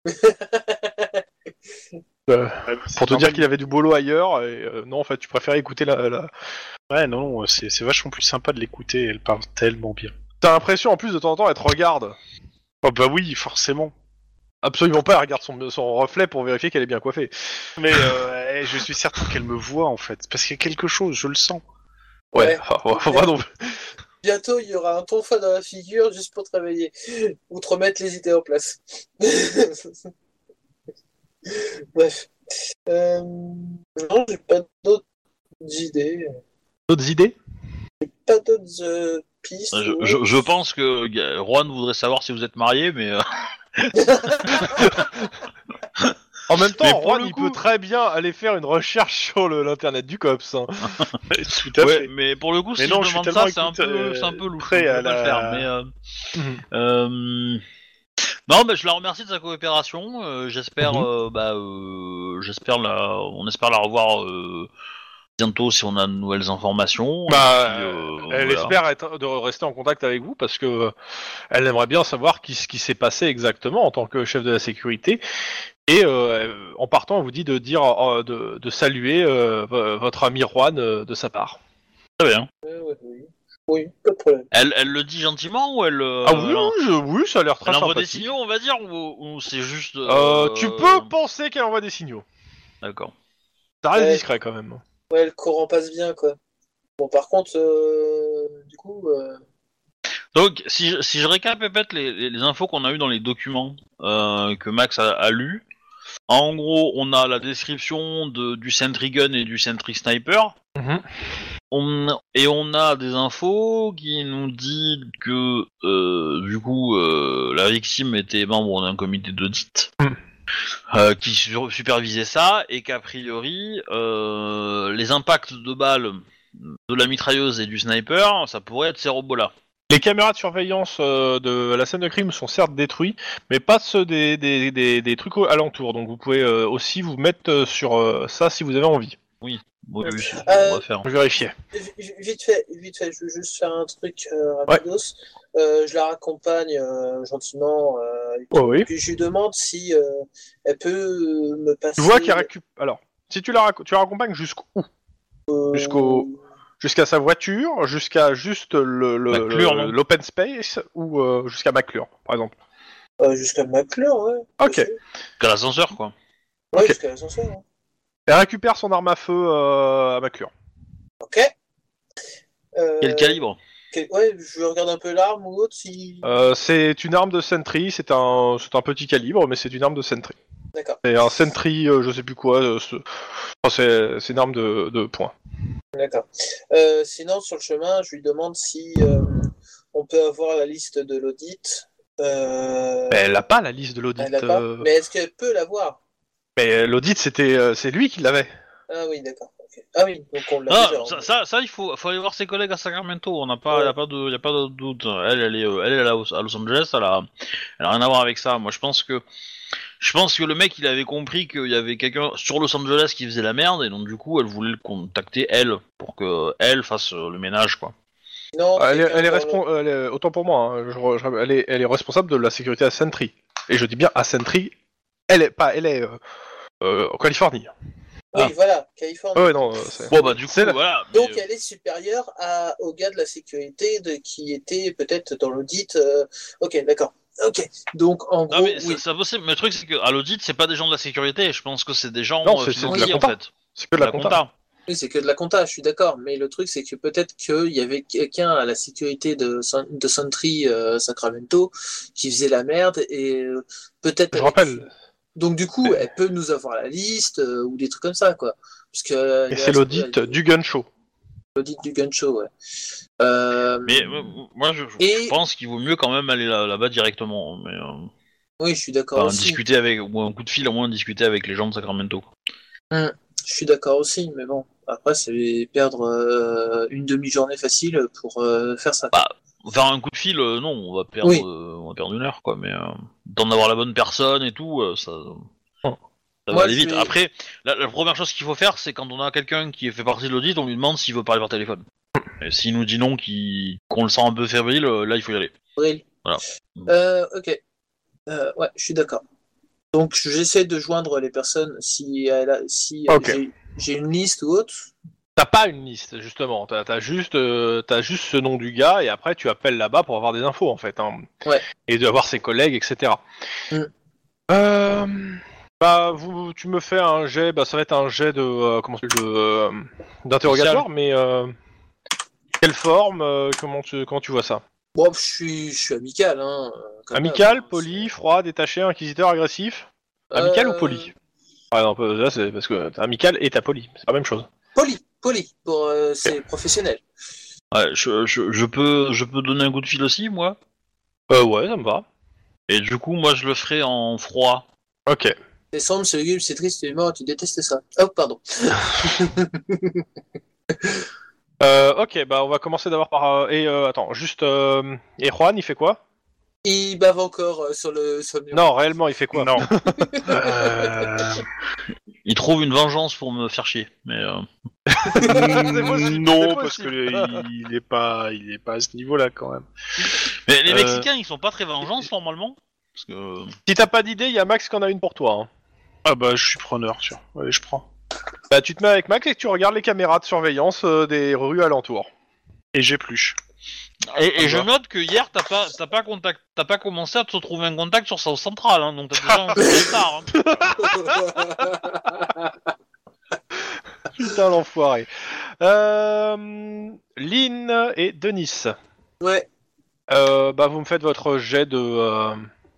Pour te dire qu'il avait du boulot ailleurs, et non, en fait, tu préfères écouter la... Ouais, non, c'est vachement plus sympa de l'écouter, elle parle tellement bien. T'as l'impression, en plus, de temps en temps, elle te regarde. Oh bah oui, forcément. Absolument pas, elle regarde son reflet pour vérifier qu'elle est bien coiffée. Mais je suis certain qu'elle me voit, en fait. Parce qu'il y a quelque chose, je le sens. Ouais, Ouais. faut pas non plus. Bientôt, il y aura un tonfa dans la figure juste pour te réveiller. Ou te remettre les idées en place. Bref. Non, j'ai pas d'autres idées. D'autres idées? Pas d'autres pistes. Je pense que Juan voudrait savoir si vous êtes mariés, mais En même temps, Mais pour Juan, le il coup- peut très bien aller faire une recherche sur l'internet du COPS. Hein. Tout à ouais, fait. mais pour le coup, Mais si non, je je suis demande tellement ça, c'est un peu louche. prêt Je à vais pas le la- faire, mais non, mais je la remercie de sa coopération. J'espère, j'espère on espère la revoir bientôt si on a de nouvelles informations. Bah, Et puis, elle voilà. espère de rester en contact avec vous parce que elle aimerait bien savoir ce qui s'est passé exactement en tant que chef de la sécurité. Et en partant, elle vous dit de saluer votre ami Juan de sa part. Très bien. Oui. Oui, pas de problème. Elle le dit gentiment ou elle Ah oui, oui, ça a l'air très elle envoie des sympathique. signaux, on va dire, ou c'est juste. Tu peux penser qu'elle envoie des signaux. D'accord. Ça reste Ouais. discret quand même. Ouais, le courant passe bien, quoi. Bon, par contre, du coup, Donc, si je récapitule les infos qu'on a eues dans les documents que Max a lus, en gros, on a la description du Sentry Gun et du Sentry Sniper. Mhm. On a des infos qui nous disent que, du coup, la victime était membre d'un comité d'audit. Qui supervisait ça, et qu'a priori, les impacts de balles de la mitrailleuse et du sniper, ça pourrait être ces robots-là. Les caméras de surveillance de la scène de crime sont certes détruites, mais pas ceux des trucs alentours. Donc vous pouvez aussi vous mettre sur ça si vous avez envie. Oui, on va faire. Je vérifiais. vite fait, je veux juste faire un truc rapidos. Je la raccompagne gentiment. Oui. Puis je lui demande si elle peut me passer. Tu vois qu'il récupère. Alors, si tu la raccompagnes jusqu'où? Jusqu'à sa voiture, jusqu'à juste McClure, non l'open space ou jusqu'à McClure, par exemple. Jusqu'à McClure, ouais. Ok. Jusqu'à l'ascenseur, quoi. Ouais, Ok. jusqu'à l'ascenseur. Ouais. Elle récupère son arme à feu à McClure. Ok. Quel calibre? Ouais, je regarde un peu l'arme ou autre si. C'est une arme de sentry, c'est un petit calibre, mais c'est une arme de sentry. D'accord. C'est un sentry, je sais plus quoi, c'est une arme de poing. D'accord. Sinon, sur le chemin, je lui demande si on peut avoir la liste de l'audit. Mais elle n'a pas la liste de l'audit. Elle l'a pas. Mais est-ce qu'elle peut l'avoir? Mais l'audit, c'est lui qui l'avait. Ah oui, d'accord. Okay. Ah oui, donc on l'a déjà. Ça, il faut aller voir ses collègues à Sacramento. On n'a pas, y a pas de doute. Elle est à Los Angeles. Elle a rien à voir avec ça. Moi, je pense que le mec, il avait compris qu'il y avait quelqu'un sur Los Angeles qui faisait la merde, et donc du coup, elle voulait le contacter elle pour que elle fasse le ménage, quoi. Non, Elle est autant pour moi. Hein, elle est responsable de la sécurité à Sentry. Et je dis bien à Sentry. Elle est en Californie. Oui, voilà, Californie. Ouais, non. Bon bah du coup, C'est la- voilà. Donc mais, elle est supérieure au gars de la sécurité qui était peut-être dans l'audit. Ok, d'accord. Ok. Donc en gros, non mais oui. c'est possible. Mais le truc c'est que à l'audit, c'est pas des gens de la sécurité. Je pense que c'est des gens Non, c'est de financiers, la en compta. fait. C'est que de la compta. Oui, c'est que de la compta, je suis d'accord. Mais le truc, c'est que peut-être qu'il y avait quelqu'un à la sécurité de Sentry Sacramento qui faisait la merde et peut-être. Je rappelle. Donc du coup, elle peut nous avoir la liste ou des trucs comme ça, quoi. Parce que Et c'est l'audit du gun show. L'audit du gun show, ouais. Mais moi, je pense qu'il vaut mieux quand même aller là-bas directement. Mais oui, je suis d'accord. enfin, Aussi. discuter avec, ou un coup de fil, au moins discuter avec les gens de Sacramento. Je suis d'accord aussi, mais bon, après, c'est perdre une demi-journée facile pour faire ça. Bah, faire un coup de fil, non, Oui. On va perdre une heure, quoi. Mais d'en avoir la bonne personne et tout, ça va Moi, aller je vite. vais... Après, la première chose qu'il faut faire, c'est quand on a quelqu'un qui fait partie de l'audit, on lui demande s'il veut parler par téléphone. Et s'il nous dit non, qu'on le sent un peu fébrile, là, il faut y aller. Bril. Voilà. Ok. Ouais, je suis d'accord. Donc, j'essaie de joindre les personnes si Ok. j'ai une liste ou autre. T'as pas une liste, justement. T'as juste ce nom du gars, et après, tu appelles là-bas pour avoir des infos, en fait. Hein. Ouais. Et de voir ses collègues, etc. Mm. Bah, tu me fais un jet, bah, ça va être un jet de, d'interrogatoire, mais quelle forme, comment tu vois ça? Bon, je suis amical, hein. Comme Amical, d'hab, hein, poli, froid, détaché, inquisiteur, agressif? c'est- Amical ou poli? Ah non, là, c'est parce que t'as amical et t'as poli, c'est pas la même chose. Poli, pour c'est professionnel. Ouais, je peux donner un coup de fil aussi, moi. Ouais, ça me va. Et du coup, moi, je le ferai en froid. Ok. C'est sombre, c'est lugubre, c'est triste, c'est mort, tu détestes ça. Oh, pardon. Ok, bah on va commencer d'abord par... attends, juste... Et Juan, il fait quoi? Il bave encore sur le mur. Non, réellement, il fait quoi? Non. Euh, Il trouve une vengeance pour me faire chier. Mais C'est possible, non, c'est parce que possible. il est pas à ce niveau-là quand même. mais les Euh. Mexicains, ils sont pas très vengeance normalement. Parce que Si t'as pas d'idée, il y a Max qui en a une pour toi. Hein. Ah bah je suis preneur, tiens. Allez, je prends. Bah tu te mets avec Max et tu regardes les caméras de surveillance des rues alentours. Et j'épluche. et je va. note que hier t'as pas commencé à te trouver un contact sur South Central, hein, donc t'as déjà un peu de retard. Hein. Putain l'enfoiré. Lynn et Denis. Ouais. Bah vous me faites votre jet de...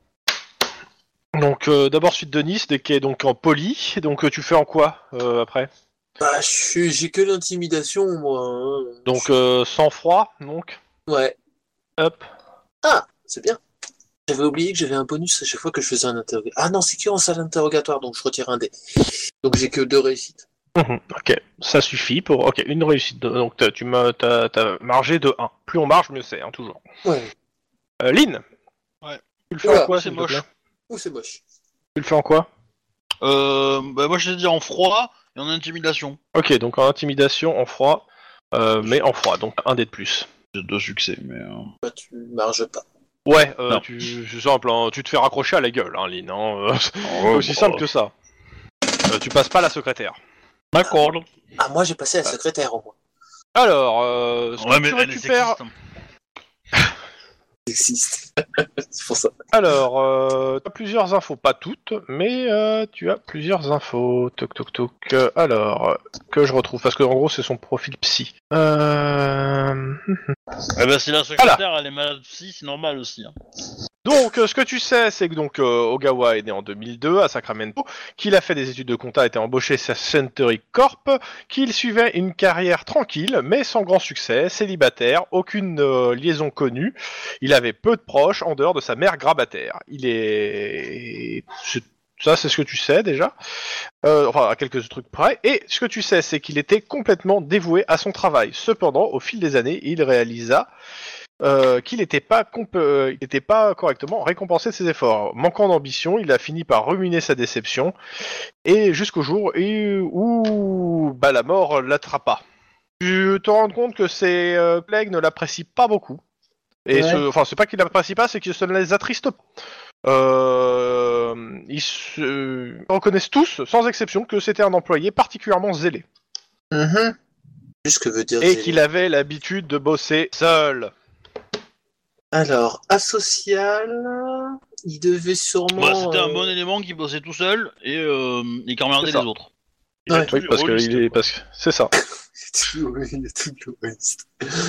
Donc d'abord suite Denis, qui est donc en poli. Donc tu fais en quoi après? Bah, j'ai que l'intimidation, moi. Hein. Donc sang froid, donc. Ouais. Hop. Ah, c'est bien. J'avais oublié que j'avais un bonus à chaque fois que je faisais un interrogatoire. Ah non, c'est que en salle d'interrogatoire, donc je retire un dé. Donc j'ai que 2 réussites. Ok, ça suffit pour... Ok, une réussite. Donc t'as margé de 1. Plus on marge, mieux c'est, hein, toujours. Ouais. Lynn. Ouais. Tu le fais Oula, en quoi, c'est s'il te moche. plaît? Ouh, c'est moche. Tu le fais en quoi? Bah moi je t'ai dit en froid et en intimidation. Ok, donc en intimidation, en froid, mais en froid, donc un dé de plus. J'ai 2 succès, mais. Bah, tu marges pas. Ouais, Non. c'est simple, hein, tu te fais raccrocher à la gueule, hein, Lynn. Hein, c'est Ouais, aussi simple que ça. Tu passes pas la secrétaire. D'accord. Ah, moi j'ai passé la secrétaire au moins. Alors, ce Ouais, que mais tu elle est récupères... sexiste, hein. Sexiste. C'est pour ça. Alors, tu as plusieurs infos, pas toutes, mais tu as plusieurs infos. Toc toc toc. Alors, que je retrouve, parce que en gros c'est son profil psy. Eh ben si la secrétaire elle est malade psy, c'est normal aussi. Hein. Donc, ce que tu sais, c'est que donc Ogawa est né en 2002 à Sacramento, qu'il a fait des études de compta, a été embauché chez Century Corp, qu'il suivait une carrière tranquille, mais sans grand succès, célibataire, aucune liaison connue. Il avait peu de proches en dehors de sa mère grabataire. Ça, c'est ce que tu sais déjà, enfin à quelques trucs près. Et ce que tu sais, c'est qu'il était complètement dévoué à son travail. Cependant, au fil des années, il réalisa qu'il n'était pas correctement récompensé de ses efforts. Manquant d'ambition, il a fini par ruminer sa déception, et jusqu'au jour où la mort l'attrapa. Tu te rends compte que ses collègues ne l'apprécient pas beaucoup. Et Ouais. c'est pas qu'ils l'apprécient pas, c'est que ça ne les attriste pas. Ils se reconnaissent tous, sans exception, que c'était un employé particulièrement zélé. Juste que veut dire. Et qu'il avait l'habitude de bosser seul. Alors, asocial, il devait sûrement. Bah, c'était un bon élément qui bossait tout seul et qui emmerdait C'est ça. les autres. Il a Ouais. tout Oui, lu parce que rôliste, il est, quoi. parce que c'est ça. Il est tout l'ouest.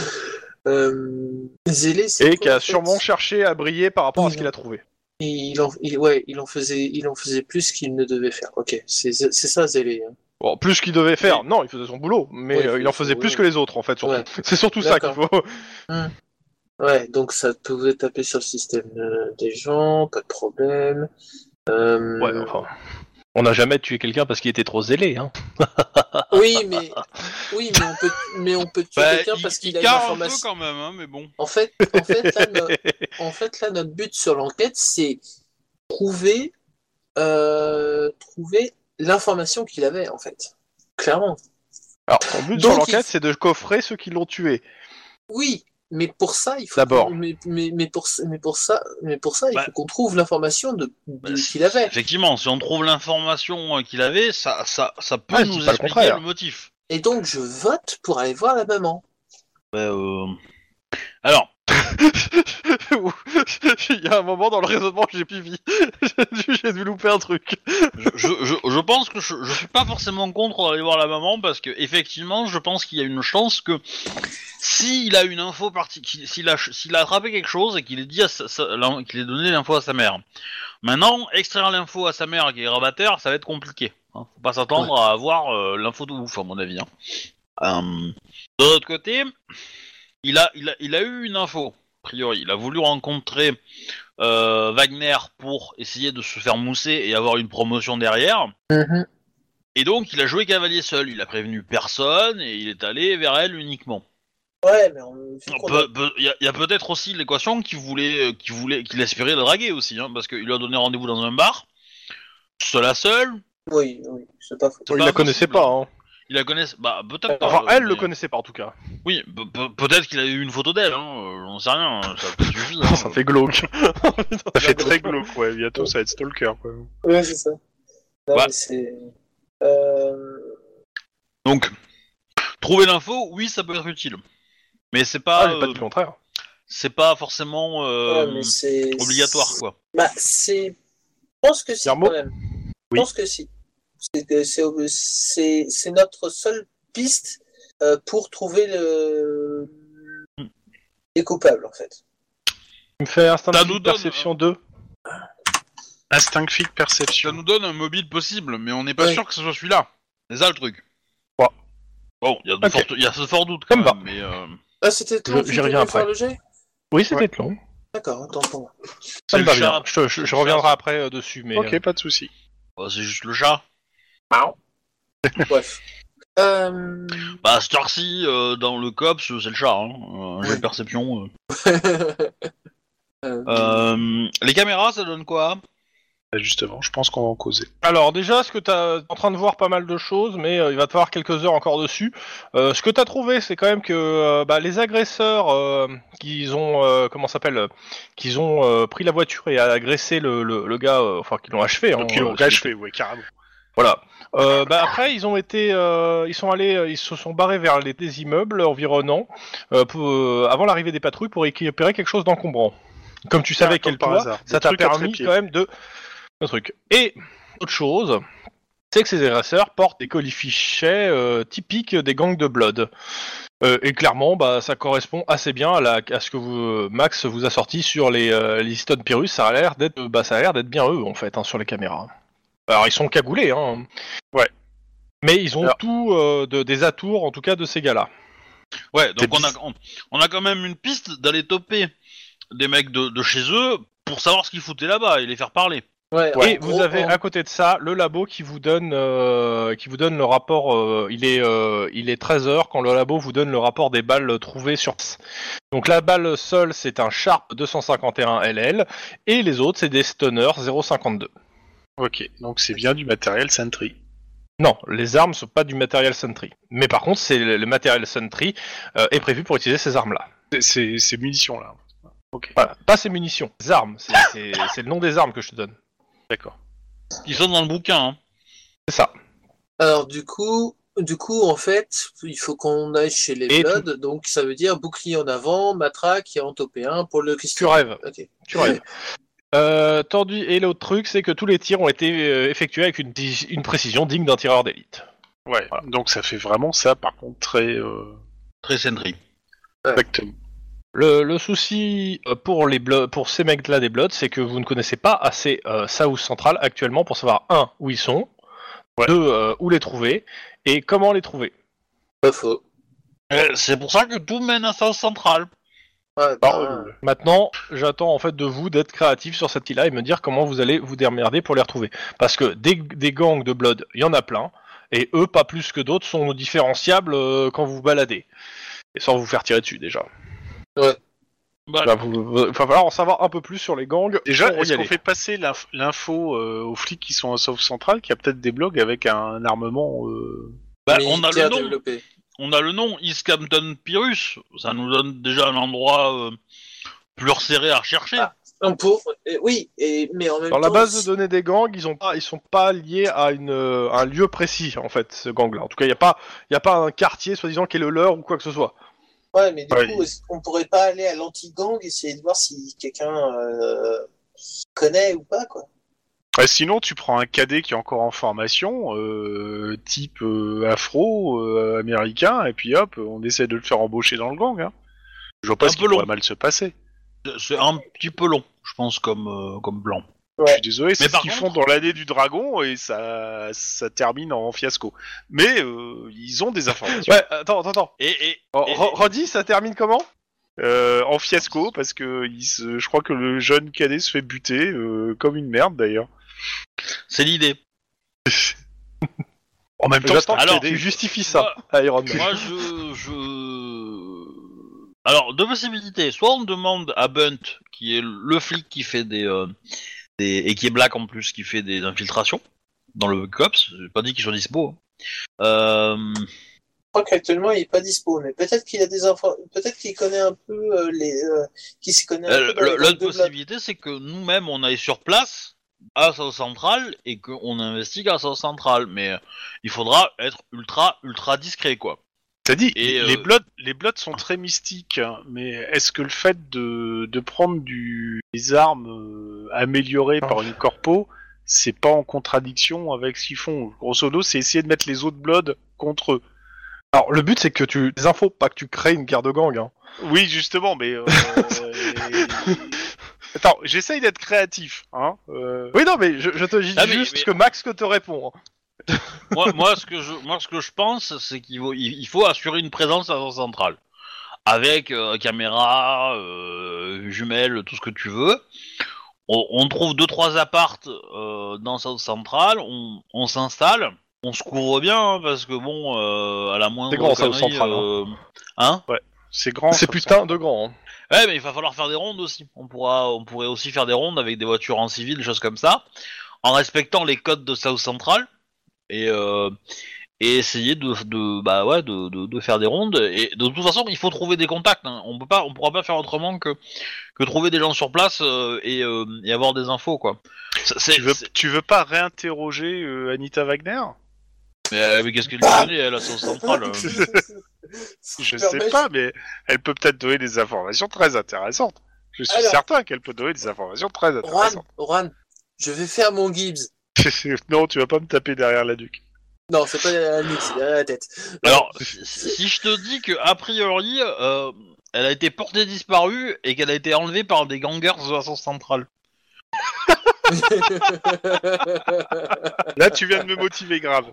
Zélé, c'est Et quoi, qui en a fait sûrement cherché à briller par rapport à ce qu'il a trouvé. il en faisait plus qu'il ne devait faire. Ok, c'est ça, Zélé. Hein. Bon, plus qu'il devait faire, non, il faisait son boulot, mais Oui, il en faisait son plus boulot. que les autres, en fait, surtout. Ouais. C'est surtout ça qu'il faut. Ouais, donc ça pouvait taper sur le système des gens, pas de problème. Ouais, enfin. On n'a jamais tué quelqu'un parce qu'il était trop zélé, hein. Oui, mais on peut tuer Bah, quelqu'un parce qu'il a une carre un peu information. quand même, hein, mais bon. En fait, là, notre but sur l'enquête, c'est trouver, trouver l'information qu'il avait, en fait. Clairement. Alors, ton but Donc, sur l'enquête, c'est de coffrer ceux qui l'ont tué. Oui, mais pour ça, il faut D'abord. mais pour ça, il Bah. faut qu'on trouve l'information qu'il avait. Effectivement, si on trouve l'information qu'il avait, ça peut Ah, je dis nous pas le expliquer contraire. le motif. Et donc, je vote pour aller voir la maman. Alors, Il y a un moment dans le raisonnement que j'ai pivi. J'ai dû louper un truc. je pense que je suis pas forcément contre d'aller voir la maman parce que effectivement, je pense qu'il y a une chance que s'il a une info s'il a attrapé quelque chose et qu'il ait dit qu'il ait donné l'info à sa mère. Maintenant, extraire l'info à sa mère qui est grabataire, ça va être compliqué. Hein. Faut pas s'attendre à avoir l'info de ouf à mon avis. Hein. De l'autre côté, il a eu une info. A priori, il a voulu rencontrer Wagner pour essayer de se faire mousser et avoir une promotion derrière. Et donc, il a joué cavalier seul. Il a prévenu personne et il est allé vers elle uniquement. Ouais, mais Il y a peut-être aussi l'équation qu'il espérait le draguer aussi, hein, parce qu'il lui a donné rendez-vous dans un bar, seul à seul. Oui, c'est pas faux. C'est Il pas la connaissait impossible. pas, hein. Il la connaissait, bah peut-être pas. Enfin, elle mais- le connaissait pas en tout cas. Oui, peut-être qu'il a eu une photo d'elle, hein, j'en sais rien, ça suffit. Hein. Ça fait glauque. Ça fait très glauque, ouais. Bientôt, ça va être stalker, quoi. Ouais, c'est ça. Non, Ouais. mais c'est. Donc, trouver l'info, oui, ça peut être utile, mais c'est Ah, pas, j'ai pas dit le contraire. c'est pas forcément Ouais, mais c'est obligatoire, quoi. Bah, c'est. Je pense que si, Guillermo quand même. Oui. Je pense que si. C'est notre seule piste pour trouver les coupables, en fait. Tu me fais Ça instinct nous de donne, perception 2. Instinct Ça perception. nous donne un mobile possible, mais on n'est pas Ouais. sûr que ce soit celui-là. C'est ça le truc. Ouais. Bon, il y a de forts doutes Ça quand me va. même, mais Ah, c'était toi J'y reviens après. faire le jet. Oui, c'était long. D'accord, attends pour moi. Ça c'est me le va chat. bien. Je reviendrai après dessus, mais. Ok, pas de souci. Oh, c'est juste le chat. Bref. Bah, cette heure-ci, dans le COPS, c'est le chat, hein. J'ai Ouais. de perception. Les caméras, ça donne quoi? Bah, justement, je pense qu'on va en causer. Alors déjà, ce que t'es en train de voir pas mal de choses, mais il va te falloir quelques heures encore dessus. Ce que t'as trouvé, c'est quand même que les agresseurs qu'ils ont qu'ils ont pris la voiture et agressé le gars, enfin qu'ils l'ont achevé. Donc, ils l'ont achevé, ouais, carrément. Voilà. Après, ils ont été, ils sont allés, ils se sont barrés vers des immeubles environnants avant l'arrivée des patrouilles pour récupérer quelque chose d'encombrant. Comme tu savais comme quel par toit, hasard. ça Des t'a trucs à permis trépied. quand même de un truc. Et autre chose, c'est que ces agresseurs portent des colifichets typiques des gangs de Blood. Et clairement, ça correspond assez bien à ce que Max vous a sorti sur les Easton Pyrrhus. Ça a l'air d'être, bien eux en fait, hein, sur les caméras. Alors ils sont cagoulés, hein. Ouais. Mais ils ont Alors- tout des atours, en tout cas, de ces gars-là. Ouais, donc C'est on a quand même une piste d'aller toper des mecs de chez eux pour savoir ce qu'ils foutaient là-bas et les faire parler. Ouais, Et en vous gros, avez à côté de ça le labo qui vous donne le rapport. Il est 13h quand le labo vous donne le rapport des balles trouvées sur. Donc la balle seule c'est un Sharp 251 LL et les autres c'est des Stunner 052. Ok, donc c'est bien du matériel Sentry. Non, les armes sont pas du matériel Sentry. Mais par contre, le matériel Sentry est prévu pour utiliser ces armes-là. Ces munitions-là. Ok, Voilà, pas ces munitions, les armes. C'est le nom des armes que je te donne. d'accord. Ils sont dans le bouquin, hein. C'est ça. Alors du coup, en fait, il faut qu'on aille chez les Et Bloods, donc ça veut dire bouclier en avant, matraque et en topé 1 pour le Tu Christian. rêves. Ok. Tu rêves. Tordu, et l'autre truc, c'est que tous les tirs ont été effectués avec une précision digne d'un tireur d'élite. Ouais, Voilà. donc ça fait vraiment ça, par contre, très... Très Sentry. Exactement. Le souci pour ces mecs-là des Bloods, c'est que vous ne connaissez pas assez South Central actuellement pour savoir, 1, où ils sont, Ouais. 2, où les trouver, et comment les trouver. Pas faux. C'est pour ça que tout mène à South Central. Ouais, Maintenant, j'attends en fait de vous d'être créatifs sur cette île-là et me dire comment vous allez vous démerder pour les retrouver. Parce que des gangs de Blood, il y en a plein, et eux, pas plus que d'autres, sont différenciables quand vous vous baladez. Et sans vous faire tirer dessus déjà. Ouais. Bah, Bah, il va falloir en savoir un peu plus sur les gangs. Déjà, pour y est-ce qu'on aller. fait passer l'info aux flics qui sont à South Central, qu'il y a peut-être des blogs avec un armement on a le militaire nom. développé. On a le nom East Campton Pyrrhus. Ça nous donne déjà un endroit plus resserré à rechercher. Ah. Oui, mais en même Dans temps... la base de données des gangs, ils sont pas liés à un lieu précis en fait, ce gang-là. En tout cas, il y a pas un quartier soi-disant qui est le leur ou quoi que ce soit. Ouais, mais du Ouais. coup, est-ce qu'on pourrait pas aller à l'anti-gang, essayer de voir si quelqu'un connaît ou pas, quoi. Sinon, tu prends un cadet qui est encore en formation, type afro-américain, et puis hop, on essaie de le faire embaucher dans le gang. Hein. Je vois pas Un ce qui peu long. pourrait mal se passer. C'est un petit peu long, je pense, comme plan. Je suis désolé, c'est Mais ce par qu'ils contre- font dans l'année du dragon, et ça termine en fiasco. Mais ils ont des informations. Ouais, attends. Et Redis, ça termine comment? En fiasco, parce que je crois que le jeune cadet se fait buter, comme une merde d'ailleurs. c'est l'idée. En même temps, J'attends c'est un alors, que tu cadet. justifies ça à Iron Man. Moi, Alors, deux possibilités. Soit on demande à Bunt, qui est le flic qui fait et qui est black en plus, qui fait des infiltrations dans le cops. J'ai pas dit qu'il soit dispo. Je crois qu'actuellement, il est pas dispo, mais peut-être qu'il a des infos, peut-être qu'il connaît un peu qu'il s'y connaît un peu dans les L'autre gangs de Blood. possibilité, c'est que nous-mêmes, on aille sur place à South Central et qu'on investigue à South Central. Mais il faudra être ultra discret, quoi. T'as dit, Et, les Bloods sont très mystiques, hein, mais est-ce que le fait de prendre des armes améliorées par une corpo, c'est pas en contradiction avec ce qu'ils font? Grosso modo, c'est essayer de mettre les autres Bloods contre eux. Alors, le but, c'est que des infos, pas que tu crées une guerre de gang. Hein. Oui, justement, mais... Attends, j'essaye d'être créatif, hein. Oui, non, mais je te dis Ah, mais- juste mais- que Max que te répond. Hein. moi, ce que je pense, c'est il faut assurer une présence à South Central. Avec caméra, jumelles, tout ce que tu veux. On trouve 2-3 appartes dans South Central, on s'installe, on se couvre bien, hein, parce que bon, à la moindre C'est grand, South connerie, Central, hein C'est grand. C'est ça, putain de grand. Hein. Ouais, mais il va falloir faire des rondes aussi. On pourrait aussi faire des rondes avec des voitures en civil, des choses comme ça, en respectant les codes de South Central et essayer de faire des rondes. Et de toute façon, il faut trouver des contacts. Hein. On pourra pas faire autrement que trouver des gens sur place et avoir des infos, quoi. Tu veux pas réinterroger Anita Wagner? Mais qu'est-ce qu'elle connaît, elle, à South Central Je sais pas, mais elle peut peut-être donner des informations très intéressantes. Je suis Alors- certain qu'elle peut donner des informations très intéressantes. Juan, je vais faire mon Gibbs. Non, tu vas pas me taper derrière la nuque. Non, c'est pas derrière la nuque, c'est derrière la tête. Alors, si je te dis que a priori, elle a été portée disparue et qu'elle a été enlevée par des gangers de la South Central. Là, tu viens de me motiver grave.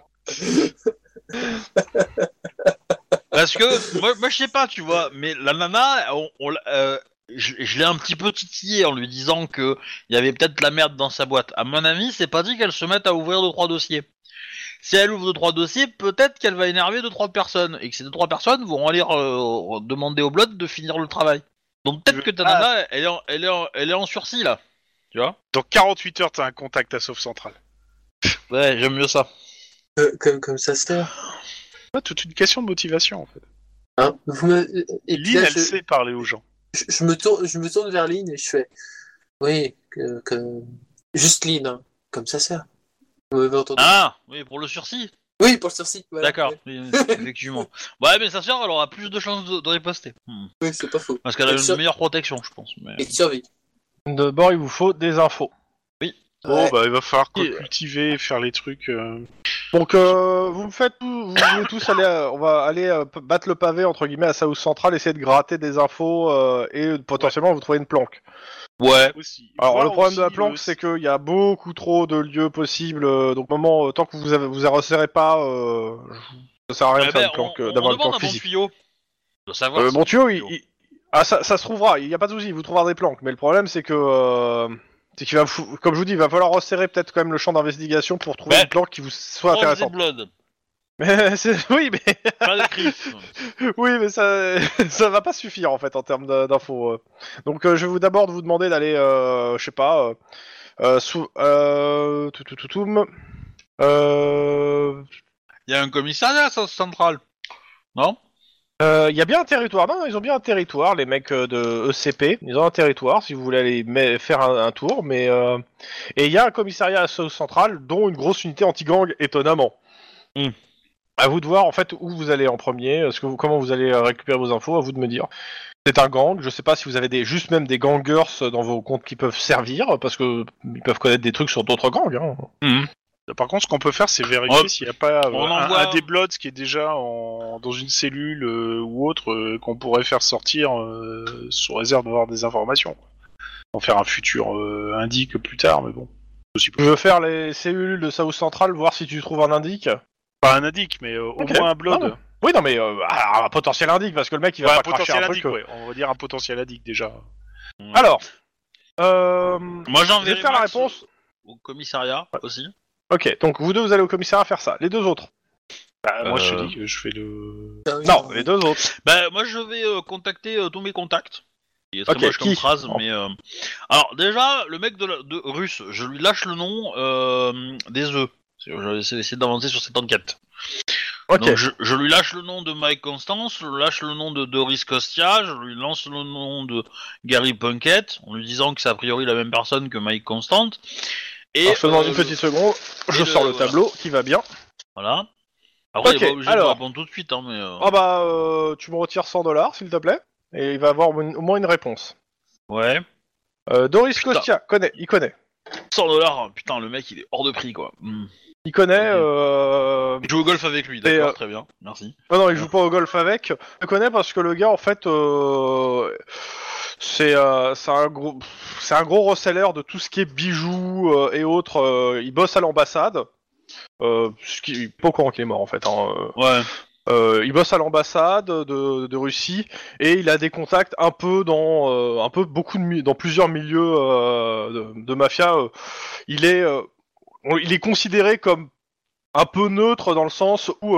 Parce que moi je sais pas, tu vois, mais la nana, je l'ai un petit peu titillé en lui disant que il y avait peut-être la merde dans sa boîte. À mon avis, c'est pas dit qu'elle se mette à ouvrir 2-3 dossiers. Si elle ouvre 2-3 dossiers, peut-être qu'elle va énerver 2-3 personnes et que ces 2-3 personnes vont aller demander au Blood de finir le travail. Donc peut-être que ta nana, elle est en sursis là, tu vois. Dans 48 heures, t'as un contact à South Central. Ouais, j'aime mieux ça. Comme ça se fait. Pas toute une question de motivation en fait. Hein, et puis Lynn, là, elle sait parler aux gens. je me tourne vers Lynn et je fais. Oui, juste Lynn, hein. Comme ça sert. Vous m'avez entendu. Ah, oui, pour le sursis. Oui, pour le sursis. Voilà. D'accord, oui, effectivement. Ouais, mais sa sœur, elle aura plus de chances de riposter. Oui, c'est pas faux. Parce qu'elle a Elle une meilleure protection, je pense. Mais... Et de survie. D'abord, il vous faut des infos. Bon, Ouais. bah, il va falloir Et- cultiver, faire les trucs. Donc, vous me faites, vous voulez tous aller, on va aller battre le pavé entre guillemets à South Central, essayer de gratter des infos et potentiellement vous trouver une planque. Ouais. Aussi. Alors Voir le problème de la aussi, planque, c'est qu'il y a beaucoup trop de lieux possibles. Donc moment, tant que vous resserrez pas, ça sert à rien de faire une planque, on d'avoir une demande planque à mon physique. tuyau de savoir. Mon tuyau, tuyau. Ah, ça se trouvera, il n'y a pas de souci, vous trouverez des planques, mais le problème c'est que... c'est qu'il va, comme je vous dis, il va falloir resserrer peut-être quand même le champ d'investigation pour trouver une planque qui vous soit Prends des intéressante. Blood, Mais oui, mais pas de Chris. oui, mais ça va pas suffire en fait en termes d'infos. Donc je vais d'abord vous demander d'aller, je sais pas, Il y a un commissariat à South Central, non? il y a bien un territoire. Non, ils ont bien un territoire, les mecs de ECP. Ils ont un territoire si vous voulez aller faire un tour. Mais et il y a un commissariat à South Central, dont une grosse unité anti-gang, étonnamment. À vous de voir en fait où vous allez en premier. Comment vous allez récupérer vos infos. À vous de me dire. C'est un gang. Je sais pas si vous avez juste même des gangers dans vos comptes qui peuvent servir parce que ils peuvent connaître des trucs sur d'autres gangs. Hein. Par contre, ce qu'on peut faire, c'est vérifier s'il n'y a pas envoie un des Bloods qui est déjà dans une cellule ou autre qu'on pourrait faire sortir sous réserve d'avoir des informations. En faire un futur indique plus tard, mais bon. Je veux faire les cellules de South Central, voir si tu trouves un indique. Pas un indique, mais au moins un Blood. Non. Oui, non, mais un potentiel indique, parce que le mec il va pas cracher un truc. Ouais. On va dire un potentiel indique déjà. Alors, moi je vais faire la réponse au commissariat aussi. Ok, donc vous deux vous allez au commissariat faire ça. Les deux autres. Moi je te dis que je fais le... Non, les deux autres. Moi je vais contacter tous mes contacts. Il est très Ok, moche comme qui phrase, mais... Alors déjà, le mec de russe, je lui lâche le nom des œufs. Je vais essayer d'avancer sur cette enquête. Ok. Donc je lui lâche le nom de Mike Constance, je lui lâche le nom de Doris Kostia, je lui lance le nom de Gary Punkett, en lui disant que c'est a priori la même personne que Mike Constance. Et alors, je te demande une petite seconde, je sors le tableau qui va bien. Voilà. Après, Ok, il est pas obligé de alors. répondre tout de suite, hein, mais... Ah bah, tu me retires $100 s'il te plaît, et il va avoir au moins une réponse. Ouais. Doris Putain. Kostia, il connaît. $100, putain, le mec, il est hors de prix, quoi. Il connaît. Je joue au golf avec lui, d'accord, très bien, merci. Non, il joue pas au golf avec. Je le connais parce que le gars, en fait, c'est un gros reseller de tout ce qui est bijoux et autres. Il bosse à l'ambassade. Ce qui pas au courant qu'il est mort, en fait. Ouais. Il bosse à l'ambassade de Russie et il a des contacts un peu dans dans plusieurs milieux de mafia. Il est considéré comme un peu neutre dans le sens où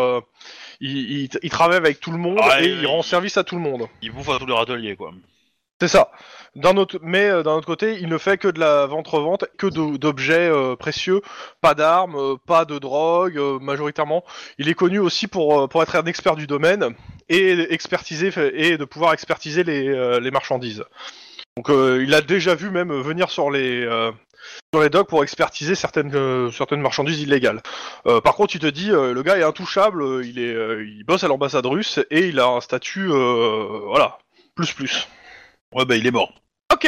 il travaille avec tout le monde et il rend service à tout le monde. Il bouffe à tous les râteliers, quoi. C'est ça. D'un autre côté, il ne fait que de la vente-revente, que d'objets précieux, pas d'armes, pas de drogue, majoritairement. Il est connu aussi pour être un expert du domaine et de pouvoir expertiser les marchandises. Donc il a déjà vu même venir sur les docks pour expertiser certaines marchandises illégales. Par contre, il te dit, le gars est intouchable, il bosse à l'ambassade russe et il a un statut, voilà, plus. Ouais, il est mort. Ok.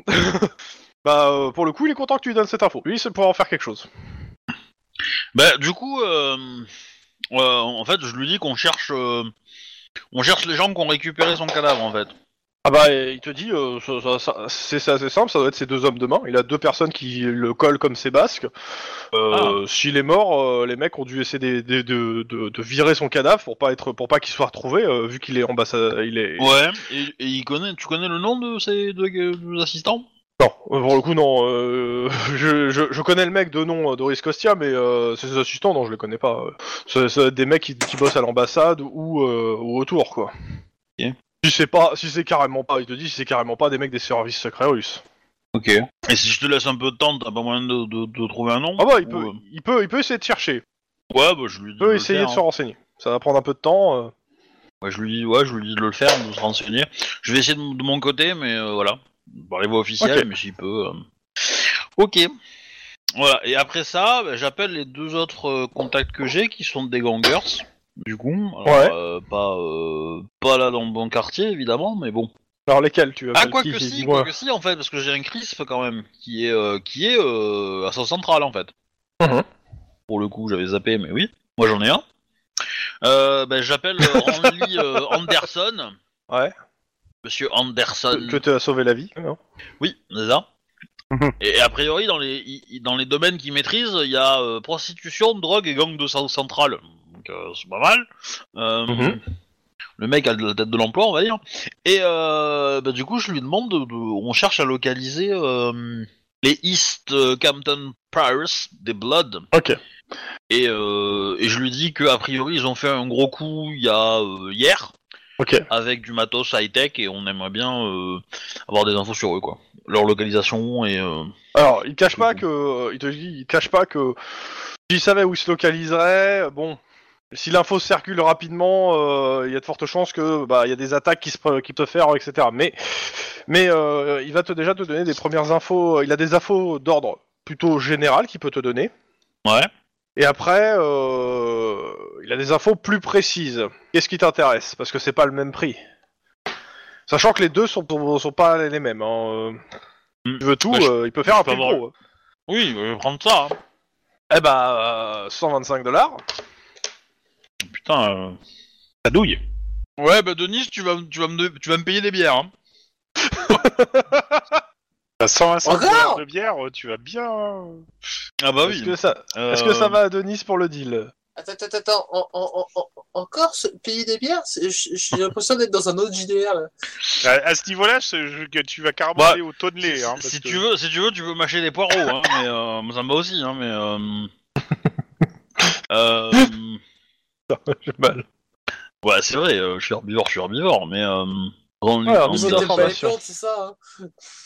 Pour le coup, il est content que tu lui donnes cette info. Lui, c'est pour en faire quelque chose. Du coup, en fait, je lui dis qu'on cherche les gens qui ont récupéré son cadavre, en fait. Ah bah, il te dit, c'est assez simple, ça doit être ces deux hommes de main. Il a deux personnes qui le collent comme ses basques. S'il est mort, les mecs ont dû essayer de virer son cadavre pour pas qu'il soit retrouvé, vu qu'il est ambassade. Ouais. Et tu connais le nom de ces deux assistants? Non, pour le coup non. Je connais le mec de nom Doris Kostia, mais ses assistants, non, je les connais pas. C'est des mecs qui bossent à l'ambassade ou autour, quoi. Ok. Si c'est carrément pas, il te dit si c'est carrément pas des mecs des services secrets russes. Ok. Et si je te laisse un peu de temps, t'as pas moyen de trouver un nom? Ah bah il peut essayer de chercher. Ouais, je lui dis. Il peut essayer de se renseigner. Ça va prendre un peu de temps. Ouais, je lui dis de le faire, de se renseigner. Je vais essayer de mon côté, mais voilà. Par les voies officielles, mais s'il peut. Ok. Voilà. Et après ça, j'appelle les deux autres contacts que j'ai, qui sont des gangers. Du coup, alors, pas là dans le bon quartier évidemment, mais bon. Alors lesquels tu veux? Quoique si en fait, parce que j'ai un Crisp quand même qui est à South Central en fait. Pour le coup, j'avais zappé, mais oui, moi j'en ai un. J'appelle Randy Anderson. Ouais. Monsieur Anderson. Que t'as sauvé la vie, non? Oui, c'est ça. Et a priori, dans les domaines qu'il maîtrise, il y a prostitution, drogue et gang de South Central. Donc c'est pas mal. le mec a la tête de l'emploi, on va dire. Et du coup, je lui demande, on cherche à localiser les East Campton Pirates des Bloods. Ok. Et je lui dis que a priori ils ont fait un gros coup hier. Ok. Avec du matos high-tech et on aimerait bien avoir des infos sur eux, quoi. Leur localisation et... Alors, il cache pas que... il cache pas que... S'il savait où il se localiserait, bon... Si l'info circule rapidement, il y a de fortes chances que il y a des attaques qui peuvent faire, etc. Mais il va déjà te donner des premières infos. Il a des infos d'ordre plutôt général qu'il peut te donner. Ouais. Et après, il a des infos plus précises. Qu'est-ce qui t'intéresse? Parce que c'est pas le même prix. Sachant que les deux sont pas les mêmes. Hein. Tu veux tout, il peut faire un prix gros. Oui, je vais prendre ça. Eh $125. Putain, ça douille. Ouais, Denis, tu vas me payer des bières. Hein. 125 Encore de bière, tu vas bien. Ah bah oui. Est-ce que ça va à Denis pour le deal? Attends, encore payer des bières? J'ai l'impression d'être dans un autre JDR là. À ce niveau-là, tu vas carrément aller au tonnelet. Hein, si tu veux, tu peux mâcher des poireaux, hein, mais ça me va aussi, hein, mais. J'ai mal. Ouais, c'est vrai, je suis herbivore, mais. Vous êtes pas les plantes, c'est ça hein.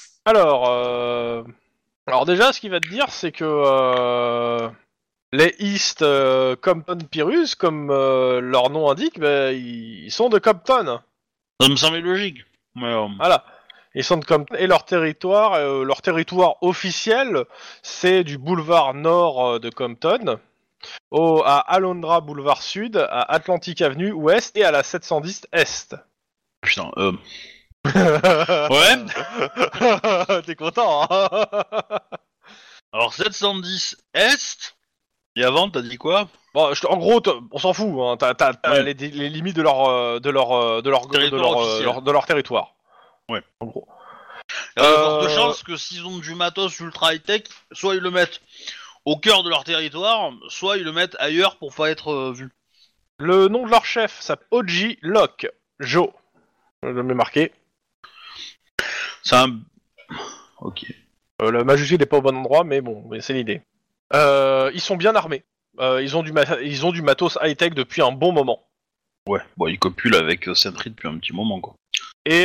Alors déjà, ce qu'il va te dire, c'est que les East Compton Pyrrhus, comme leur nom indique, ils sont de Compton. Ça me semble logique. Mais, Voilà. Ils sont de Compton et leur territoire officiel, c'est du boulevard nord de Compton, à Alondra Boulevard Sud, à Atlantic Avenue Ouest et à la 710 Est. Putain, Ouais. T'es content, hein? Alors 710 Est. Et avant, t'as dit quoi? Bon, en gros, on s'en fout. Hein. T'as Ouais. les limites de leur territoire. Ouais. En gros. Il y a de fortes chances que s'ils ont du matos ultra high-tech, soit ils le mettent au cœur de leur territoire, soit ils le mettent ailleurs pour pas être vus. Le nom de leur chef s'appelle Oji Locke. Joe. Je l'ai marqué. C'est un... Ok. Le majuscule n'est pas au bon endroit, mais bon, c'est l'idée. Ils sont bien armés. Ils ont du matos high-tech depuis un bon moment. Ouais, bon, ils copulent avec Sentry depuis un petit moment, quoi. Et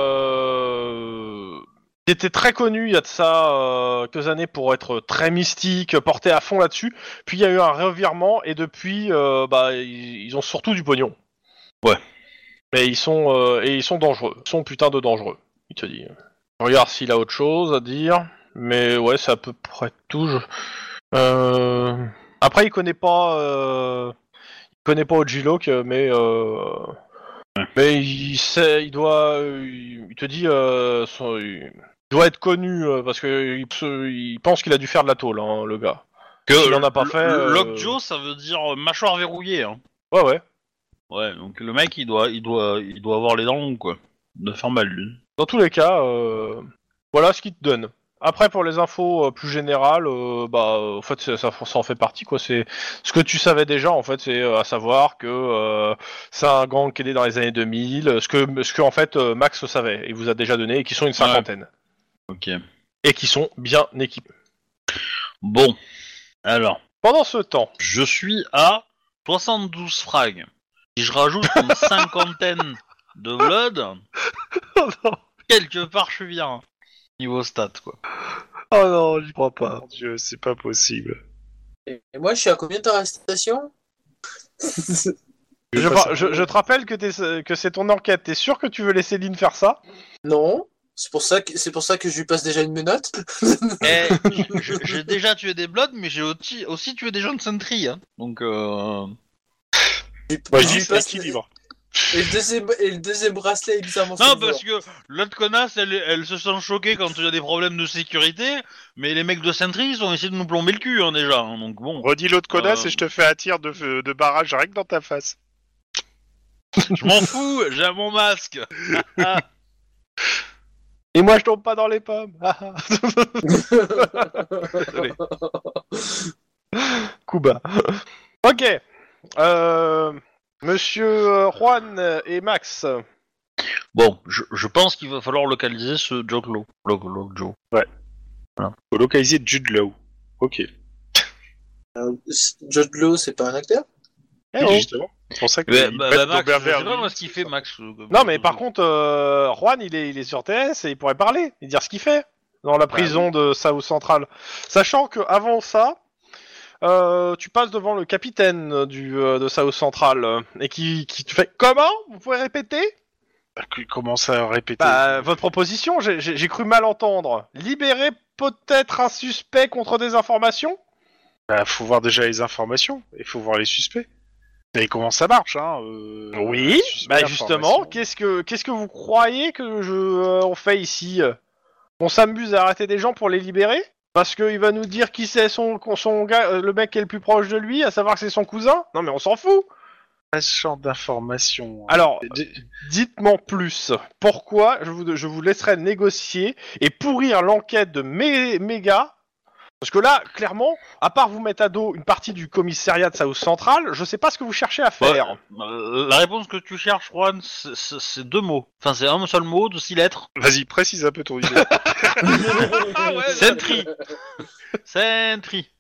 il était très connu il y a de ça quelques années pour être très mystique, porté à fond là-dessus. Puis il y a eu un revirement et depuis, ils ont surtout du pognon. Ouais. Mais ils sont dangereux. Ils sont putain de dangereux, il te dit. Regarde s'il a autre chose à dire. Mais ouais, c'est à peu près tout. Après, il connaît pas Ojilok, mais il sait, il te dit, il doit être connu parce que il pense qu'il a dû faire de la tôle, hein, le gars. S'il en a pas fait. Lockjaw, ça veut dire mâchoire verrouillée. Hein. Ouais. Ouais, donc le mec, il doit avoir les dents longues, quoi. Il doit faire mal, lui. Dans tous les cas, voilà ce qu'il te donne. Après, pour les infos plus générales, en fait, ça en fait partie, quoi. C'est ce que tu savais déjà, en fait, c'est à savoir que c'est un gang qui est né dans les années 2000, ce que en fait Max savait et vous a déjà donné, et qui sont une cinquantaine. Ok. Et qui sont bien équipés. Bon, alors. Pendant ce temps, je suis à 72 frags. Si je rajoute une cinquantaine de blood, quelque part, je suis bien. Niveau stats, quoi. Oh non, j'y crois pas. Mon Dieu, c'est pas possible. Et moi, je suis à combien d'arrestations? Je te rappelle que c'est ton enquête. T'es sûr que tu veux laisser Lynn faire ça? Non. C'est pour ça que je lui passe déjà une menotte. J'ai déjà tué des Bloods, mais j'ai aussi tué des gens de Sentry. Hein. Donc, je dis c'est l'équilibre. Et le deuxième bracelet est bizarrement non, parce que l'autre connasse, elle se sent choquée quand il y a des problèmes de sécurité, mais les mecs de Sentry, ils ont essayé de nous plomber le cul, hein, déjà. Hein, donc bon. Redis l'autre connasse et je te fais un tir de barrage direct dans ta face. Je m'en fous, j'ai mon masque. Et moi, je tombe pas dans les pommes. Désolé. Coup bas. Ok. Monsieur Juan et Max. Bon, je pense qu'il va falloir localiser ce Joe Law. Joe. Faut localiser Jude Law. Ok. Jude Law, c'est pas un acteur? Oui, justement. C'est pour ça que Max, ils je mettent sais Beverly pas moi Hills. ce qu'il fait, Max. Non, mais par contre, Juan, il est sur TS et il pourrait parler et dire ce qu'il fait dans la prison de South Central. Sachant que avant ça, tu passes devant le capitaine de South Central et qui te fait comment? Vous pouvez répéter? Qui commence à répéter. Votre proposition, j'ai cru mal entendre. Libérer peut-être un suspect contre des informations? Faut voir déjà les informations et faut voir les suspects. Et comment ça marche, hein Oui, suspect, justement, information. qu'est-ce que vous croyez que on fait ici? On s'amuse à arrêter des gens pour les libérer? Parce qu'il va nous dire qui c'est son gars, le mec qui est le plus proche de lui, à savoir que c'est son cousin? Non mais on s'en fout! Pas ce genre d'informations. Alors, dites-moi plus. Pourquoi je vous laisserai négocier et pourrir l'enquête de mes gars? Parce que là, clairement, à part vous mettre à dos une partie du commissariat de South Central, je sais pas ce que vous cherchez à faire. La réponse que tu cherches, Juan, c'est 2 mots. Enfin, c'est un seul mot de 6 lettres. Vas-y, précise un peu ton idée. Sentry. Sentry.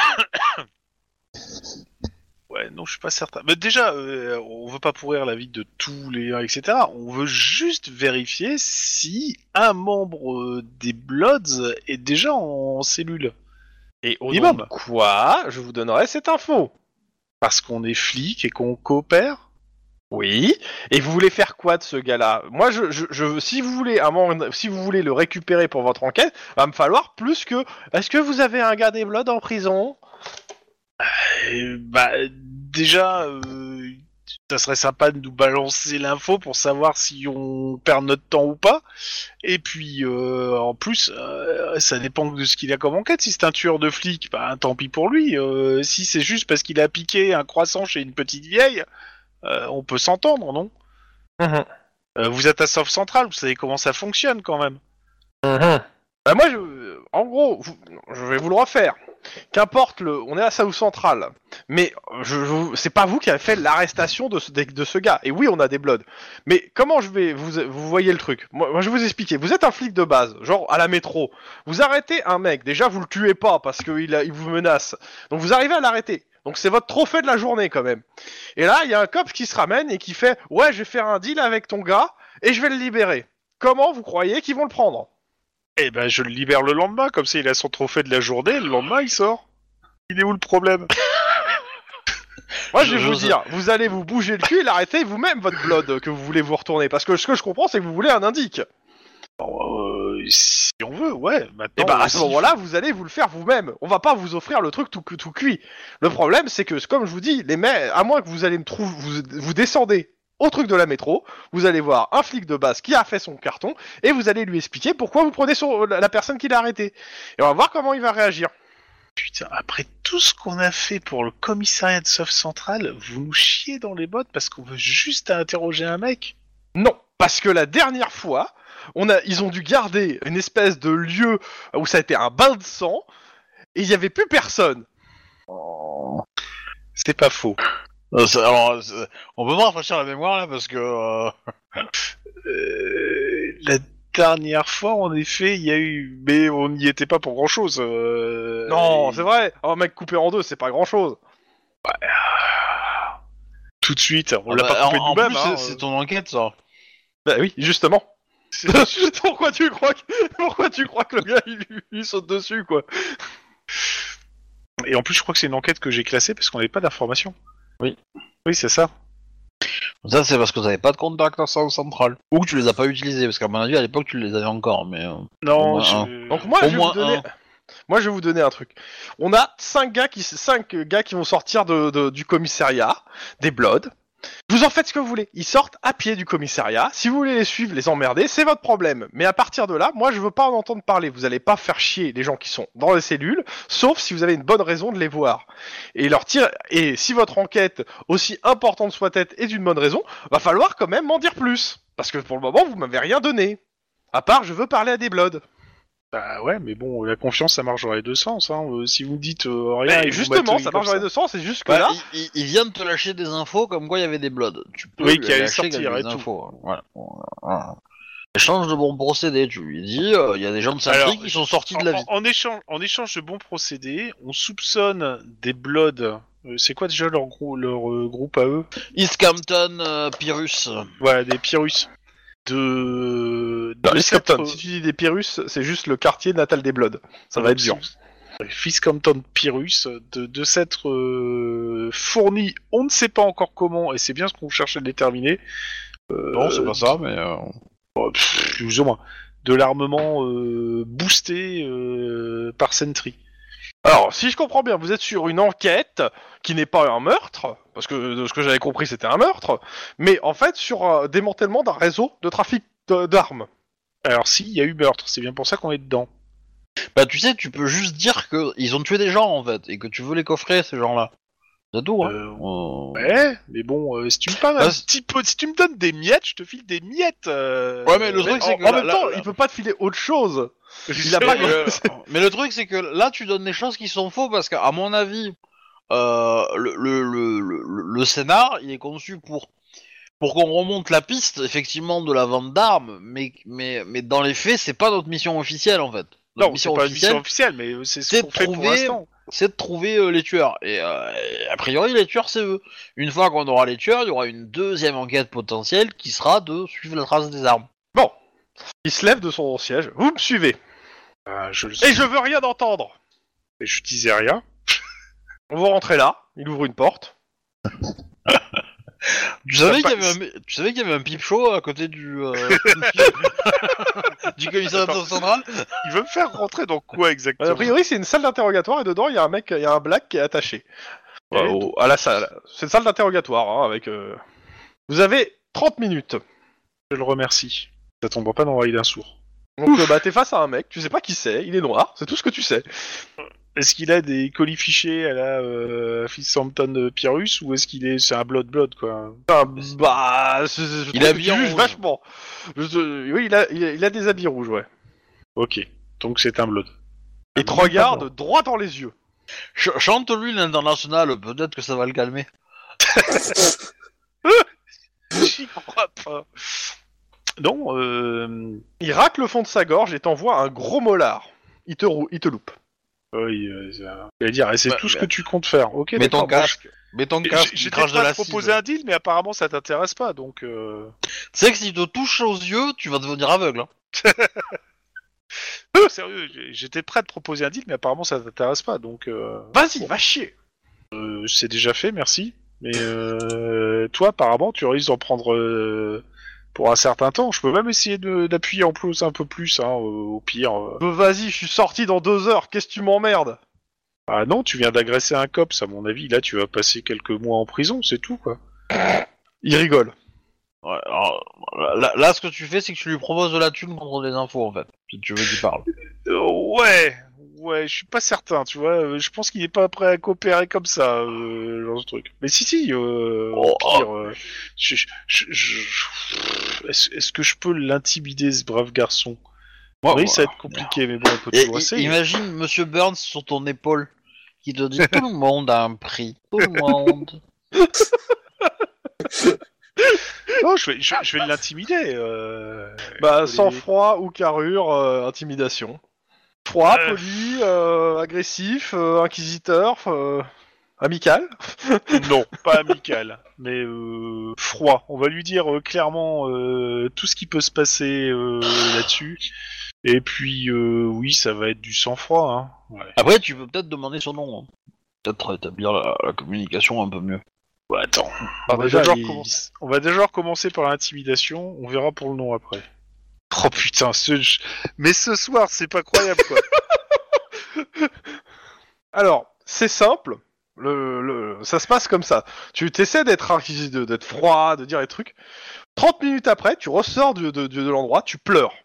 Ouais, non, je suis pas certain. Mais déjà, on veut pas pourrir la vie de tous les etc. On veut juste vérifier si un membre des Bloods est déjà en cellule. Et au nom de quoi je vous donnerai cette info? Parce qu'on est flic et qu'on coopère. Oui. Et vous voulez faire quoi de ce gars-là? Moi, si vous voulez le récupérer pour votre enquête, va me falloir plus que. Est-ce que vous avez un gars des Bloods en prison? Déjà, ça serait sympa de nous balancer l'info pour savoir si on perd notre temps ou pas. Et puis, en plus, ça dépend de ce qu'il a comme enquête. Si c'est un tueur de flics, tant pis pour lui. Si c'est juste parce qu'il a piqué un croissant chez une petite vieille, on peut s'entendre, non? Vous êtes à South Central, vous savez comment ça fonctionne quand même. Moi, en gros, je vais vous le refaire. Qu'importe, on est à South Central, mais c'est pas vous qui avez fait l'arrestation de ce gars. Et oui, on a des Bloods. Mais comment vous voyez le truc? Moi, je vais vous expliquer. Vous êtes un flic de base, genre à la métro. Vous arrêtez un mec. Déjà, vous le tuez pas parce qu'il vous menace. Donc, vous arrivez à l'arrêter. Donc, c'est votre trophée de la journée quand même. Et là, il y a un cop qui se ramène et qui fait « Ouais, je vais faire un deal avec ton gars et je vais le libérer. » Comment vous croyez qu'ils vont le prendre? Eh ben, je le libère le lendemain, comme ça il a son trophée de la journée, le lendemain il sort. Il est où le problème? Moi, je vais vous dire, vous allez vous bouger le cul et l'arrêter vous-même, votre Blood, que vous voulez vous retourner. Parce que ce que je comprends, c'est que vous voulez un indique. Si on veut, ouais. Maintenant, Et à ce moment-là, vous allez vous le faire vous-même. On va pas vous offrir le truc tout cuit. Le problème, c'est que, comme je vous dis, à moins que vous allez vous descendez au truc de la métro, vous allez voir un flic de base qui a fait son carton, et vous allez lui expliquer pourquoi vous prenez la personne qui l'a arrêté. Et on va voir comment il va réagir. Putain, après tout ce qu'on a fait pour le commissariat de South Central, vous nous chiez dans les bottes parce qu'on veut juste interroger un mec? Non, parce que la dernière fois, ils ont dû garder une espèce de lieu où ça a été un bain de sang, et il n'y avait plus personne. C'est pas faux. Alors, on peut pas rafraîchir la mémoire là parce que. La dernière fois, en effet, il y a eu, mais on n'y était pas pour grand chose. Non, c'est vrai. Un mec coupé en deux, c'est pas grand chose. Ouais. Tout de suite, on l'a pas coupé nous-mêmes. En plus, c'est ton enquête, ça. Bah oui, justement. Pourquoi tu crois que le gars il saute dessus, quoi? Et en plus, je crois que c'est une enquête que j'ai classée parce qu'on n'avait pas d'informations. Oui. Oui, c'est ça. Ça, c'est parce que t'avais pas de contact à South Central. Ou que tu les as pas utilisés, parce qu'à mon avis, à l'époque, tu les avais encore, mais... Non, Donc moi, je vais vous donner un truc. On a 5 gars qui vont sortir du commissariat, des Bloods. Vous en faites ce que vous voulez. Ils sortent à pied du commissariat. Si vous voulez les suivre, les emmerder, c'est votre problème. Mais à partir de là, moi, je veux pas en entendre parler. Vous allez pas faire chier les gens qui sont dans les cellules, sauf si vous avez une bonne raison de les voir. Et si votre enquête, aussi importante soit-elle, est d'une bonne raison, va falloir quand même m'en dire plus. Parce que pour le moment, vous m'avez rien donné. À part, je veux parler à des Bloods. Bah ouais, mais bon, la confiance, ça marche dans les deux sens. Hein. Si vous me dites rien... Mais et vous justement, m'accueillez ça marche comme dans les deux sens, c'est juste que Bah, là... il vient de te lâcher des infos comme quoi il y avait des bloods. Tu peux Oui, lui qui allait lâcher sortir quelques et tout. infos. Voilà. Échange de bons procédés, tu lui dis, il y a des gens de Alors, Sentry qui sont sortis de la ville. En échange de bons procédés, on soupçonne des Bloods. C'est quoi déjà leur groupe à eux? East Campton, Pyrrhus. Ouais, des Pyrrhus. De Captain, si tu dis des Pyrrhus, c'est juste le quartier natal des Bloods. Ça va être dur. Fiscampton Pyrrhus, de s'être fourni, on ne sait pas encore comment, et c'est bien ce qu'on cherche à déterminer. Non, c'est pas ça, mais... Plus ou moins. De l'armement boosté par Sentry. Alors, si je comprends bien, vous êtes sur une enquête qui n'est pas un meurtre, parce que de ce que j'avais compris, c'était un meurtre, mais en fait sur un démantèlement d'un réseau de trafic d'armes. Alors si, il y a eu meurtre, c'est bien pour ça qu'on est dedans. Bah tu sais, tu peux juste dire que ils ont tué des gens en fait, et que tu veux les coffrer, ces gens-là. C'est tout, hein. Ouais, mais bon, si tu me parles un petit peu, si tu me donnes des miettes, je te file des miettes. Ouais, mais le truc c'est que... En même temps, il peut pas te filer autre chose. Il a pas... Mais le truc c'est que là, tu donnes des choses qui sont faux, parce qu'à mon avis, le scénar, il est conçu pour qu'on remonte la piste, effectivement, de la vente d'armes, mais dans les faits, c'est pas notre mission officielle, en fait. Notre Non, c'est pas une mission officielle, mais c'est ce qu'on fait pour l'instant. C'est de trouver les tueurs. Et a priori, les tueurs, c'est eux. Une fois qu'on aura les tueurs, il y aura une deuxième enquête potentielle qui sera de suivre la trace des armes. Bon, il se lève de son siège. Vous me suivez. Et je veux rien entendre. Et je disais rien. Vous rentrez là. Il ouvre une porte. Tu savais qu'il y avait un pipe show à côté du du commissariat central. Il veut me faire rentrer dans quoi exactement? A priori, c'est une salle d'interrogatoire et dedans, il y a un black qui est attaché à la salle. C'est une salle d'interrogatoire hein, avec. Vous avez 30 minutes. Je le remercie. Ça tombera pas dans l'oreille d'un sourd. Donc t'es face à un mec, tu sais pas qui c'est, il est noir, c'est tout ce que tu sais. Est-ce qu'il a des colis fichés à la Fiscampton Pyrrhus ou est-ce qu'il est c'est un blood quoi? Il est habillé en rouge. Vachement. Oui, il a des habits rouges, ouais. Ok, donc c'est un blood. Il te regarde droit dans les yeux. Chante-lui l'international, peut-être que ça va le calmer. J'y crois pas. Non, Il racle le fond de sa gorge et t'envoie un gros molar. Il te loupe. Oui, j'allais dire, et c'est tout ce que tu comptes faire. Ok, mets ton d'accord, casque. Mets ton casque, il J'étais crache de prêt à l'acide. te proposer un deal, mais apparemment ça t'intéresse pas, donc... Tu sais que si tu te touches aux yeux, tu vas devenir aveugle. Hein. Sérieux, j'étais prêt à te proposer un deal, mais apparemment ça t'intéresse pas, donc... Vas-y, va chier. C'est déjà fait, merci. Mais toi, apparemment, tu risques d'en prendre pour un certain temps. Je peux même essayer d'appuyer en plus un peu plus, hein, au pire. Vas-y, je suis sorti dans 2 heures, qu'est-ce que tu m'emmerdes? Ah non, tu viens d'agresser un cops, à mon avis. Là, tu vas passer quelques mois en prison, c'est tout, quoi. Il rigole. Ouais, alors, là, ce que tu fais, c'est que tu lui proposes de la thune contre des infos, en fait. Si tu veux qu'il parle. Ouais, je suis pas certain, tu vois. Je pense qu'il est pas prêt à coopérer comme ça, dans ce truc. Mais si, au pire, est-ce que je peux l'intimider, ce brave garçon? Oui, ça va être compliqué, mais bon, on peut toujours essayer. Imagine Monsieur Burns sur ton épaule, qui te dit « Tout le monde a un prix, tout le monde ». Non, je vais l'intimider. Sang-froid ou carrure, intimidation. Froid, poli, agressif, inquisiteur, amical. Non, pas amical, mais froid. On va lui dire clairement tout ce qui peut se passer là-dessus. Et puis, oui, ça va être du sang-froid. Hein. Ouais. Après, tu peux peut-être demander son nom. Hein. Peut-être établir la communication un peu mieux. Ouais, attends. On va déjà recommencer par l'intimidation. On verra pour le nom après. Oh putain, mais ce soir, c'est pas croyable, quoi. Alors, c'est simple. Ça se passe comme ça. Tu t'essaies d'être froid, de dire les trucs. 30 minutes après, tu ressors de l'endroit, tu pleures.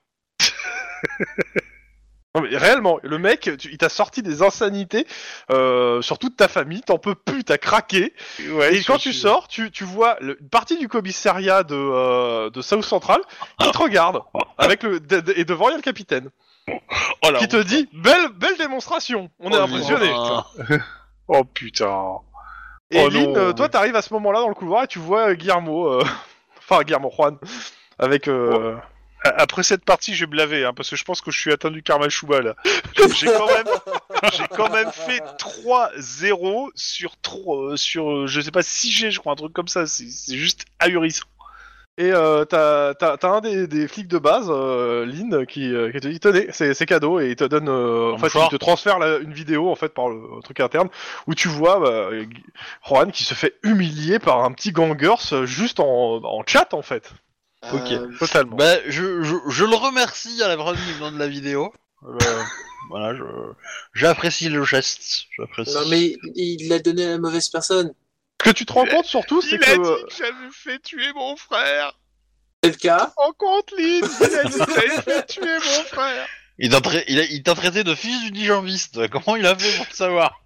Non mais réellement, le mec, il t'a sorti des insanités sur toute ta famille, t'en peux plus, t'as craqué. Ouais, et quand tu sors, tu vois une partie du commissariat de South Central qui te regarde, et devant il y a le capitaine. Oh là, qui te dit belle démonstration. On est impressionné. Oh putain. Et Oh Lynn, non. toi t'arrives à ce moment-là dans le couloir et tu vois Guillermo, enfin Guillermo Juan, avec. Après cette partie, je vais me laver, hein, parce que je pense que je suis atteint du karma Shuba, là. J'ai quand même fait 3-0 sur je sais pas, 6G, je crois, un truc comme ça. C'est juste ahurissant. Et t'as un des flics de base, Lynn, qui te dit tenez, c'est cadeau, et il te donne, en fait, il te transfère une vidéo en fait par le truc interne où tu vois Juan qui se fait humilier par un petit gangers juste en chat en fait. Ok. Totalement. Bah, je le remercie à la première qui de la vidéo. Voilà, j'apprécie le geste. J'apprécie. Non, mais il l'a donné à la mauvaise personne. Ce que tu te rends compte surtout, c'est Il a que dit que j'avais fait tuer mon frère. C'est le cas. En compte, Lynn. Il a dit que j'avais fait tuer mon frère. Il t'a traité de fils du dijambiste. Comment il a fait pour le savoir?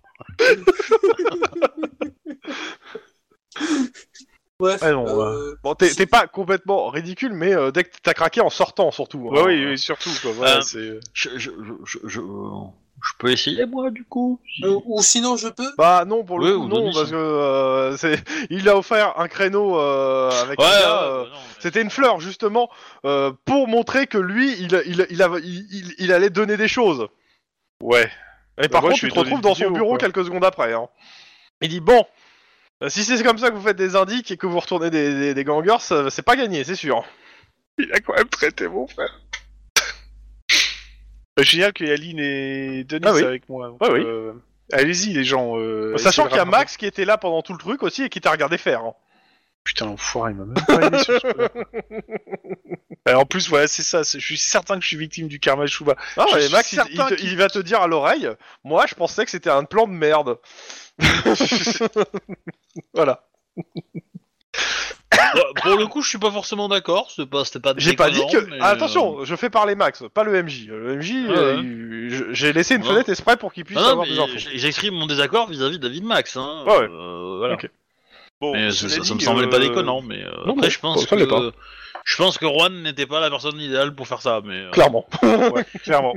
Bref. Ah non, bon, t'es pas complètement ridicule, mais dès que t'as craqué en sortant surtout. Ouais, oui, surtout quoi. Voilà, c'est. Je peux essayer moi du coup. Ou sinon je peux. Bah non pour le Oui, coup ou non Denis. parce que il a offert un créneau avec un gars, c'était une fleur justement pour montrer que lui il allait donner des choses. Ouais. Et par moi, contre je tu te lui ai donné retrouves une dans son vidéo, bureau quoi. quelques secondes après. Hein. Il dit bon si c'est comme ça que vous faites des indices et que vous retournez des gangers, c'est pas gagné c'est sûr. Il a quand même traité mon frère. Génial qu'il y a Lynn et Denis Ah oui. avec moi. Donc, Ouais, oui. Allez-y les gens. Sachant essayez de qu'il y a rattraper. Max qui était là pendant tout le truc aussi et qui t'a regardé faire. Hein. Putain, l'enfoiré, il m'a même pas aidé sur ce coup-là. Alors, en plus, voilà, c'est ça. Je suis certain que je suis victime du karma Shuba. Ah, Je et suis Max, certain il va te dire à l'oreille, moi je pensais que c'était un plan de merde. Voilà. Pour le coup, je suis pas forcément d'accord. C'était pas. J'ai pas dit déconnant, que... mais, Attention, je fais parler Max, pas le MJ. Le MJ, j'ai laissé une Non. fenêtre exprès pour qu'il puisse Non, avoir mais des infos. j'exprime mon désaccord vis-à-vis de David Max. Hein. Ouais. Voilà. Ok. Bon, Mais cela ça me dit, semblait pas déconnant, mais non, après je pense ça l'est que pas. je pense que Juan n'était pas la personne idéale pour faire ça, mais Clairement. Ouais, clairement.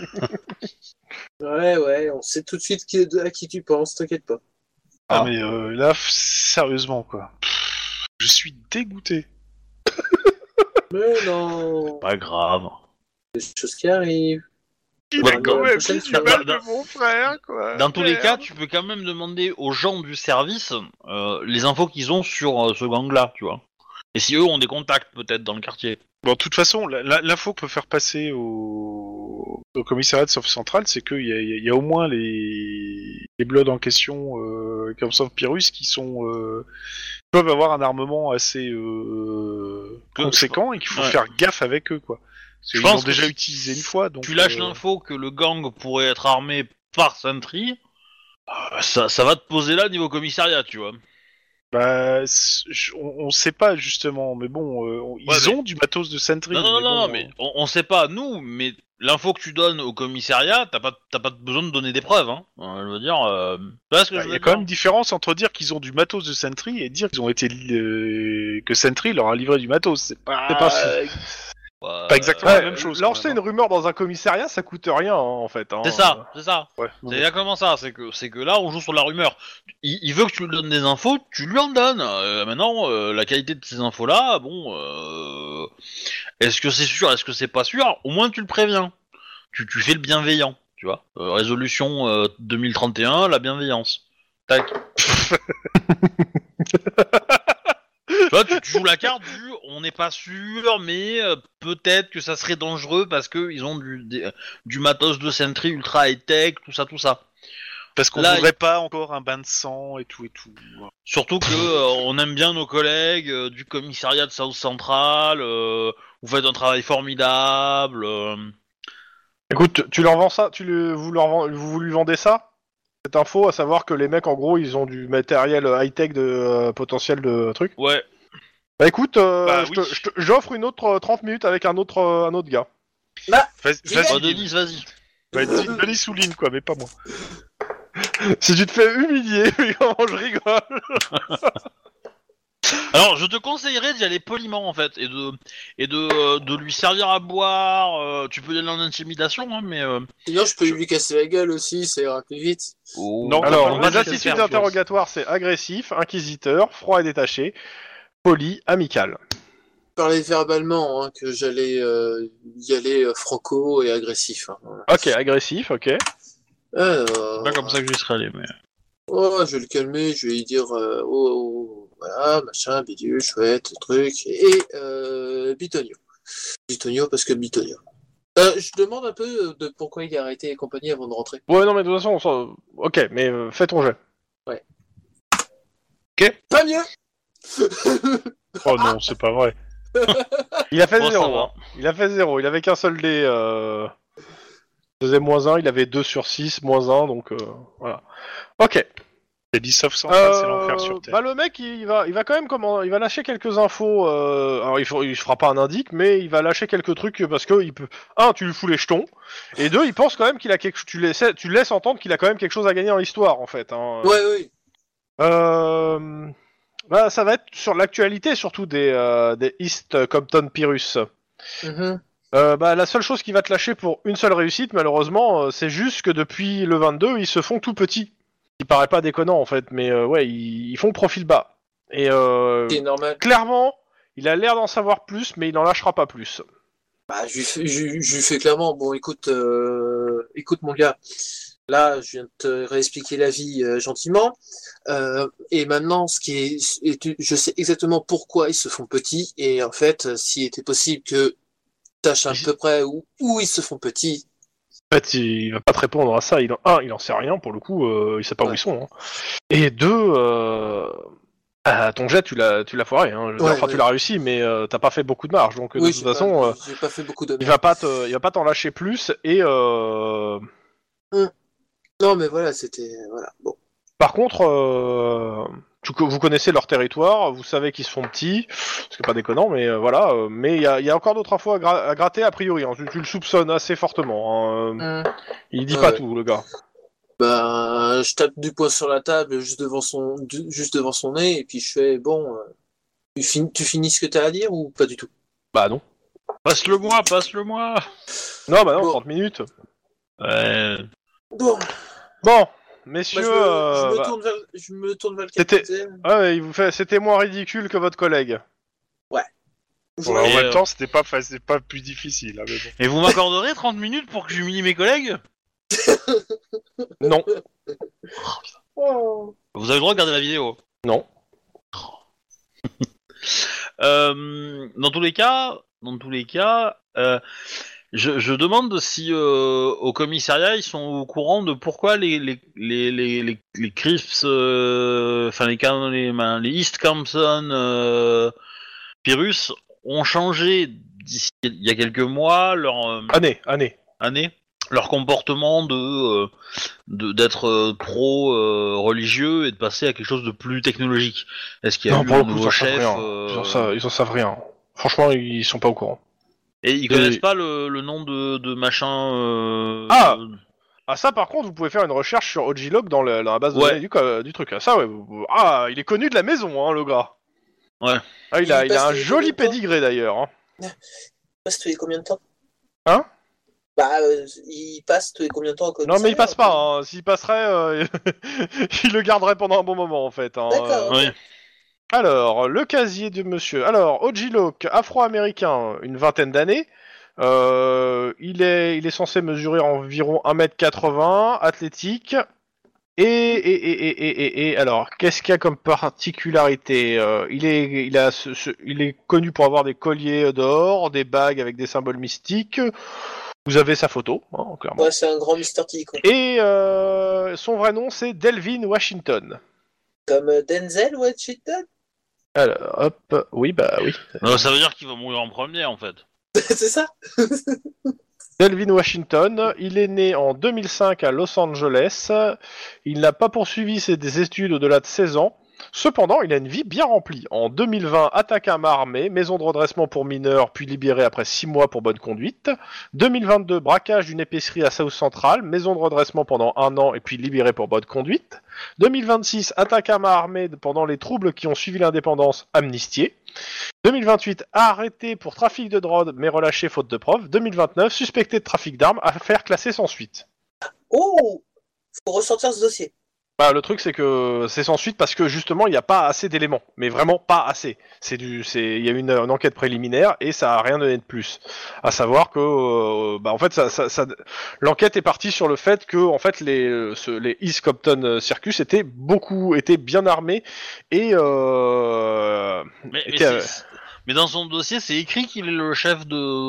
Ouais, on sait tout de suite à qui tu penses, t'inquiète pas. Ah, Ah. mais là, sérieusement, quoi. Je suis dégoûté. Mais non, pas grave. des choses qui arrivent. Il Ouais, a quand la même prochaine dit du fois. mal Dans- de mon frère, quoi. Dans tous les Merde. cas, tu peux quand même demander aux gens du service les infos qu'ils ont sur ce gang-là, tu vois. Et si eux ont des contacts peut-être dans le quartier. Bon, de toute façon, l'info qu'on peut faire passer au commissariat de South Central, c'est qu'il y a au moins les Bloods en question, comme South Pyrrhus, qui peuvent avoir un armement assez conséquent et qu'il faut Ouais. faire gaffe avec eux, quoi. Parce Je qu'ils pense l'ont que déjà si utilisé une fois, donc... Tu lâches l'info que le gang pourrait être armé par Sentry, ça va te poser là niveau commissariat, tu vois. Bah, on sait pas, justement, mais bon, ils ont du matos de Sentry. Non, mais on sait pas, nous, mais l'info que tu donnes au commissariat, t'as pas besoin de donner des preuves, hein. Je veux dire, tu vois ce que je Il veux y a dire. quand même une différence entre dire qu'ils ont du matos de Sentry et dire qu'ils ont été que Sentry leur a livré du matos. C'est pas Ouais, pas exactement Ouais, la même chose. lancer quand une même, rumeur dans un commissariat, ça coûte rien hein, en fait. Hein. c'est ça. Ouais. C'est exactement ça, c'est que là on joue sur la rumeur. Il veut que tu lui donnes des infos, tu lui en donnes. Maintenant, la qualité de ces infos-là, bon, est-ce que c'est sûr, est-ce que c'est pas sûr? Au moins tu le préviens. Tu fais le bienveillant, tu vois. Résolution 2031, la bienveillance. Tac. Tu vois, tu joues la carte du on n'est pas sûr, mais peut-être que ça serait dangereux parce que ils ont du matos de Sentry ultra high-tech, tout ça. Parce qu'on Là, voudrait pas encore un bain de sang et tout. Surtout que on aime bien nos collègues du commissariat de South Central, vous faites un travail formidable. Écoute, tu leur vends ça, vous lui vendez ça? Cette info, à savoir que les mecs en gros ils ont du matériel high-tech de potentiel de truc. Ouais. Bah écoute, oui. j'offre une autre 30 minutes avec un autre gars. Vas-y, Oh, Denis, vas-y. Denis souligne quoi, mais pas moi. Si tu te fais humilier, mais comment je rigole. Alors, je te conseillerais d'y aller poliment en fait, de lui servir à boire. Tu peux y aller en intimidation, hein, mais. Sinon, je peux lui casser la gueule aussi, ça ira plus vite. Non, Alors, pas les attitudes d'interrogatoire, c'est agressif, inquisiteur, froid et détaché, poli, amical. Parler verbalement, hein, que j'allais y aller franco et agressif. Hein, voilà. Ok, agressif, ok. Alors, Pas comme ça que j'y serais allé, mais. oh, je vais le calmer, je vais lui dire voilà, machin, bidule, chouette, truc, et Bitonio. Bitonio parce que Bitonio. Je demande un peu de pourquoi il a arrêté et compagnie avant de rentrer. Ouais, non, mais de toute façon, ok, mais fais ton jet. Pas mieux. Oh non, c'est pas vrai. Il a fait Bon, ça 0, va. hein. Il a fait 0, il avait qu'un seul dé. Il faisait -1, il avait 2 sur 6, -1, donc voilà. Ok. C'est l'Isof central, c'est l'enfer sur Terre. Bah le mec, il va quand même il va lâcher quelques infos. Alors il fera pas un indique, mais il va lâcher quelques trucs parce que il peut. Un, tu lui fous les jetons, et deux, il pense quand même qu'il a quelque. Tu laisses entendre qu'il a quand même quelque chose à gagner dans l'histoire, en fait. Hein. Ouais, oui. Bah ça va être sur l'actualité surtout des East Compton Pyrrhus. Mhm. Bah la seule chose qui va te lâcher pour une seule réussite, malheureusement, c'est juste que depuis le 22, ils se font tout petits. Il paraît pas déconnant en fait, mais ouais, ils font profil bas. Et C'est normal. clairement, il a l'air d'en savoir plus, mais il n'en lâchera pas plus. Bah, je lui fais clairement, bon, écoute mon gars, là, je viens de te réexpliquer la vie gentiment, et maintenant, je sais exactement pourquoi ils se font petits, et en fait, s'il était possible que tu saches à peu près où ils se font petits. En fait, il va pas te répondre à ça. Il en sait rien pour le coup. Il sait pas où ils sont. Hein. Et deux, ton jet, tu l'as foiré. Hein. Tu l'as réussi, mais t'as pas fait beaucoup de marge. Donc de toute façon, j'ai pas fait beaucoup de. il va pas t'en lâcher plus. Et Non, mais voilà, c'était voilà. Bon. par contre, vous connaissez leur territoire, vous savez qu'ils se font petits, ce qui est pas déconnant, mais voilà. Mais il y a encore d'autres infos à gratter a priori. Hein. Tu le soupçonnes assez fortement. Hein. Il dit pas tout, le gars. Bah, je tape du poing sur la table juste devant son nez et puis je fais bon. Tu finis ce que t'as à dire ou pas du tout? Bah non. Passe-le-moi. Non, bah non, Bon. 30 minutes. Ouais. Bon. Bon, messieurs, Je me tourne vers le c'était- capitaine. c'était moins ridicule que votre collègue. Je- Ouais, en Et, même temps, c'était pas plus difficile. Hein, mais bon. Et vous m'accorderez 30 minutes pour que j'humilie mes collègues? Non, Oh. Vous avez le droit de garder la vidéo. non. Dans tous les cas, je demande si au commissariat ils sont au courant de pourquoi les Crips, enfin les East Compton Pyrrhus ont changé d'ici il y a quelques mois leur Année. leur comportement d'être trop religieux et de passer à quelque chose de plus technologique. Est-ce qu'il y a Non, eu pour un le coup, nouveau ils chef en savent rien. Ils en savent rien. Franchement, ils sont pas au courant. et ils connaissent pas le nom de machin Ah ça, par contre, vous pouvez faire une recherche sur OGLog dans la base de Ouais. données du truc. Ah, ça, ouais. Ah, il est connu de la maison, hein, le gars. Ouais. Ah, il a passe un tous les joli combien de temps pédigré d'ailleurs. Hein. Passe tous les combien de temps? Hein? Bah, il passe tous les combien de temps au Non, mais il commissariat, passe pas. Hein. S'il passerait, il le garderait pendant un bon moment, en fait. Hein. D'accord. Oui. Alors, le casier de monsieur. Alors, OGLog, afro-américain, une vingtaine d'années. Il est censé mesurer environ 1m80, athlétique. Et alors, qu'est-ce qu'il y a comme particularité? Il est connu pour avoir des colliers d'or, des bagues avec des symboles mystiques. Vous avez sa photo, hein, clairement. Ouais, c'est un grand Mr. T, quoi. Et son vrai nom, c'est Delvin Washington. Comme Denzel Washington. Alors, hop, oui, bah oui. Ça veut dire qu'il va mourir en premier en fait. C'est ça? Delvin Washington, il est né en 2005 à Los Angeles. Il n'a pas poursuivi des études au-delà de 16 ans. Cependant, il a une vie bien remplie. En 2020, attaque à main armée, maison de redressement pour mineurs, puis libéré après 6 mois pour bonne conduite. 2022, braquage d'une épicerie à South Central, maison de redressement pendant 1 an et puis libéré pour bonne conduite. 2026, attaque à main armée pendant les troubles qui ont suivi l'indépendance, amnistié. 2028, arrêté pour trafic de drogue mais relâché faute de preuves. 2029, suspecté de trafic d'armes, affaire classée sans suite. Oh, faut ressortir ce dossier. Bah, le truc c'est que c'est sans suite parce que justement il n'y a pas assez d'éléments, mais vraiment pas assez. Il y a eu une enquête préliminaire et ça a rien donné de plus. À savoir que, en fait, l'enquête est partie sur le fait que en fait les East Compton Circus étaient bien armés et mais dans son dossier, c'est écrit qu'il est le chef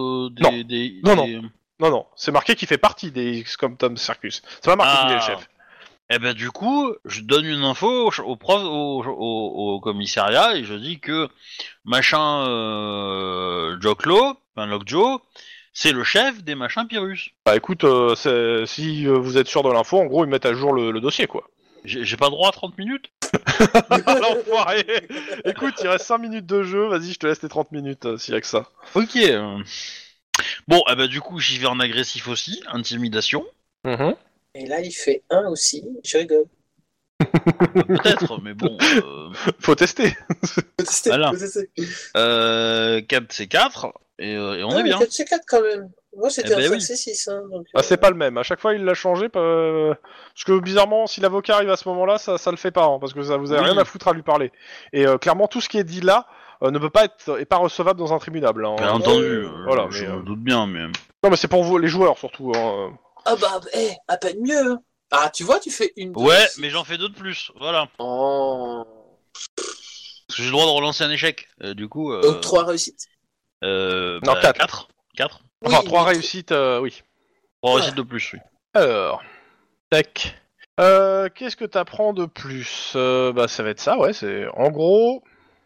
non, c'est marqué qu'il fait partie des East Compton Circus. C'est pas marqué qu'il est le chef. Eh ben du coup, je donne une info au commissariat et je dis que machin Joklo, enfin Lockjaw, c'est le chef des machins Pyrrhus. Bah écoute, si vous êtes sûr de l'info, en gros ils mettent à jour le dossier quoi. J'ai pas droit à 30 minutes. L'enfoiré. Écoute, il reste 5 minutes de jeu, vas-y je te laisse tes 30 minutes s'il y a que ça. Ok. Bon, eh ben du coup j'y vais en agressif aussi, intimidation. Et là, il fait 1 aussi, je rigole. Peut-être, mais bon. Faut tester. Faut tester, Voilà. faut tester. 4 c'est 4, et on est bien. 4 c'est 4 quand même. Moi, c'était un 5 oui. c'est 6. Hein, donc, Ah, c'est pas le même, à chaque fois il l'a changé, parce que bizarrement, si l'avocat arrive à ce moment-là, ça le fait pas, hein, parce que ça vous avez rien à foutre à lui parler. Et clairement, tout ce qui est dit là ne peut pas est pas recevable dans un tribunal. Hein. Bien entendu, voilà, je mais, me doute bien, mais... Non mais c'est pour vous, les joueurs surtout. Hein. Ah bah, à peine mieux. Hein. Ah, tu vois, tu fais une. Ouais, mais j'en fais 2 de plus, voilà. Oh. Parce que j'ai le droit de relancer un échec, du coup... Donc 3 réussites. Non, 4. 4. Enfin, Oui, 3 oui. réussites, oui. 3 réussites de plus, oui. Alors, tac. Qu'est-ce que t'apprends de plus Bah ça va être ça, ouais, c'est... En gros...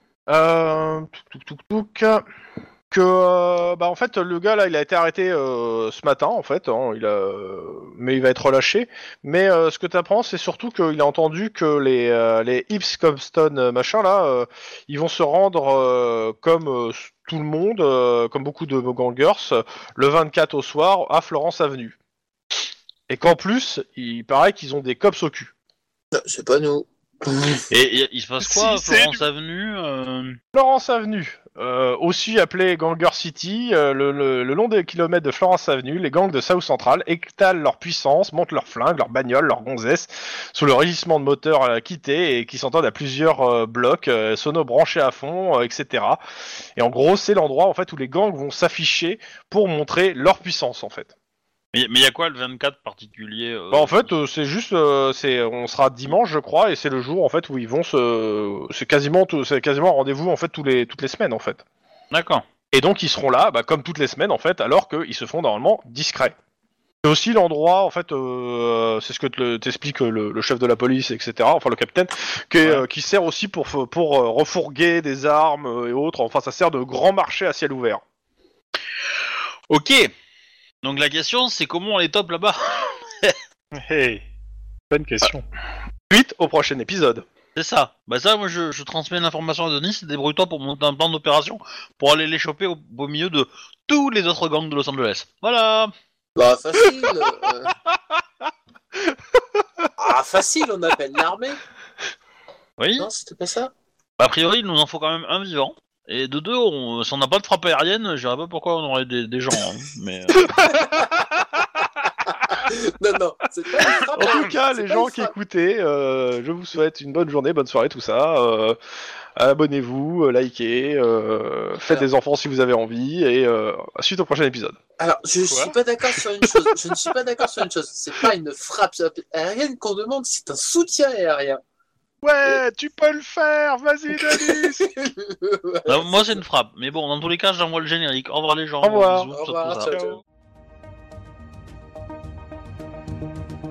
Que en fait le gars là il a été arrêté ce matin en fait hein, mais il va être relâché mais ce que t'apprends c'est surtout qu'il a entendu que les East Compton machin là ils vont se rendre comme tout le monde comme beaucoup de gangers le 24 au soir à Florence Avenue et qu'en plus il paraît qu'ils ont des cops au cul. Non, c'est pas nous. Et il se passe quoi, Si, Florence Avenue Florence Avenue, aussi appelée Ganger City, le long des kilomètres de Florence Avenue, les gangs de South Central étalent leur puissance, montent leurs flingues, leurs bagnoles, leurs gonzesses, sous le rugissement de moteurs quittés et qui s'entendent à plusieurs blocs, sonos branchés à fond, etc. Et en gros, c'est l'endroit en fait où les gangs vont s'afficher pour montrer leur puissance en fait. Mais il y a quoi le 24 particulier En fait, c'est juste, on sera dimanche, je crois, et c'est le jour en fait où ils vont c'est quasiment un rendez-vous en fait toutes les semaines en fait. D'accord. Et donc ils seront là, comme toutes les semaines en fait, alors qu'ils se font normalement discrets. C'est aussi l'endroit en fait, c'est ce que t'explique le chef de la police, etc. Enfin le capitaine, qui sert aussi pour refourguer des armes et autres. Enfin ça sert de grand marché à ciel ouvert. Ok. Donc la question, c'est comment on les top là-bas. Hey, bonne question. Suite au prochain épisode. C'est ça. Bah ça, moi je transmets l'information à Denis, débrouille-toi pour monter un plan d'opération pour aller les choper au milieu de tous les autres gangs de Los Angeles. Voilà. Bah, facile. Facile, on appelle l'armée. Oui. Non, c'était pas ça. A priori, il nous en faut quand même un vivant. Et de deux, si on n'a pas de frappe aérienne, je dirais pas pourquoi on aurait des gens. Hein. Mais Non, c'est pas une frappe. En tout cas, C'est les pas gens une qui frappe. écoutez, je vous souhaite une bonne journée, bonne soirée, tout ça. Abonnez-vous, likez, faites des enfants si vous avez envie, et suite au prochain épisode. Alors, je suis pas d'accord sur une chose. Je ne suis pas d'accord sur une chose. C'est pas une frappe aérienne qu'on demande, c'est un soutien aérien. Ouais, tu peux le faire, vas-y Denis. non, moi c'est une frappe. Mais bon, dans tous les cas, j'envoie le générique. Au revoir les gens. Au revoir. Bisous, Au revoir, tout ça. ciao.